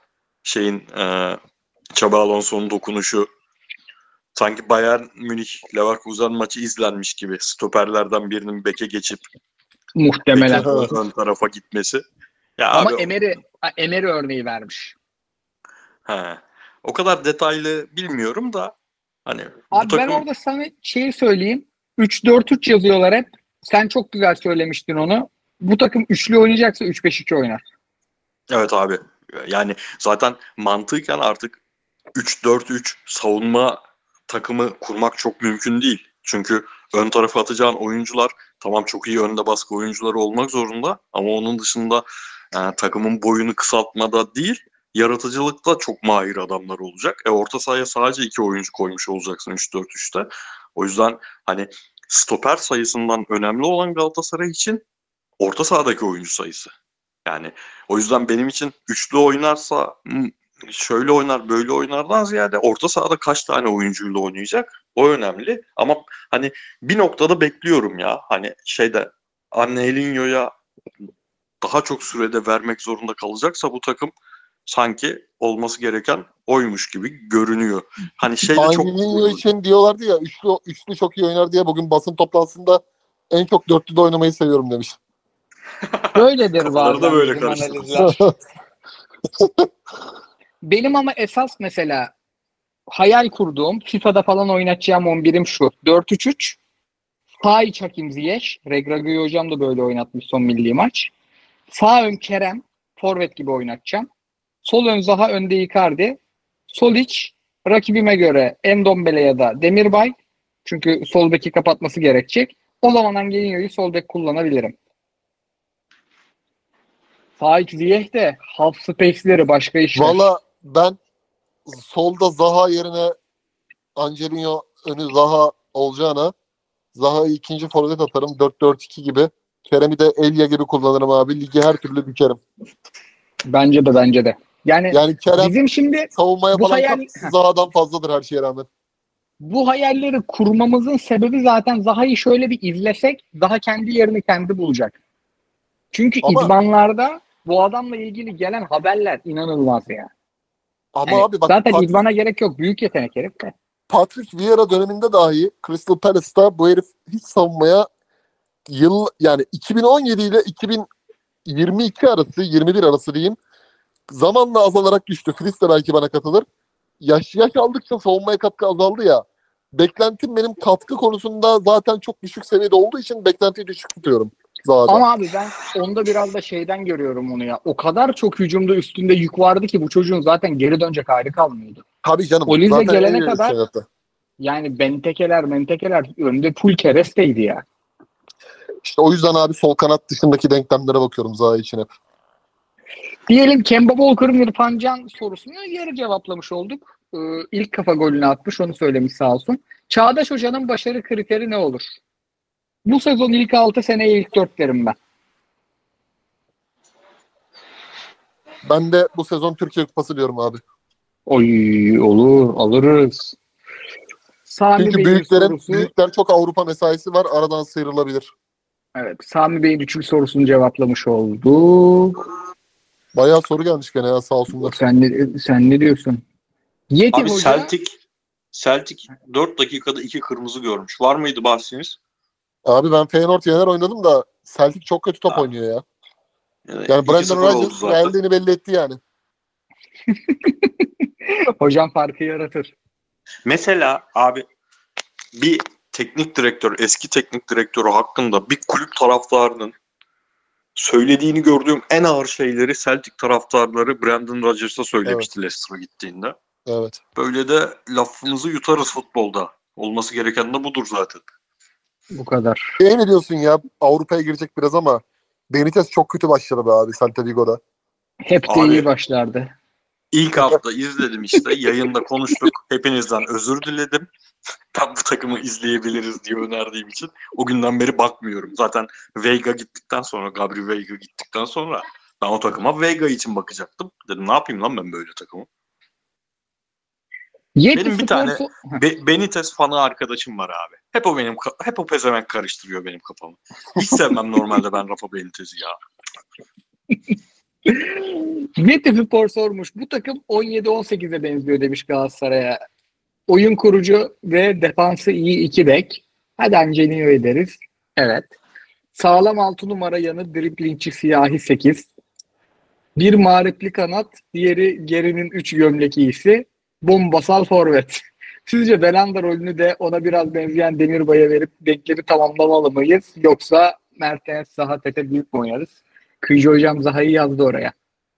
Xabi Alonso'nun dokunuşu sanki Bayern Münih Leverkusen maçı izlenmiş gibi stoperlerden birinin beke geçip Muhtemelen. bekin ön tarafa gitmesi. Ya Ama abi, Emery örneği vermiş. he. O kadar detaylı bilmiyorum da hani bu Abi ben takım orada sana şeyi söyleyeyim. 3-4-3 yazıyorlar hep. Sen çok güzel söylemiştin onu. Bu takım üçlü oynayacaksa 3-5-2 oynar. evet abi. Yani zaten mantıken artık 3-4-3 savunma takımı kurmak çok mümkün değil. Çünkü ön tarafa atacağın oyuncular tamam çok iyi önde baskı oyuncuları olmak zorunda ama onun dışında takımın boyunu kısaltmada değil yaratıcılıkta çok mahir adamlar olacak. Orta sahaya sadece 2 oyuncu koymuş olacaksın 3-4-3'te. O yüzden hani stoper sayısından önemli olan Galatasaray için orta sahadaki oyuncu sayısı. Yani o yüzden benim için üçlü oynarsa şöyle oynar böyle oynardan ziyade orta sahada kaç tane oyuncuyla oynayacak o önemli. Ama hani bir noktada bekliyorum ya hani Angelinho'ya daha çok sürede vermek zorunda kalacaksa bu takım sanki olması gereken oymuş gibi görünüyor. Hani çok Angelinho için diyorlardı ya üçlü çok iyi oynar diye bugün basın toplantısında en çok dörtlü de oynamayı seviyorum demiş. Böyledir kafaları da bazen böyle bizim karıştı. analizler. Benim ama esas mesela hayal kurduğum FIFA'da falan oynatacağım 11'im şu. 4-3-3 sağ iç Hakim Ziyech. Regragui hocam da böyle oynatmış son milli maç. Sağ ön Kerem. Forvet gibi oynatacağım. Sol ön Zaha, önde Icardi. Sol iç rakibime göre Endombele ya da Demirbay. Çünkü sol beki kapatması gerekecek. O zaman Angelinho'yu sol bek kullanabilirim. Sağ iç Ziyech de half space'leri başka işler. Valla ben solda Zaha yerine Angelino önü Zaha olacağına Zaha'yı ikinci forvet atarım. 4-4-2 gibi. Kerem'i de Elia gibi kullanırım abi. Ligi her türlü bükerim. Bence de. Yani Kerem Bizim şimdi savunmaya bu falan hayal katkısı Zaha'dan fazladır her şeye rağmen. bu hayalleri kurmamızın sebebi zaten Zaha'yı şöyle bir izlesek Zaha kendi yerini kendi bulacak. Çünkü Ama idmanlarda bu adamla ilgili gelen haberler inanılmaz ya. Yani abi bak zaten idmana gerek yok. Büyük yetenek herif de. Patrick Vieira döneminde dahi Crystal Palace'ta bu herif hiç savunmaya yani 2017 ile 2022 arası 21 arası diyeyim zamanla azalarak düştü. Filiz de belki bana katılır. Yaş aldıkça savunmaya katkı azaldı ya. Beklentim benim katkı konusunda zaten çok düşük seviyede olduğu için beklentiyi düşük tutuyorum Zaha'da. Ama abi ben onda biraz da şeyden görüyorum onu ya. O kadar çok hücumda üstünde yük vardı ki bu çocuğun zaten geri dönecek hali kalmıyordu. Tabii canım. Olize Zaten gelene kadar yani mentekeler önde full keresteydi ya. İşte o yüzden abi sol kanat dışındaki denklemlere bakıyorum Zaha için hep. Diyelim Kemba Walker'ın İrfan Can sorusunu yarı cevaplamış olduk. İlk kafa golünü atmış, onu söylemiş sağ olsun. Çağdaş Hoca'nın başarı kriteri ne olur? Bu sezon ilk 6, seneye ilk 4 derim ben. Ben de bu sezon Türkiye Kupası diyorum abi. Oy olur, alırız. Sami Çünkü Bey'in sorusu. büyükler çok Avrupa mesaisi var. Aradan sıyrılabilir. Evet, Sami Bey'in 3. sorusunu cevaplamış olduk. Bayağı soru gelmiş gene ya sağ olsunlar. Sen ne diyorsun? Yeti Abi Hoca. Celtic 4 dakikada 2 kırmızı görmüş. Var mıydı bahsiniz? Abi ben Feyenoord Yener oynadım da Celtic çok kötü top oynuyor ya. Yani Brandon Rodgers geldiğini belli etti yani. Hocam farkı yaratır. Mesela abi bir eski teknik direktörü hakkında bir kulüp taraftarının söylediğini gördüğüm en ağır şeyleri Celtic taraftarları Brandon Rodgers'a söylemişti Leicester'a gittiğinde. Evet. Böyle de lafımızı yutarız futbolda. Olması gereken de budur zaten. Bu kadar. Ne diyorsun ya? Avrupa'ya girecek biraz ama Benitez çok kötü başladı be abi Celta Vigo'da. Hep de iyi başlardı. İlk hafta izledim işte. Yayında konuştuk. Hepinizden özür diledim. Ben bu takımı izleyebiliriz diye önerdiğim için. O günden beri bakmıyorum. Zaten Gabri Veiga gittikten sonra ben o takıma Veiga için bakacaktım. Dedim ne yapayım lan ben böyle takımı. Benim bir tane Benitez fanı arkadaşım var abi. Hep o pezevenk karıştırıyor benim kafamı. Hiç sevmem normalde ben Rafa Benitez'i ya. Netifor sormuş. Bu takım 17-18'e benziyor demiş Galatasaray'a. Oyun kurucu ve defansı iyi 2 bek. Hadi Angelino ederiz. Evet. Sağlam 6 numara yanı driblingçi siyahi 8. Bir mağripli kanat, diğeri gerinin 3 gömlek iyisi. Bombasal forvet. Sizce Belhanda rolünü de ona biraz benzeyen Demirbay'a verip denklemi tamamlamalı mıyız? Yoksa Mertens, Zaha, Tete büyük mü oynarız? Kıyıcı hocam Zaha'yı yazdı oraya.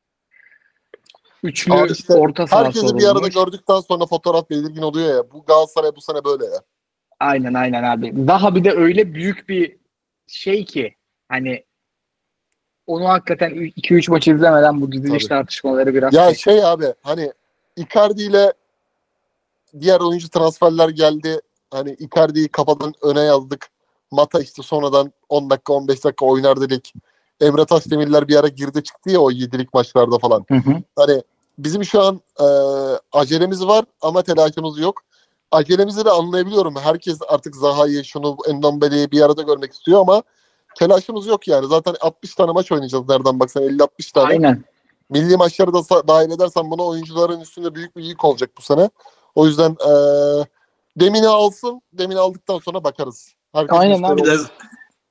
Üçlü Abi işte orta saha herkesi bir arada sorulmuş. gördükten sonra fotoğraf belirgin oluyor ya. Bu Galatasaray bu sene böyle ya. Aynen abi. Zaha bir de öyle büyük bir şey ki hani onu hakikaten 2-3 maç izlemeden bu diziliş Tabii. tartışmaları biraz Ya şey. abi hani Icardi ile diğer oyuncu transferler geldi. Hani Icardi'yi kafadan öne yazdık. Mata işte sonradan 10 dakika 15 dakika oynar dedik. Emre Taşdemirler bir ara girdi çıktı ya o 7'lik maçlarda falan. Hı hı. Hani bizim şu an acelemiz var ama telaşımız yok. Acelemizi de anlayabiliyorum. Herkes artık Zaha'yı, şunu, Endombele'yi bir arada görmek istiyor ama telaşımız yok yani. Zaten 60 tane maç oynayacağız nereden baksan 50-60 tane. Aynen. Milli maçları da dahil edersen buna oyuncuların üstünde büyük bir yük olacak bu sene. O yüzden Demini alsın. Demini aldıktan sonra bakarız. Herkesin Aynen isteği abi. Bir de olsun.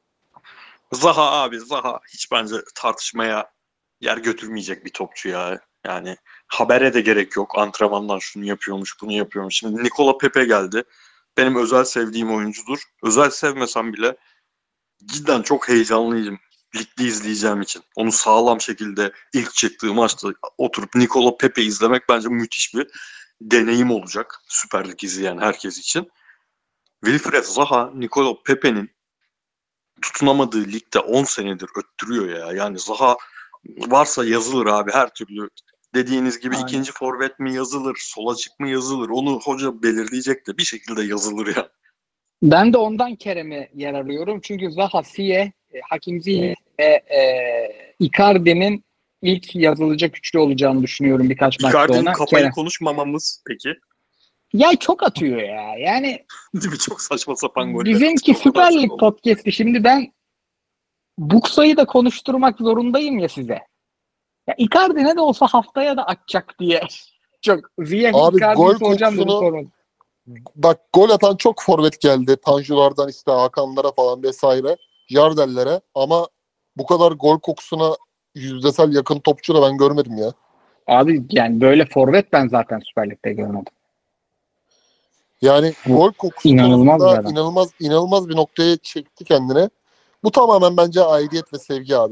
Zaha hiç bence tartışmaya yer götürmeyecek bir topçu ya. Yani habere de gerek yok. Antrenmandan şunu yapıyormuş, bunu yapıyormuş. Şimdi Nikola Pepe geldi. Benim özel sevdiğim oyuncudur. Özel sevmesem bile cidden çok heyecanlıyım. Ligde izleyeceğim için. Onu sağlam şekilde ilk çıktığı maçta oturup Nikola Pepe izlemek bence müthiş bir deneyim olacak. Süper Lig izleyen herkes için. Wilfried Zaha, Nikola Pepe'nin tutunamadığı ligde 10 senedir öttürüyor ya. Yani Zaha varsa yazılır abi her türlü. Dediğiniz gibi Aynen. ikinci forvet mi yazılır, sola çık mı yazılır. Onu hoca belirleyecek de bir şekilde yazılır ya. Ben de ondan Kerem'e yer arıyorum. Çünkü Zaha, Ziyech, Hakim Ziyech ve Icardi'nin ilk yazılacak üçlü olacağını düşünüyorum birkaç maçta Icardi'nin ona. kafayı Kerem. konuşmamamız peki. Ya çok atıyor ya. Yani Değil mi? Çok saçma sapan goller bizimki atıyor. O kadar Süper çok Lig oldu. podcast'i. Şimdi ben Buksa'yı da konuşturmak zorundayım ya size. Ya Icardi ne de olsa haftaya da atacak diye. Çok Ziyech Abi Icardi'yi gol soracağım dedim kokusunu sormadım. bak gol atan çok forvet geldi. Tanjulardan işte Hakanlara falan vesaire. Jardel'lere ama bu kadar gol kokusuna yüzdesel yakın topçu da ben görmedim ya. Abi yani böyle forvet ben zaten Süper Lig'de görmedim. Yani Bu gol kokusu inanılmaz bir konusunda adam. inanılmaz bir noktaya çekti kendini. Bu tamamen bence aidiyet ve sevgi abi.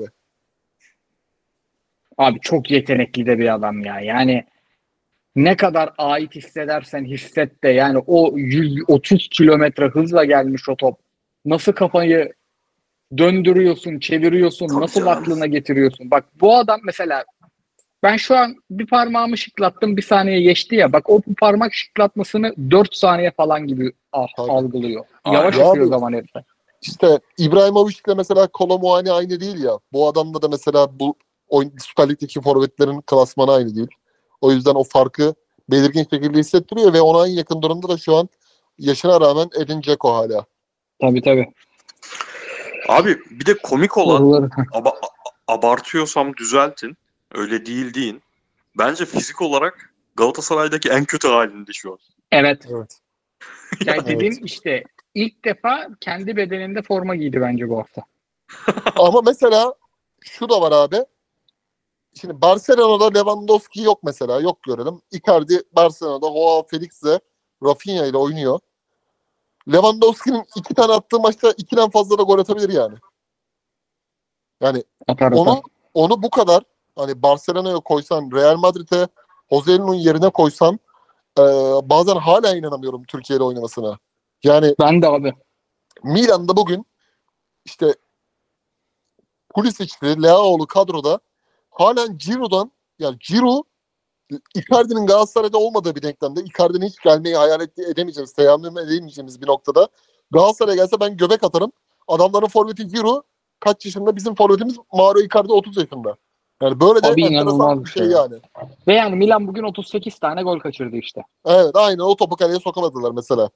Abi çok yetenekli de bir adam ya. Yani ne kadar ait hissedersen hisset de yani o 130 kilometre hızla gelmiş o top. Nasıl kafayı döndürüyorsun, çeviriyorsun, Tabii nasıl canım. aklına getiriyorsun. Bak bu adam mesela ben şu an bir parmağımı şıklattım bir saniye geçti ya. Bak o bu parmak şıklatmasını 4 saniye falan gibi Tabii. algılıyor. Yavaş Aynen. Ya atıyor abi zaman herifler. işte İbrahimovic'le mesela Kolo Muani aynı değil ya. Bu adamda da mesela bu Süper Lig'deki forvetlerin klasmanı aynı değil. O yüzden o farkı belirgin şekilde hissettiriyor ve ona en yakın durumda da şu an yaşına rağmen Edin Dzeko hala. Tabii. Abi bir de komik olan Soruları. abartıyorsam düzeltin. Öyle değil deyin. Bence fizik olarak Galatasaray'daki en kötü halinde şu an. Evet. Evet. Yani Evet. dedim işte ilk defa kendi bedeninde forma giydi bence bu hafta. Ama mesela şu da var abi. Şimdi Barcelona'da Lewandowski yok mesela. Yok görelim. Icardi Barcelona'da Joao Felix'le Rafinha ile oynuyor. Lewandowski'nin 2 tane attığı maçta 2'den fazla da gol atabilir yani. Yani Atar. onu bu kadar hani Barcelona'ya koysan, Real Madrid'e Jose'nin yerine koysan bazen hala inanamıyorum Türkiye'de oynamasına. Yani Ben de abi. Milan'da bugün işte Pulisic'li, Leao'lu kadroda halen Giroud'dan yani Giroud Icardi'nin Galatasaray'da olmadığı bir denklemde Icardi'nin hiç gelmeyi hayal edemeyeceğimiz, teyammüm edemeyeceğimiz bir noktada Galatasaray'a gelse ben göbek atarım. Adamların forveti Giroud kaç yaşında? Bizim forvetimiz Mauro Icardi 30 yaşında. Yani böyle de Abi enteresan inanılmaz bir bir şey şey ya. yani. Ve yani Milan bugün 38 tane gol kaçırdı işte. Evet aynen o topu kaleye sokamadılar mesela.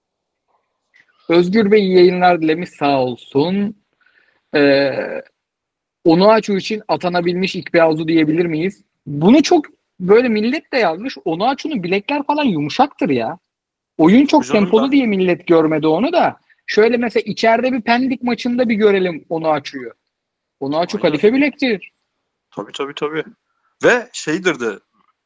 Özgür Bey iyi yayınlar dilemiş sağ olsun. Ee, Onuachu için atanabilmiş İkbeazu diyebilir miyiz? Bunu çok böyle millet de yazmış. Onuachu'nun bilekler falan yumuşaktır ya. Oyun Tabii çok canım tempolu ben diye millet görmedi onu da. Şöyle mesela içeride bir Pendik maçında bir görelim Onuachu'yu. Onuachu aynen. kadife bilektir. Tabii. Ve şeydir de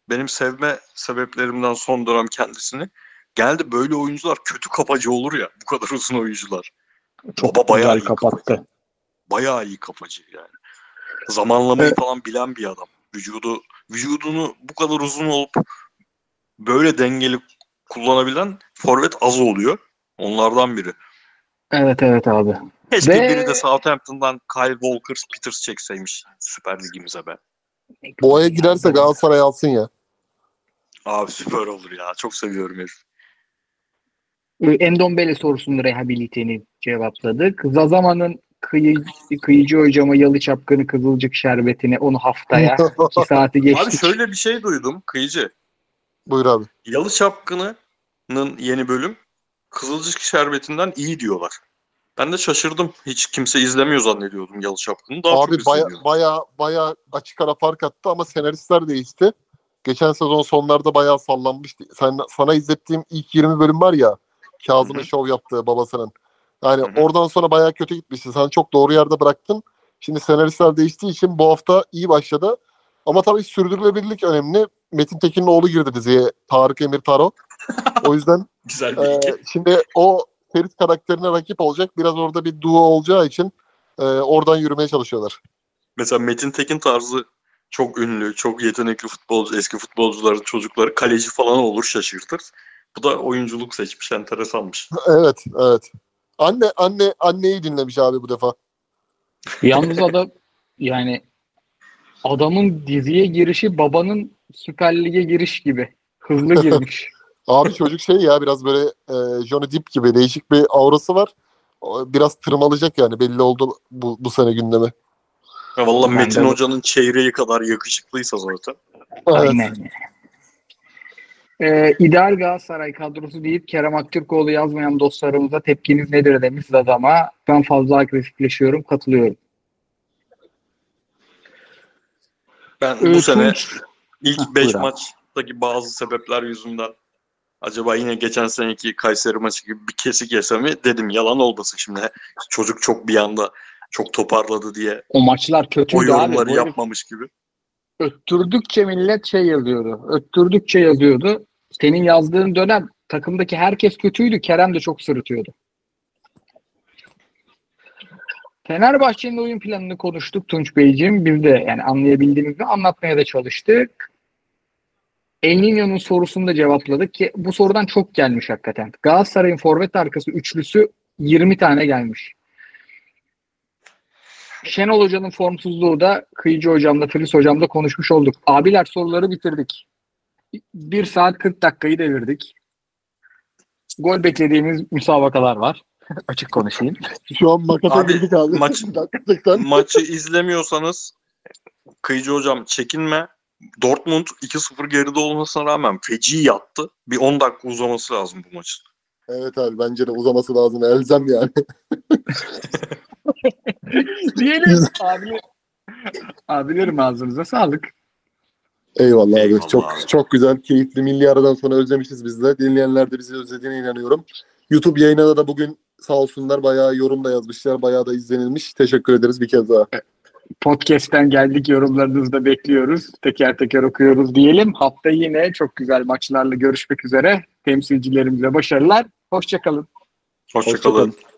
benim sevme sebeplerimden son dönem kendisini. Geldi böyle oyuncular kötü kapacı olur ya. Bu kadar uzun oyuncular. Çok Baba bayağı güzel iyi kapacı. kapattı. Bayağı iyi kapacı yani. Zamanlamayı falan bilen bir adam. Vücudunu bu kadar uzun olup böyle dengeli kullanabilen forvet az oluyor. Onlardan biri. Evet abi. Keşke biri de Southampton'dan Kyle Walker-Peters çekseymiş Süper Ligimize be. Boğa'ya giderse Galatasaray alsın ya. Abi süper olur ya. Çok seviyorum herif. Endombele sorusunu rehabiliteni cevapladık. Zazama'nın kıyıcı hocama yalı çapkını kızılcık şerbetini onu haftaya 2 saati geçtik. Abi şöyle bir şey duydum. Kıyıcı. Buyur abi. Yalı Çapkını'nın yeni bölüm Kızılcık Şerbeti'nden iyi diyorlar. Ben de şaşırdım. Hiç kimse izlemiyor zannediyordum Yalı Çapkın'ı. Daha Abi çok izleniyor. baya açık ara fark attı ama senaristler değişti. Geçen sezon sonlarda bayağı sallanmıştı. Sana izlettiğim ilk 20 bölüm var ya, Kazım'ın şov yaptığı babasının. Yani oradan sonra bayağı kötü gitmişti. Sen çok doğru yerde bıraktın. Şimdi senaristler değiştiği için bu hafta iyi başladı. Ama tabii sürdürülebilirlik önemli. Metin Tekin'in oğlu girdi diziye. Tarık Emir Taro. O yüzden Güzel bir iki. şimdi o Ferit karakterine rakip olacak. Biraz orada bir duo olacağı için oradan yürümeye çalışıyorlar. Mesela Metin Tekin tarzı çok ünlü, çok yetenekli futbolcu, eski futbolcuların çocukları kaleci falan olur, şaşırtır. Bu da oyunculuk seçmiş, enteresanmış. Evet. Anneyi dinlemiş abi bu defa. Yalnız adam yani adamın diziye girişi babanın Süper Lig'e giriş gibi. Hızlı girmiş. Abi çocuk şey ya, biraz böyle Johnny Depp gibi değişik bir aurası var. Biraz tırmalayacak yani, belli oldu bu sene gündemi. Ya vallahi Ben Metin de- Hoca'nın çeyreği kadar yakışıklıysa zaten. Aynen. İdeal Galatasaray kadrosu deyip Kerem Aktürkoğlu yazmayan dostlarımıza tepkiniz nedir demiş Zazama. Ben fazla agresifleşiyorum, katılıyorum. Ben bu sene Tunç. ilk 5 buyur abi. maçtaki bazı sebepler yüzünden acaba yine geçen seneki Kayseri maçı gibi bir kesik yese mi dedim. Yalan olmasın şimdi. Çocuk çok bir anda çok toparladı diye O maçlar o kötüydü abi. yorumları Bu herif yapmamış gibi. öttürdükçe millet şey yazıyordu. Öttürdükçe yazıyordu. Senin yazdığın dönem takımdaki herkes kötüydü. Kerem de çok sırıtıyordu. Fenerbahçe'nin oyun planını konuştuk Tunç Beyciğim. Biz de yani anlayabildiğimizi anlatmaya da çalıştık. El Niño'nun sorusunu da cevapladık ki bu sorudan çok gelmiş hakikaten. Galatasaray'ın forvet arkası üçlüsü 20 tane gelmiş. Şenol Hoca'nın formsuzluğu da Kıyıcı Hocam'la, Filiz Hocam'la konuşmuş olduk. Abiler soruları bitirdik. 1 saat 40 dakikayı devirdik. Gol beklediğimiz müsabakalar var. Açık konuşayım. Şu an makata Abi, girdik abi. Maçı izlemiyorsanız Kıyıcı Hocam çekinme. Dortmund 2-0 geride olmasına rağmen feci yattı. Bir 10 dakika uzaması lazım bu maçın. Evet abi, bence de uzaması lazım. Elzem yani. Diyelim abilerim ağzınıza sağlık. Eyvallah abi. Eyvallah Çok abi. çok güzel, keyifli, milli aradan sonra özlemişiz biz de. Dinleyenler de bizi özlediğine inanıyorum. YouTube yayına da bugün sağ olsunlar bayağı yorum da yazmışlar. Bayağı da izlenilmiş. Teşekkür ederiz bir kez daha. Podcast'ten geldik, yorumlarınızı da bekliyoruz. Teker teker okuyoruz diyelim. Hafta yine çok güzel maçlarla görüşmek üzere. Temsilcilerimize başarılar. Hoşça kalın. Hoşça kalın.